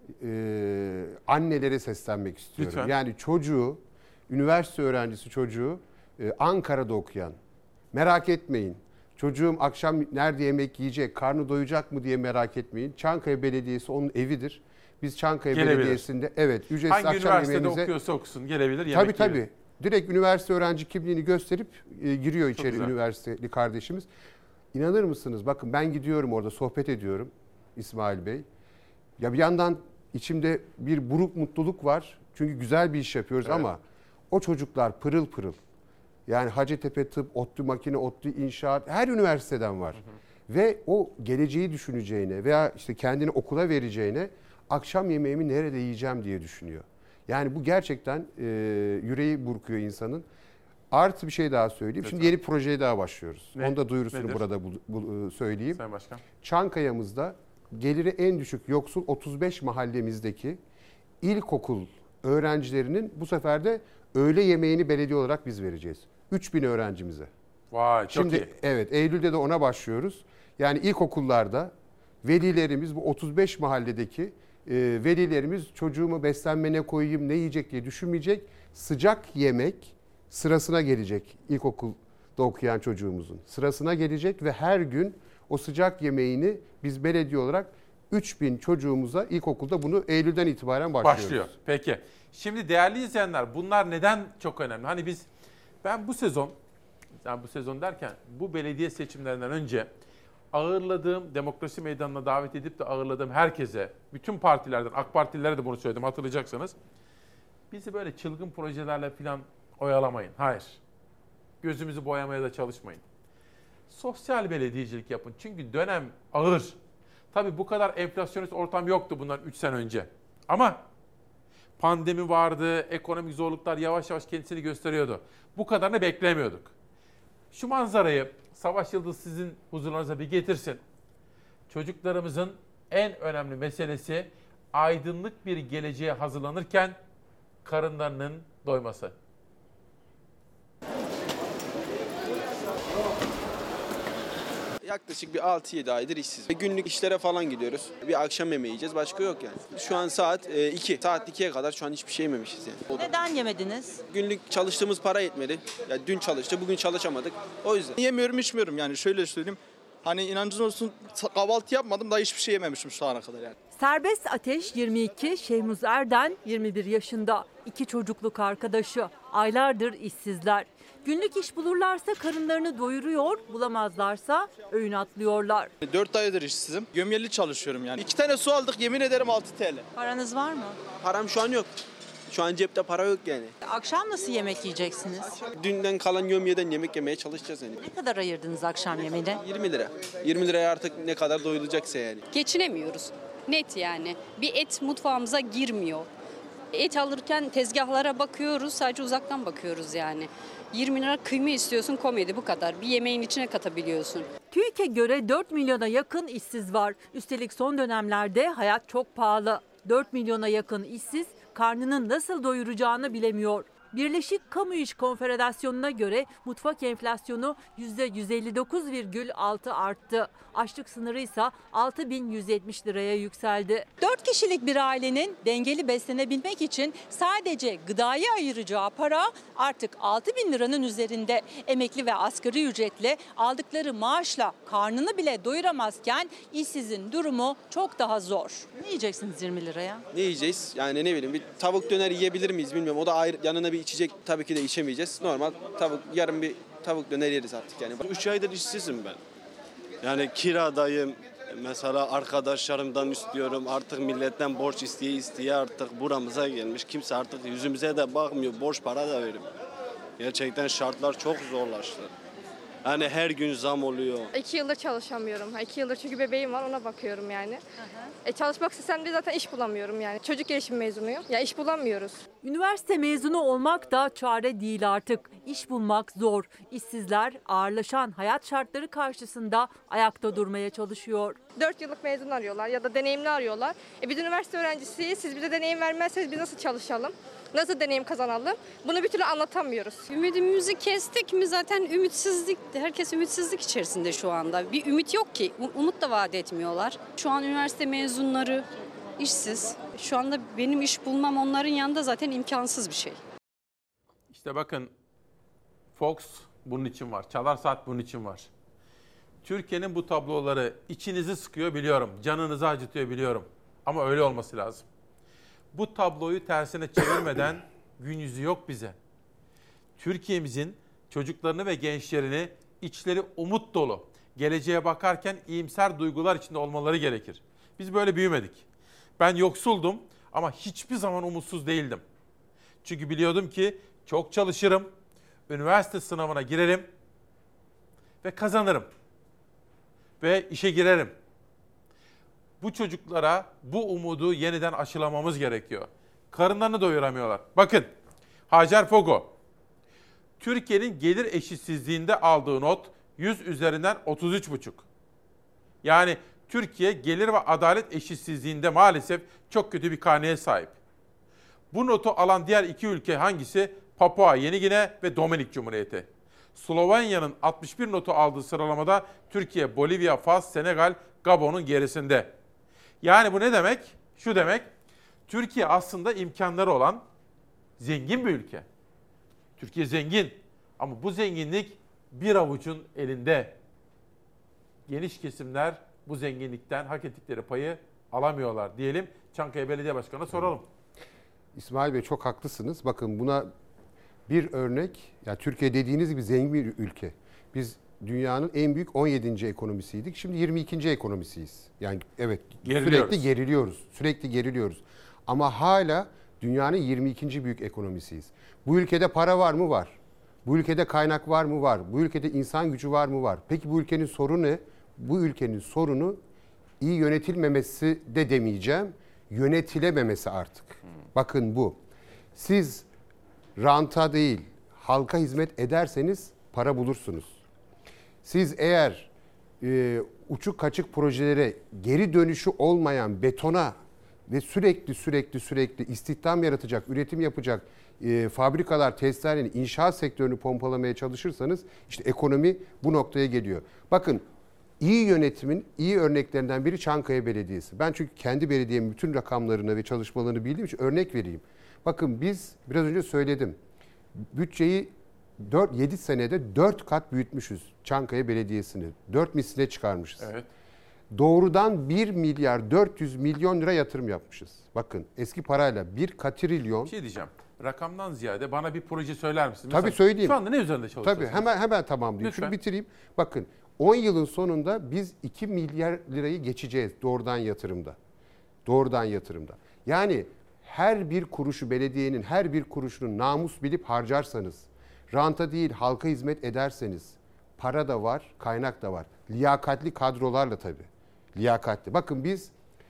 e, annelere seslenmek istiyorum. Lütfen. Yani çocuğu, üniversite öğrencisi çocuğu e, Ankara'da okuyan, merak etmeyin. Çocuğum akşam nerede yemek yiyecek, karnı doyacak mı diye merak etmeyin. Çankaya Belediyesi onun evidir. Biz Çankaya Gelebilir. Belediyesi'nde evet ücretsiz Hangi akşam üniversitede yemeğimize... okuyorsa okusun gelebilir yemek Tabii tabii. yiyebilir. Direkt üniversite öğrenci kimliğini gösterip e, giriyor içeri güzel. üniversiteli kardeşimiz. İnanır mısınız? Bakın ben gidiyorum orada sohbet ediyorum İsmail Bey. Ya bir yandan içimde bir buruk mutluluk var. Çünkü güzel bir iş yapıyoruz Evet. ama o çocuklar pırıl pırıl. Yani Hacettepe Tıp, ODTÜ Makine, ODTÜ İnşaat her üniversiteden var. Hı hı. Ve o geleceği düşüneceğine veya işte kendini okula vereceğine akşam yemeğimi nerede yiyeceğim diye düşünüyor. Yani bu gerçekten e, yüreği burkuyor insanın. Artı bir şey daha söyleyeyim. Şimdi yeni projeye daha başlıyoruz. Ne? Onu da duyurusunu Nedir? burada bu, bu, söyleyeyim. Sayın Başkan. Çankaya'mızda geliri en düşük yoksul otuz beş mahallemizdeki ilkokul öğrencilerinin bu sefer de öğle yemeğini belediye olarak biz vereceğiz. üç bin öğrencimize. Vay çok Şimdi iyi. evet Eylül'de de ona başlıyoruz. Yani ilkokullarda velilerimiz bu otuz beş mahalledeki e, velilerimiz çocuğumu beslenme ne koyayım ne yiyecek diye düşünmeyecek. Sıcak yemek sırasına gelecek ilkokulda okuyan çocuğumuzun. Sırasına gelecek ve her gün o sıcak yemeğini biz belediye olarak üç bin çocuğumuza ilkokulda bunu Eylül'den itibaren başlıyoruz. Başlıyor. Peki. Şimdi değerli izleyenler bunlar neden çok önemli? Hani biz ben bu sezon yani bu sezon derken bu belediye seçimlerinden önce ağırladığım demokrasi meydanına davet edip de ağırladığım herkese, bütün partilerden, AK Partililere de bunu söyledim hatırlayacaksınız. Bizi böyle çılgın projelerle falan oyalamayın. Hayır. Gözümüzü boyamaya da çalışmayın. Sosyal belediyecilik yapın. Çünkü dönem ağır. Tabii bu kadar enflasyonist ortam yoktu bundan üç sene önce. Ama pandemi vardı, ekonomik zorluklar yavaş yavaş kendisini gösteriyordu. Bu kadarını beklemiyorduk. Şu manzarayı Savaş Yıldız sizin huzurlarınıza bir getirsin. Çocuklarımızın en önemli meselesi aydınlık bir geleceğe hazırlanırken karınlarının doyması. Yaklaşık bir altı yedi aydır işsiz. Günlük işlere falan gidiyoruz. Bir akşam yemeği yiyeceğiz. Başka yok yani. Şu an saat iki. Saat ikiye kadar şu an hiçbir şey yememişiz yani. Neden yemediniz? Günlük çalıştığımız para yetmedi. Yani dün çalıştı, bugün çalışamadık. O yüzden. Yemiyorum, içmiyorum yani şöyle söyleyeyim. Hani inancınız olsun kahvaltı yapmadım da hiçbir şey yememişim şu ana kadar yani. Serbest Ateş yirmi iki, Şehmuz Erden yirmi bir yaşında. İki çocukluk arkadaşı. Aylardır işsizler. Günlük iş bulurlarsa karınlarını doyuruyor, bulamazlarsa öğün atlıyorlar. dört aydır işsizim. Gömyeli çalışıyorum yani. İki tane su aldık yemin ederim altı TL. Paranız var mı? Param şu an yok. Şu an cepte para yok yani. Akşam nasıl yemek yiyeceksiniz? Dünden kalan gömyeden yemek yemeye çalışacağız yani. Ne kadar ayırdınız akşam yemeğine? yirmi lira. yirmi liraya artık ne kadar doyulacaksa yani. Geçinemiyoruz. Net yani. Bir et mutfağımıza girmiyor. Et alırken tezgahlara bakıyoruz, sadece uzaktan bakıyoruz yani. yirmi lira kıyma istiyorsun, komedi bu kadar. Bir yemeğin içine katabiliyorsun. TÜİK'e göre dört milyona yakın işsiz var. Üstelik son dönemlerde hayat çok pahalı. dört milyona yakın işsiz karnını nasıl doyuracağını bilemiyor. Birleşik Kamu İş Konfederasyonu'na göre mutfak enflasyonu yüzde yüz elli dokuz virgül altı arttı. Açlık sınırı ise altı bin yüz yetmiş liraya yükseldi. dört kişilik bir ailenin dengeli beslenebilmek için sadece gıdaya ayıracağı para artık altı bin liranın üzerinde. Emekli ve asgari ücretle aldıkları maaşla karnını bile doyuramazken işsizin durumu çok daha zor. Ne yiyeceksiniz yirmi liraya? Ne yiyeceğiz? Yani ne bileyim bir tavuk döner yiyebilir miyiz bilmiyorum. O da ayrı, yanına bir içecek tabii ki de içemeyeceğiz. Normal tavuk yarın bir tavuk döner yeriz artık yani. üç aydır işsizim ben. Yani kiradayım. Mesela arkadaşlarımdan istiyorum. Artık milletten borç isteye isteye artık buramıza gelmiş. Kimse artık yüzümüze de bakmıyor. Borç para da vermiyor. Gerçekten şartlar çok zorlaştı. Yani her gün zam oluyor. İki yıldır çalışamıyorum. Ha, İki yıldır çünkü bebeğim var, ona bakıyorum yani. E, çalışmak istesem de zaten iş bulamıyorum yani. Çocuk gelişimi mezunuyum. Ya iş bulamıyoruz. Üniversite mezunu olmak da çare değil artık. İş bulmak zor. İşsizler ağırlaşan hayat şartları karşısında ayakta durmaya çalışıyor. Dört yıllık mezun arıyorlar ya da deneyimli arıyorlar. E, biz üniversite öğrencisiyiz. Siz bize deneyim vermezseniz biz nasıl çalışalım? Nasıl deneyim kazanalım? Bunu bir türlü anlatamıyoruz. Ümidimizi kestik mi zaten ümitsizlik, herkes ümitsizlik içerisinde şu anda. Bir ümit yok ki, umut da vaat etmiyorlar. Şu an üniversite mezunları işsiz. Şu anda benim iş bulmam onların yanında zaten imkansız bir şey. İşte bakın Fox bunun için var, Çalar Saat bunun için var. Türkiye'nin bu tabloları içinizi sıkıyor biliyorum, canınızı acıtıyor biliyorum. Ama öyle olması lazım. Bu tabloyu tersine çevirmeden gün yüzü yok bize. Türkiye'mizin çocuklarını ve gençlerini içleri umut dolu, geleceğe bakarken iyimser duygular içinde olmaları gerekir. Biz böyle büyümedik. Ben yoksuldum ama hiçbir zaman umutsuz değildim. Çünkü biliyordum ki çok çalışırım, üniversite sınavına girerim ve kazanırım. Ve işe girerim. Bu çocuklara bu umudu yeniden aşılamamız gerekiyor. Karınlarını doyuramıyorlar. Bakın Hacer Fogo, Türkiye'nin gelir eşitsizliğinde aldığı not yüz üzerinden otuz üç buçuk. Yani Türkiye gelir ve adalet eşitsizliğinde maalesef çok kötü bir karneye sahip. Bu notu alan diğer iki ülke hangisi? Papua Yeni Gine ve Dominik Cumhuriyeti. Slovenya'nın altmış bir notu aldığı sıralamada Türkiye, Bolivya, Fas, Senegal, Gabon'un gerisinde. Yani bu ne demek? Şu demek, Türkiye aslında imkanları olan zengin bir ülke. Türkiye zengin ama bu zenginlik bir avucun elinde. Geniş kesimler bu zenginlikten hak ettikleri payı alamıyorlar diyelim. Çankaya Belediye Başkanı'na soralım. İsmail Bey çok haklısınız. Bakın buna bir örnek, ya Türkiye dediğiniz gibi zengin bir ülke. Biz dünyanın en büyük on yedinci ekonomisiydik. Şimdi yirmi ikinci ekonomisiyiz. Yani evet sürekli geriliyoruz. Sürekli geriliyoruz. Ama hala dünyanın yirmi ikinci büyük ekonomisiyiz. Bu ülkede para var mı? Var. Bu ülkede kaynak var mı? Var. Bu ülkede insan gücü var mı? Var. Peki bu ülkenin sorunu ne? Bu ülkenin sorunu iyi yönetilmemesi de demeyeceğim. Yönetilememesi artık. Bakın bu. Siz ranta değil, halka hizmet ederseniz para bulursunuz. Siz eğer e, uçuk kaçık projelere geri dönüşü olmayan betona ve sürekli sürekli sürekli istihdam yaratacak, üretim yapacak e, fabrikalar, tesislerin, inşaat sektörünü pompalamaya çalışırsanız işte ekonomi bu noktaya geliyor. Bakın iyi yönetimin iyi örneklerinden biri Çankaya Belediyesi. Ben çünkü kendi belediyemin bütün rakamlarını ve çalışmalarını bildiğim için örnek vereyim. Bakın biz biraz önce söyledim. Bütçeyi dört yedi senede dört kat büyütmüşüz Çankaya Belediyesi'ni. dört misline çıkarmışız. Evet. Doğrudan bir milyar dört yüz milyon lira yatırım yapmışız. Bakın eski parayla bir katrilyon. Bir şey diyeceğim. Rakamdan ziyade bana bir proje söyler misiniz? Tabii Mesela, söyleyeyim. Şu anda ne üzerinde çalışıyorsunuz? Tabii hemen hemen tamamlayayım. Lütfen. Şunu bitireyim. Bakın on yılın sonunda biz iki milyar lirayı geçeceğiz doğrudan yatırımda. Doğrudan yatırımda. Yani her bir kuruşu belediyenin her bir kuruşunu namus bilip harcarsanız, ranta değil halka hizmet ederseniz para da var, kaynak da var. Liyakatli kadrolarla tabii. Liyakatli. Bakın biz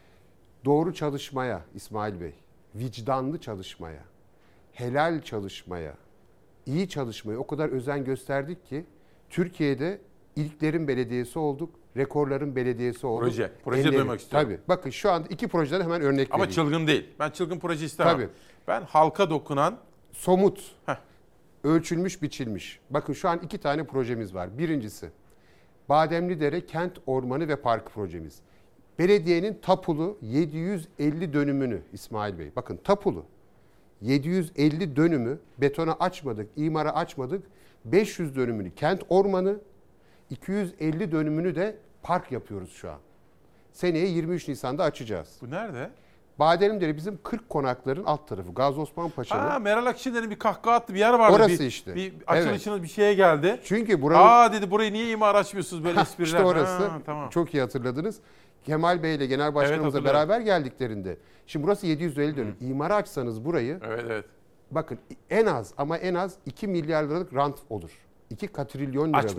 doğru çalışmaya İsmail Bey, vicdanlı çalışmaya, helal çalışmaya, iyi çalışmaya o kadar özen gösterdik ki Türkiye'de ilklerin belediyesi olduk, rekorların belediyesi olduk. Proje, proje Elleri, duymak istiyorum. Tabii. Bakın şu anda iki projeden hemen örnek Ama vereyim. çılgın değil. Ben çılgın proje istemem. Tabii. Ben halka dokunan... Somut, Heh. ölçülmüş, biçilmiş. Bakın şu an iki tane projemiz var. Birincisi, Bademlidere Kent Ormanı ve Parkı projemiz. Belediyenin tapulu yedi yüz elli dönümünü İsmail Bey. Bakın tapulu yedi yüz elli dönümü betona açmadık, imara açmadık. beş yüz dönümünü kent ormanı, iki yüz elli dönümünü de park yapıyoruz şu an. Seneye yirmi üç Nisan'da açacağız. Bu nerede? Bademlidere bizim kırk konakların alt tarafı. Gazi Osman Paşa'nın. Ha, Meral Akşener'in bir kahkaha attığı bir yer vardı. Orası bir, işte. Bir açılışınız Evet. bir şeye geldi. Çünkü buranın... Aa dedi burayı niye imar açmıyorsunuz böyle espriler. İşte orası. Ha, tamam. Çok iyi hatırladınız. Kemal Bey ile Genel Başkanımızla Evet, beraber geldiklerinde. Şimdi burası yedi yüz elli dönüm. İmara açsanız burayı. Evet evet. Bakın en az ama en az iki milyar liralık rant olur. iki katrilyon liralık. Açmayın.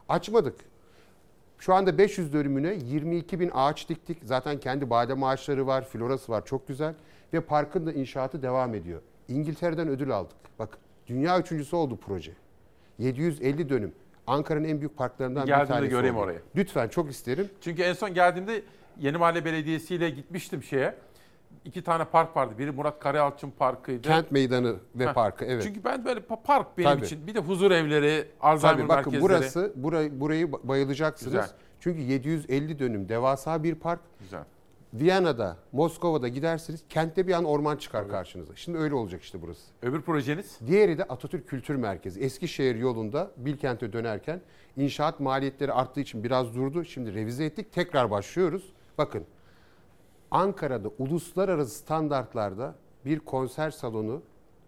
Açmadık. Şu anda beş yüz dönümüne yirmi iki bin ağaç diktik. Zaten kendi badem ağaçları var, florası var, çok güzel. Ve parkın da inşaatı devam ediyor. İngiltere'den ödül aldık. Bak, dünya üçüncüsü oldu proje. yedi yüz elli dönüm. Ankara'nın en büyük parklarından bir tanesi. Geldiğimde göreyim oldu. orayı. Lütfen, çok isterim. Çünkü en son geldiğimde Yeni Mahalle Belediyesi ile gitmiştim şeye. İki tane park vardı. Biri Murat Karayalçın Parkı'ydı. Kent Meydanı ve Heh. Parkı, evet. Çünkü ben böyle park benim Tabii. için. Bir de huzur evleri, Alzheimer Tabii, bakın merkezleri. burası, burayı, burayı bayılacaksınız. Güzel. Çünkü yedi yüz elli dönüm devasa bir park. Güzel. Viyana'da, Moskova'da gidersiniz, kentte bir an orman çıkar evet. karşınıza. Şimdi öyle olacak işte burası. Öbür projeniz? Diğeri de Atatürk Kültür Merkezi. Eskişehir yolunda Bilkent'e dönerken inşaat maliyetleri arttığı için biraz durdu. Şimdi revize ettik, tekrar başlıyoruz. Bakın, Ankara'da uluslararası standartlarda bir konser salonu,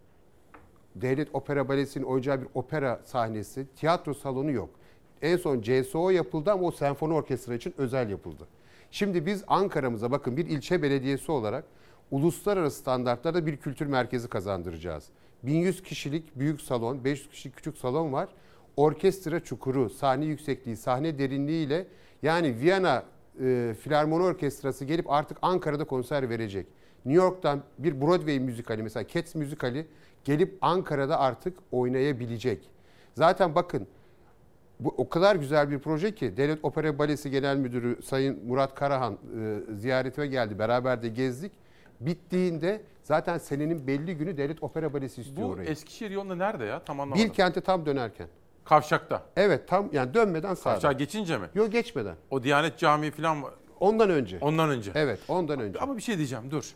Devlet Opera Balesi'nin oynayacağı bir opera sahnesi, tiyatro salonu yok. En son C S O yapıldı ama o senfoni orkestra için özel yapıldı. Şimdi biz Ankara'mıza bakın bir ilçe belediyesi olarak uluslararası standartlarda bir kültür merkezi kazandıracağız. bin yüz kişilik büyük salon, beş yüz kişilik küçük salon var. Orkestra çukuru, sahne yüksekliği, sahne derinliğiyle yani Viyana e, Filarmoni Orkestrası gelip artık Ankara'da konser verecek. New York'tan bir Broadway müzikali mesela Cats müzikali gelip Ankara'da artık oynayabilecek. Zaten bakın bu o kadar güzel bir proje ki Devlet Opera Balesi Genel Müdürü Sayın Murat Karahan e, ziyaretime geldi. Beraber de gezdik. Bittiğinde zaten senenin belli günü Devlet Opera Balesi istiyor Bu orayı. Eskişehir yolunda nerede ya? Tam anlamadım. Bilkent'e tam dönerken. Kavşakta. Evet, tam yani dönmeden sağda. Kavşağı geçince mi? Yok, geçmeden. O Diyanet Camii falan mı? Ondan önce. Ondan önce. Evet, ondan önce. Ama bir şey diyeceğim, dur.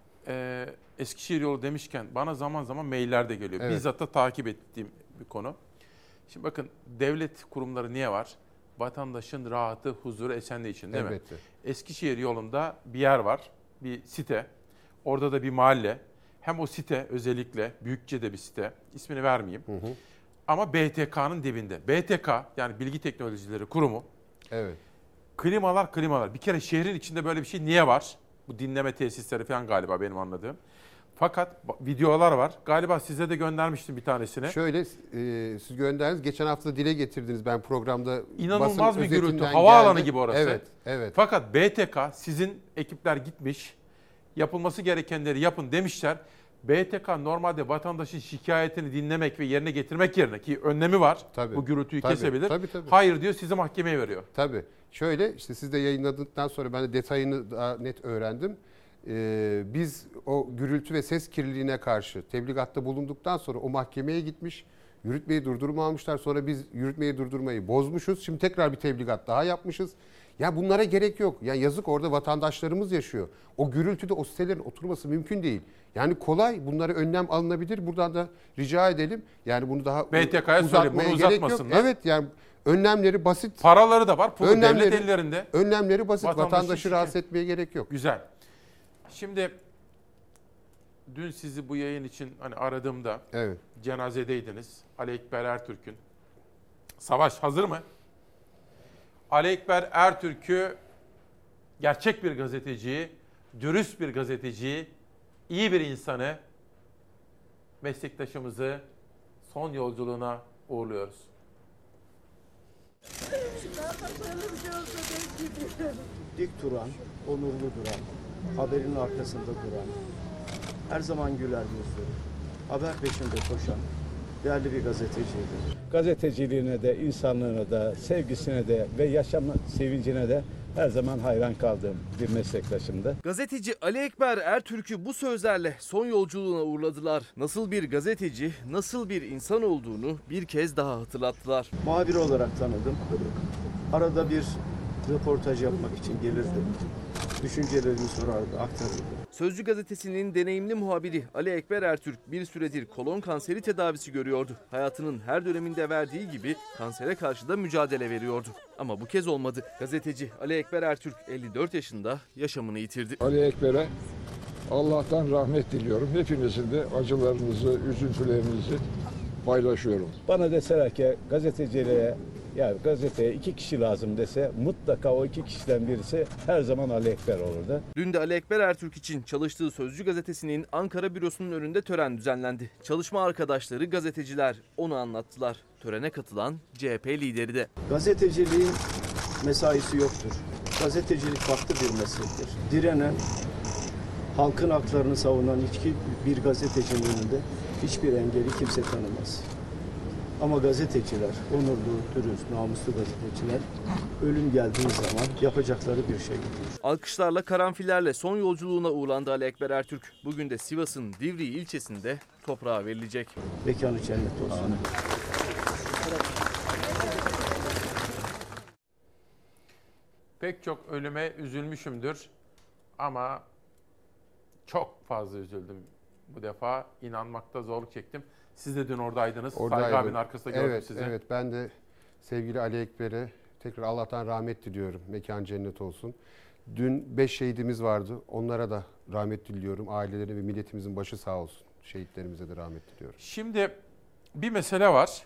Ee, Eskişehir yolu demişken bana zaman zaman mailler de geliyor. Evet. Bizzat da takip ettiğim bir konu. Şimdi bakın, devlet kurumları niye var? Vatandaşın rahatı, huzuru, esenliği için değil Elbette. mi? Eskişehir yolunda bir yer var, bir site. Orada da bir mahalle. Hem o site özellikle, büyükçe bir site, ismini vermeyeyim. Hı hı. Ama B T K'nın dibinde. B T K yani Bilgi Teknolojileri Kurumu. Evet. Klimalar klimalar. Bir kere şehrin içinde böyle bir şey niye var? Bu dinleme tesisleri falan galiba benim anladığım. Fakat videolar var. Galiba size de göndermiştim bir tanesini. Şöyle e, siz gönderdiniz. Geçen hafta dile getirdiniz ben programda. İnanılmaz bir gürültü. özetinden Havaalanı geldi. gibi orası. Evet, evet. Fakat B T K, sizin ekipler gitmiş. Yapılması gerekenleri yapın demişler. B T K normalde vatandaşın şikayetini dinlemek ve yerine getirmek yerine, ki önlemi var. Tabii, bu gürültüyü tabii, kesebilir. Tabii, tabii. Hayır diyor, sizi mahkemeye veriyor. Tabii. Şöyle işte siz de yayınladıktan sonra ben de detayını daha net öğrendim. Ee, biz o gürültü ve ses kirliliğine karşı tebligatta bulunduktan sonra o mahkemeye gitmiş. Yürütmeyi durdurma almışlar. Sonra biz yürütmeyi durdurmayı bozmuşuz. Şimdi tekrar bir tebligat daha yapmışız. Ya bunlara gerek yok. Ya yazık, orada vatandaşlarımız yaşıyor. O gürültüde o sitelerin oturması mümkün değil. Yani kolay, bunlara önlem alınabilir. Buradan da rica edelim. Yani bunu daha B T K'ya söyle, bunu uzatmasınlar. Evet, yani önlemleri basit. Paraları da var. Pulu önlemleri, devlet ellerinde. Önlemleri basit. Vatandaşı Vatandaşı şikayet- rahatsız etmeye gerek yok. Güzel. Şimdi dün sizi bu yayın için hani aradığımda evet. cenazedeydiniz. Ali Ekber Ertürk'ün. Savaş hazır mı? Ali Ekber Ertürk'ü gerçek bir gazeteciyi, dürüst bir gazeteciyi, iyi bir insanı, meslektaşımızı son yolculuğuna uğurluyoruz. Dik duran, onurlu duran, haberin arkasında duran, her zaman güler yüzlü, haber peşinde koşan değerli bir gazeteciydi. Gazeteciliğine de, insanlığına da, sevgisine de ve yaşam sevincine de her zaman hayran kaldığım bir meslektaşımdı. Gazeteci Ali Ekber Ertürk'ü bu sözlerle son yolculuğuna uğurladılar. Nasıl bir gazeteci, nasıl bir insan olduğunu bir kez daha hatırlattılar. Muhabir olarak tanıdım. Arada bir röportaj yapmak için gelirdi. Düşüncelerimi sorardı, aktarırdı. Sözcü gazetesinin deneyimli muhabiri Ali Ekber Ertürk bir süredir kolon kanseri tedavisi görüyordu. Hayatının her döneminde verdiği gibi kansere karşı da mücadele veriyordu. Ama bu kez olmadı. Gazeteci Ali Ekber Ertürk elli dört yaşında yaşamını yitirdi. Ali Ekber'e Allah'tan rahmet diliyorum. Hepinizin de acılarınızı, üzüntülerinizi paylaşıyorum. Bana deseler ki gazeteciliğe Yani gazeteye iki kişi lazım dese mutlaka o iki kişiden birisi her zaman Ali Ekber olurdu. Dün de Ali Ekber Ertürk için çalıştığı Sözcü gazetesinin Ankara bürosunun önünde tören düzenlendi. Çalışma arkadaşları, gazeteciler onu anlattılar. Törene katılan C H P lideri de. Gazeteciliğin mesaisi yoktur. Gazetecilik farklı bir meslektir. Direnen, halkın haklarını savunan hiçbir bir gazetecinin önünde hiçbir engeli kimse tanımaz. Ama gazeteciler, onurlu, dürüst, namuslu gazeteciler ölüm geldiği zaman yapacakları bir şey yok. Alkışlarla, karanfillerle son yolculuğuna uğurlandı Ali Ekber Ertürk. Bugün de Sivas'ın Divriği ilçesinde toprağa verilecek. Mekanı cennet olsun. Pek çok ölüme üzülmüşümdür ama çok fazla üzüldüm bu defa. İnanmakta zorluk çektim. Siz de dün oradaydınız. Oradaydım. Saygı abinin arkasında gördüm evet, sizi. Evet, ben de sevgili Ali Ekber'e tekrar Allah'tan rahmet diliyorum. Mekan cennet olsun. Dün beş şehidimiz vardı. Onlara da rahmet diliyorum. Ailelerine ve milletimizin başı sağ olsun. Şehitlerimize de rahmet diliyorum. Şimdi bir mesele var.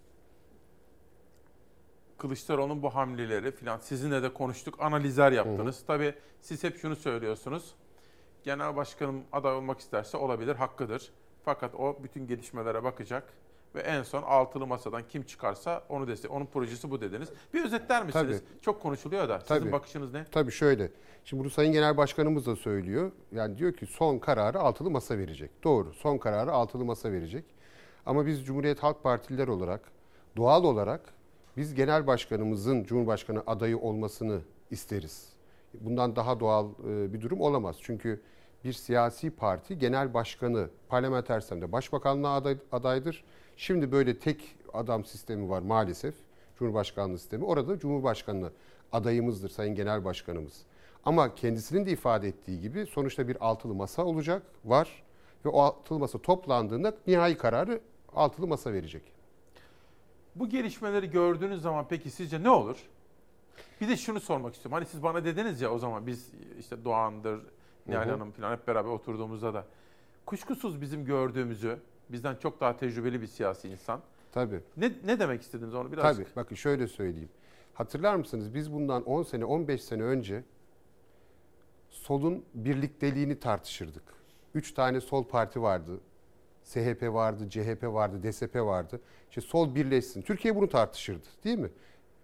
Kılıçdaroğlu'nun bu hamleleri filan sizinle de konuştuk, analizler yaptınız. Hı hı. Tabii siz hep şunu söylüyorsunuz. Genel başkanım aday olmak isterse olabilir, hakkıdır. Fakat o bütün gelişmelere bakacak ve en son altılı masadan kim çıkarsa onu destek. Onun projesi bu dediniz. Bir özetler misiniz? Tabii. Çok konuşuluyor da. Sizin Tabii. bakışınız ne? Tabii şöyle. Şimdi bunu Sayın Genel Başkanımız da söylüyor. Yani diyor ki son kararı altılı masa verecek. Doğru. Son kararı altılı masa verecek. Ama biz Cumhuriyet Halk Partililer olarak, doğal olarak biz Genel Başkanımızın Cumhurbaşkanı adayı olmasını isteriz. Bundan daha doğal bir durum olamaz. Çünkü bir siyasi parti genel başkanı parlamenter sistemde başbakanlığa aday, adaydır. Şimdi böyle tek adam sistemi var maalesef. Cumhurbaşkanlığı sistemi. Orada Cumhurbaşkanı adayımızdır Sayın Genel Başkanımız. Ama kendisinin de ifade ettiği gibi sonuçta bir altılı masa olacak, var. Ve o altılı masa toplandığında nihai kararı altılı masa verecek. Bu gelişmeleri gördüğünüz zaman peki sizce ne olur? Bir de şunu sormak istiyorum. Hani siz bana dediniz ya o zaman biz işte Doğan'dır, Nihal Hanım falan hep beraber oturduğumuzda da kuşkusuz bizim gördüğümüzü, bizden çok daha tecrübeli bir siyasi insan. Tabii. Ne, ne demek istediniz onu biraz? Tabii. Bakın şöyle söyleyeyim. Hatırlar mısınız biz bundan on sene, on beş sene önce solun birlikteliğini tartışırdık. Üç tane sol parti vardı. S H P vardı, C H P vardı, D S P vardı. İşte sol birleşsin. Türkiye bunu tartışırdı, değil mi?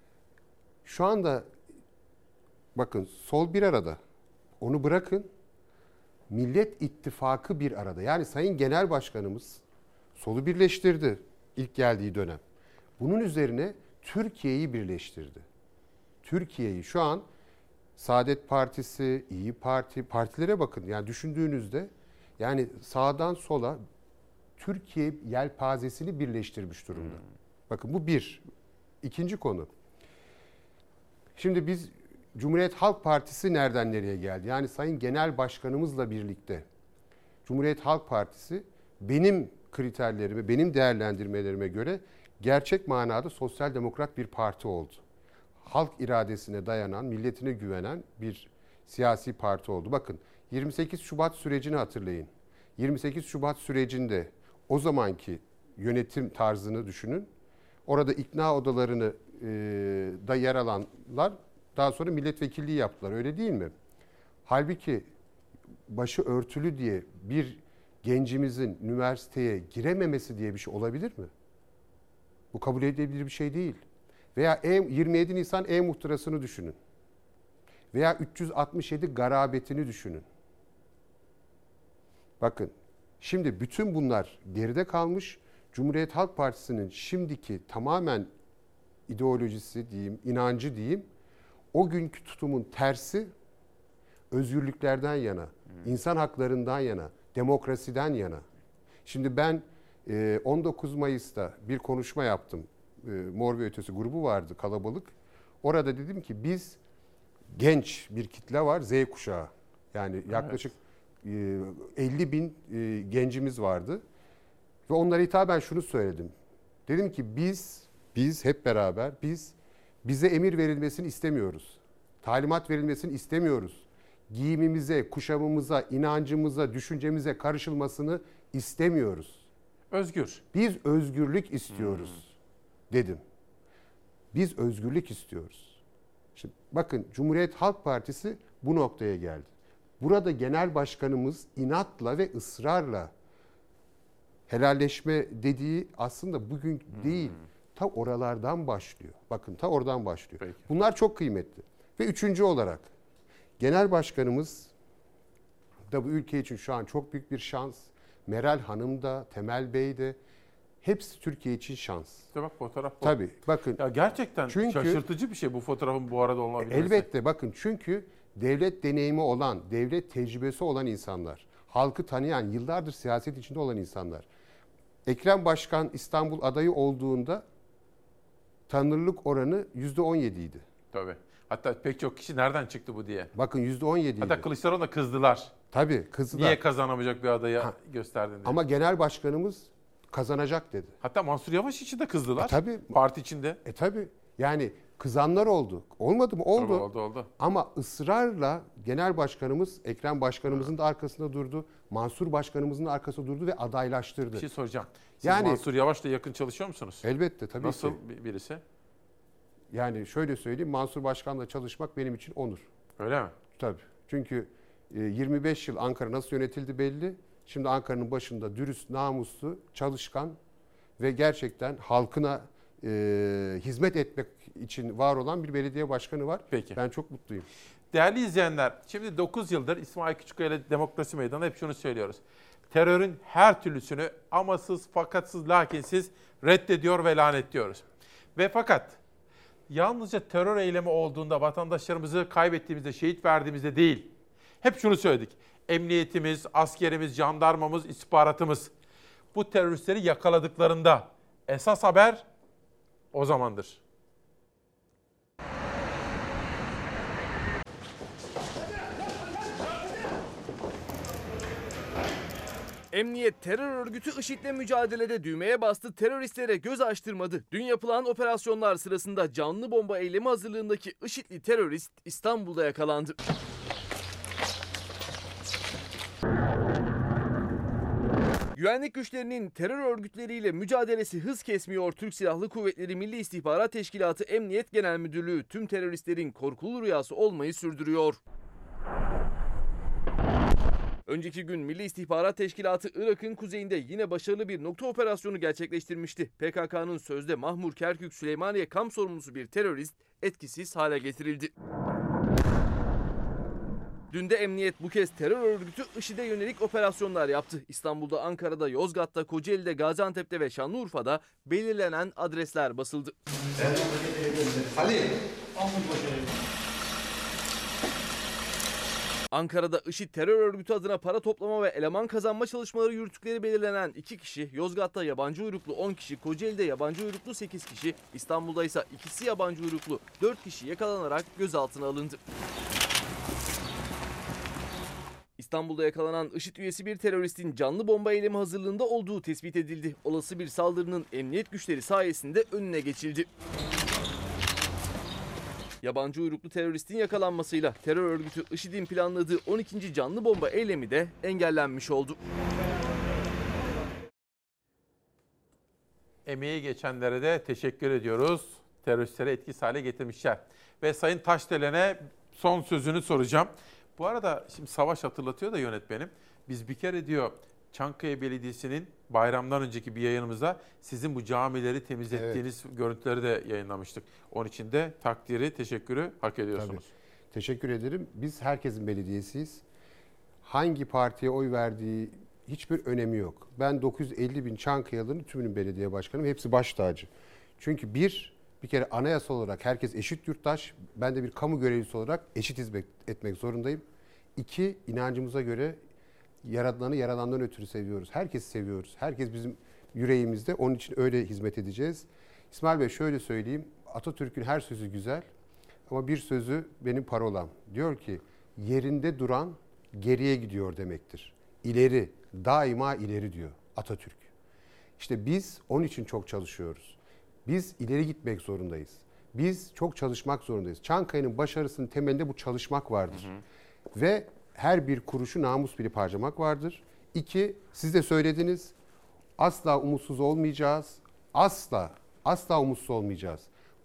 Şu anda bakın sol bir arada. Onu bırakın. Millet İttifakı bir arada. Yani Sayın Genel Başkanımız solu birleştirdi ilk geldiği dönem. Bunun üzerine Türkiye'yi birleştirdi. Türkiye'yi şu an Saadet Partisi, İyi Parti, partilere bakın. Yani düşündüğünüzde yani sağdan sola Türkiye yelpazesini birleştirmiş durumda. Hmm. Bakın bu bir. İkinci konu. Şimdi biz Cumhuriyet Halk Partisi nereden nereye geldi? Yani Sayın Genel Başkanımızla birlikte Cumhuriyet Halk Partisi benim kriterlerime, benim değerlendirmelerime göre gerçek manada sosyal demokrat bir parti oldu. Halk iradesine dayanan, milletine güvenen bir siyasi parti oldu. Bakın yirmi sekiz Şubat sürecini hatırlayın. yirmi sekiz Şubat sürecinde o zamanki yönetim tarzını düşünün. Orada ikna odalarını e, da yer alanlar daha sonra milletvekilliği yaptılar. Öyle değil mi? Halbuki başı örtülü diye bir gencimizin üniversiteye girememesi diye bir şey olabilir mi? Bu kabul edilebilir bir şey değil. Veya yirmi yedi Nisan E-Muhtırası'nı düşünün. Veya üç yüz altmış yedi garabetini düşünün. Bakın şimdi bütün bunlar geride kalmış. Cumhuriyet Halk Partisi'nin şimdiki tamamen ideolojisi diyeyim, inancı diyeyim, o günkü tutumun tersi özgürlüklerden yana, hmm. insan haklarından yana, demokrasiden yana. Şimdi ben on dokuz Mayıs'ta bir konuşma yaptım. Mor ve Ötesi grubu vardı, kalabalık. Orada dedim ki biz genç bir kitle var, Z kuşağı. Yani yaklaşık evet. elli bin gencimiz vardı. Ve onlara hitaben şunu söyledim. Dedim ki biz, biz hep beraber, biz bize emir verilmesini istemiyoruz. Talimat verilmesini istemiyoruz. Giyimimize, kuşamımıza, inancımıza, düşüncemize karışılmasını istemiyoruz. Özgür. Biz özgürlük istiyoruz hmm. dedim. Biz özgürlük istiyoruz. Şimdi bakın Cumhuriyet Halk Partisi bu noktaya geldi. Burada genel başkanımız inatla ve ısrarla helalleşme dediği aslında bugün değil, ta oralardan başlıyor. Bakın ta oradan başlıyor. Peki. Bunlar çok kıymetli. Ve üçüncü olarak genel başkanımız da bu ülke için şu an çok büyük bir şans. Meral Hanım da, Temel Bey de hepsi Türkiye için şans. İşte bak fotoğraf bu. Tabii bakın. Ya gerçekten çünkü, şaşırtıcı bir şey bu fotoğrafın bu arada olabilmesi. Elbette bakın çünkü devlet deneyimi olan, devlet tecrübesi olan insanlar, halkı tanıyan, yıllardır siyaset içinde olan insanlar. Ekrem Başkan İstanbul adayı olduğunda tanınırlık oranı yüzde on yedi idi. Tabii. Hatta pek çok kişi nereden çıktı bu diye. Bakın yüzde on yedi idi. Hatta Kılıçdaroğlu'na kızdılar. Tabii kızdılar. Niye kazanamayacak bir adayı gösterdin diye. Ama genel başkanımız kazanacak dedi. Hatta Mansur Yavaş için de kızdılar. E tabii. Parti içinde. E tabii. Yani kızanlar oldu. Olmadı mı? Oldu. Tabii oldu oldu. Ama ısrarla genel başkanımız Ekrem Başkanımızın da arkasında durdu. Mansur Başkanımızın da arkasında durdu ve adaylaştırdı. Bir şey soracağım. Siz yani Mansur Yavaş'la yakın çalışıyor musunuz? Elbette tabii Nasıl ki. Nasıl birisi? Yani şöyle söyleyeyim, Mansur Başkan'la çalışmak benim için onur. Öyle mi? Tabii. Çünkü yirmi beş yıl Ankara nasıl yönetildi belli. Şimdi Ankara'nın başında dürüst, namuslu, çalışkan ve gerçekten halkına e, hizmet etmek için var olan bir belediye başkanı var. Peki. Ben çok mutluyum. Değerli izleyenler, şimdi dokuz yıldır İsmail Küçükkaya ile Demokrasi Meydanı hep şunu söylüyoruz. Terörün her türlüsünü amasız, fakatsız, lakinsiz reddediyor ve lanetliyoruz. Ve fakat yalnızca terör eylemi olduğunda, vatandaşlarımızı kaybettiğimizde, şehit verdiğimizde değil. Hep şunu söyledik. Emniyetimiz, askerimiz, jandarmamız, istihbaratımız bu teröristleri yakaladıklarında esas haber o zamandır. Emniyet terör örgütü IŞİD'le mücadelede düğmeye bastı, teröristlere göz açtırmadı. Dün yapılan operasyonlar sırasında canlı bomba eylemi hazırlığındaki IŞİD'li terörist İstanbul'da yakalandı. Güvenlik güçlerinin terör örgütleriyle mücadelesi hız kesmiyor. Türk Silahlı Kuvvetleri Milli İstihbarat Teşkilatı Emniyet Genel Müdürlüğü tüm teröristlerin korkulu rüyası olmayı sürdürüyor. Önceki gün Milli İstihbarat Teşkilatı Irak'ın kuzeyinde yine başarılı bir nokta operasyonu gerçekleştirmişti. P K K'nın sözde Mahmur Kerkük Süleymaniye kamp sorumlusu bir terörist etkisiz hale getirildi. Dün de emniyet bu kez terör örgütü IŞİD'e yönelik operasyonlar yaptı. İstanbul'da, Ankara'da, Yozgat'ta, Kocaeli'de, Gaziantep'te ve Şanlıurfa'da belirlenen adresler basıldı. Ali. Ankara'da IŞİD terör örgütü adına para toplama ve eleman kazanma çalışmaları yürüttükleri belirlenen iki kişi, Yozgat'ta yabancı uyruklu on kişi, Kocaeli'de yabancı uyruklu sekiz kişi, İstanbul'da ise ikisi yabancı uyruklu dört kişi yakalanarak gözaltına alındı. İstanbul'da yakalanan IŞİD üyesi bir teröristin canlı bomba eylemi hazırlığında olduğu tespit edildi. Olası bir saldırının emniyet güçleri sayesinde önüne geçildi. Yabancı uyruklu teröristin yakalanmasıyla terör örgütü IŞİD'in planladığı on ikinci canlı bomba eylemi de engellenmiş oldu. Emeği geçenlere de teşekkür ediyoruz. Teröristlere etkisiz hale getirmişler. Ve Sayın Taşdelen'e son sözünü soracağım. Bu arada şimdi Savaş hatırlatıyor da yönetmenim. Biz bir kere diyor Çankaya Belediyesi'nin bayramdan önceki bir yayınımızda sizin bu camileri temizlettiğiniz evet. görüntüleri de yayınlamıştık. Onun için de takdiri, teşekkürü hak ediyorsunuz. Tabii. Teşekkür ederim. Biz herkesin belediyesiyiz. Hangi partiye oy verdiği hiçbir önemi yok. Ben dokuz yüz elli bin Çankayalı'nın tümünün belediye başkanıyım. Hepsi baş tacı. Çünkü bir, bir kere anayasal olarak herkes eşit yurttaş. Ben de bir kamu görevlisi olarak eşit hizmet etmek zorundayım. İki, inancımıza göre Yaradanı yaradandan ötürü seviyoruz. Herkesi seviyoruz. Herkes bizim yüreğimizde. Onun için öyle hizmet edeceğiz. İsmail Bey şöyle söyleyeyim. Atatürk'ün her sözü güzel ama bir sözü benim parolam. Diyor ki yerinde duran geriye gidiyor demektir. İleri, daima ileri diyor Atatürk. İşte biz onun için çok çalışıyoruz. Biz ileri gitmek zorundayız. Biz çok çalışmak zorundayız. Çankaya'nın başarısının temelinde bu çalışmak vardır. Hı hı. Ve her bir kuruşu namus bilip harcamak vardır. İki, siz de söylediniz, asla umutsuz olmayacağız. Asla, asla umutsuz olmayacağız.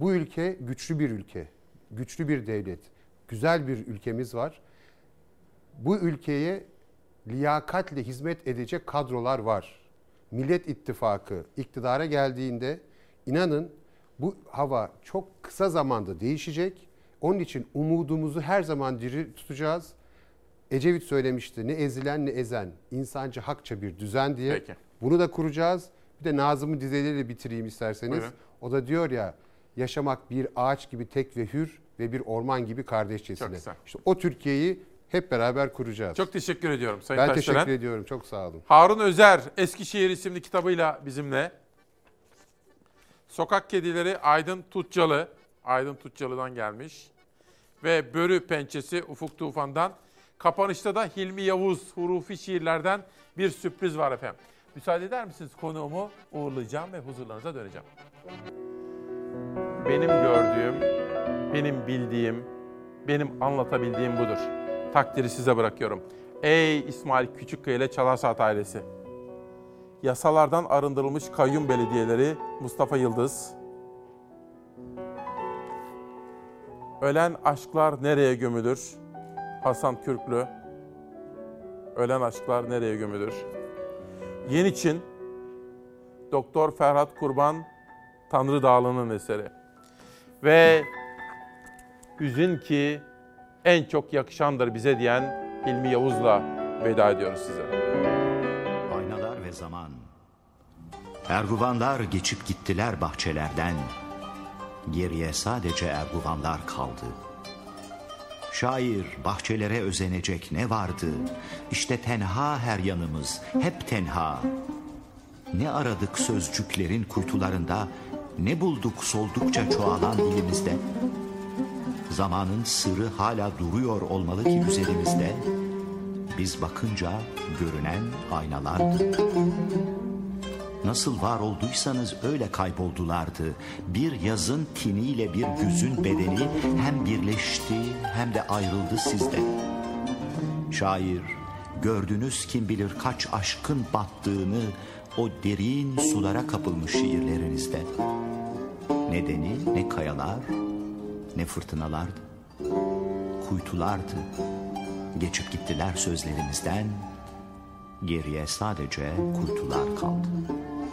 Bu ülke güçlü bir ülke, güçlü bir devlet, güzel bir ülkemiz var. Bu ülkeye liyakatle hizmet edecek kadrolar var. Millet İttifakı iktidara geldiğinde inanın bu hava çok kısa zamanda değişecek. Onun için umudumuzu her zaman diri tutacağız. Ecevit söylemişti, ne ezilen ne ezen, insancı hakça bir düzen diye. Peki. Bunu da kuracağız. Bir de Nazım'ın dizeleriyle bitireyim isterseniz. Buyurun. O da diyor ya, yaşamak bir ağaç gibi tek ve hür ve bir orman gibi kardeşçesine. Çok güzel. İşte o Türkiye'yi hep beraber kuracağız. Çok teşekkür ediyorum Sayın Ben Taşdelen. teşekkür ediyorum. Çok sağ olun. Harun Özer Eskişehir isimli kitabıyla bizimle. Sokak Kedileri Aydın Tutcalı. Aydın Tutcalı'dan gelmiş. Ve Börü Pençesi Ufuk Tufan'dan. Kapanışta da Hilmi Yavuz Hurufi şiirlerden bir sürpriz var efendim. Müsaade eder misiniz, konuğumu uğurlayacağım ve huzurlarınıza döneceğim. Benim gördüğüm, benim bildiğim, benim anlatabildiğim budur. Takdiri size bırakıyorum. Ey İsmail Küçükkaya ile Çalarsaat ailesi. Yasalardan arındırılmış kayyum belediyeleri Mustafa Yıldız. Ölen aşklar nereye gömülür? Hasan Kürklü. Ölen aşklar nereye gömülür? Yeniçin, Doktor Ferhat Kurban, Tanrı Dağlı'nın eseri. Ve hüzün ki en çok yakışandır bize diyen Hilmi Yavuz'la veda ediyoruz size. Aynalar ve zaman. Erguvanlar geçip gittiler bahçelerden. Geriye sadece erguvanlar kaldı. Şair bahçelere özenecek ne vardı? İşte tenha her yanımız, hep tenha. Ne aradık sözcüklerin kuytularında, ne bulduk soldukça çoğalan dilimizde. Zamanın sırrı hala duruyor olmalı ki üzerimizde. Biz bakınca görünen aynalardı. Nasıl var olduysanız öyle kayboldulardı. Bir yazın tiniyle bir güzün bedeni hem birleşti hem de ayrıldı sizden. Şair, gördünüz kim bilir kaç aşkın battığını o derin sulara kapılmış şiirlerinizde. Ne deniz, ne kayalar, ne fırtınalardı. Kuytulardı. Geçip gittiler sözlerimizden. Geriye sadece kuytular kaldı.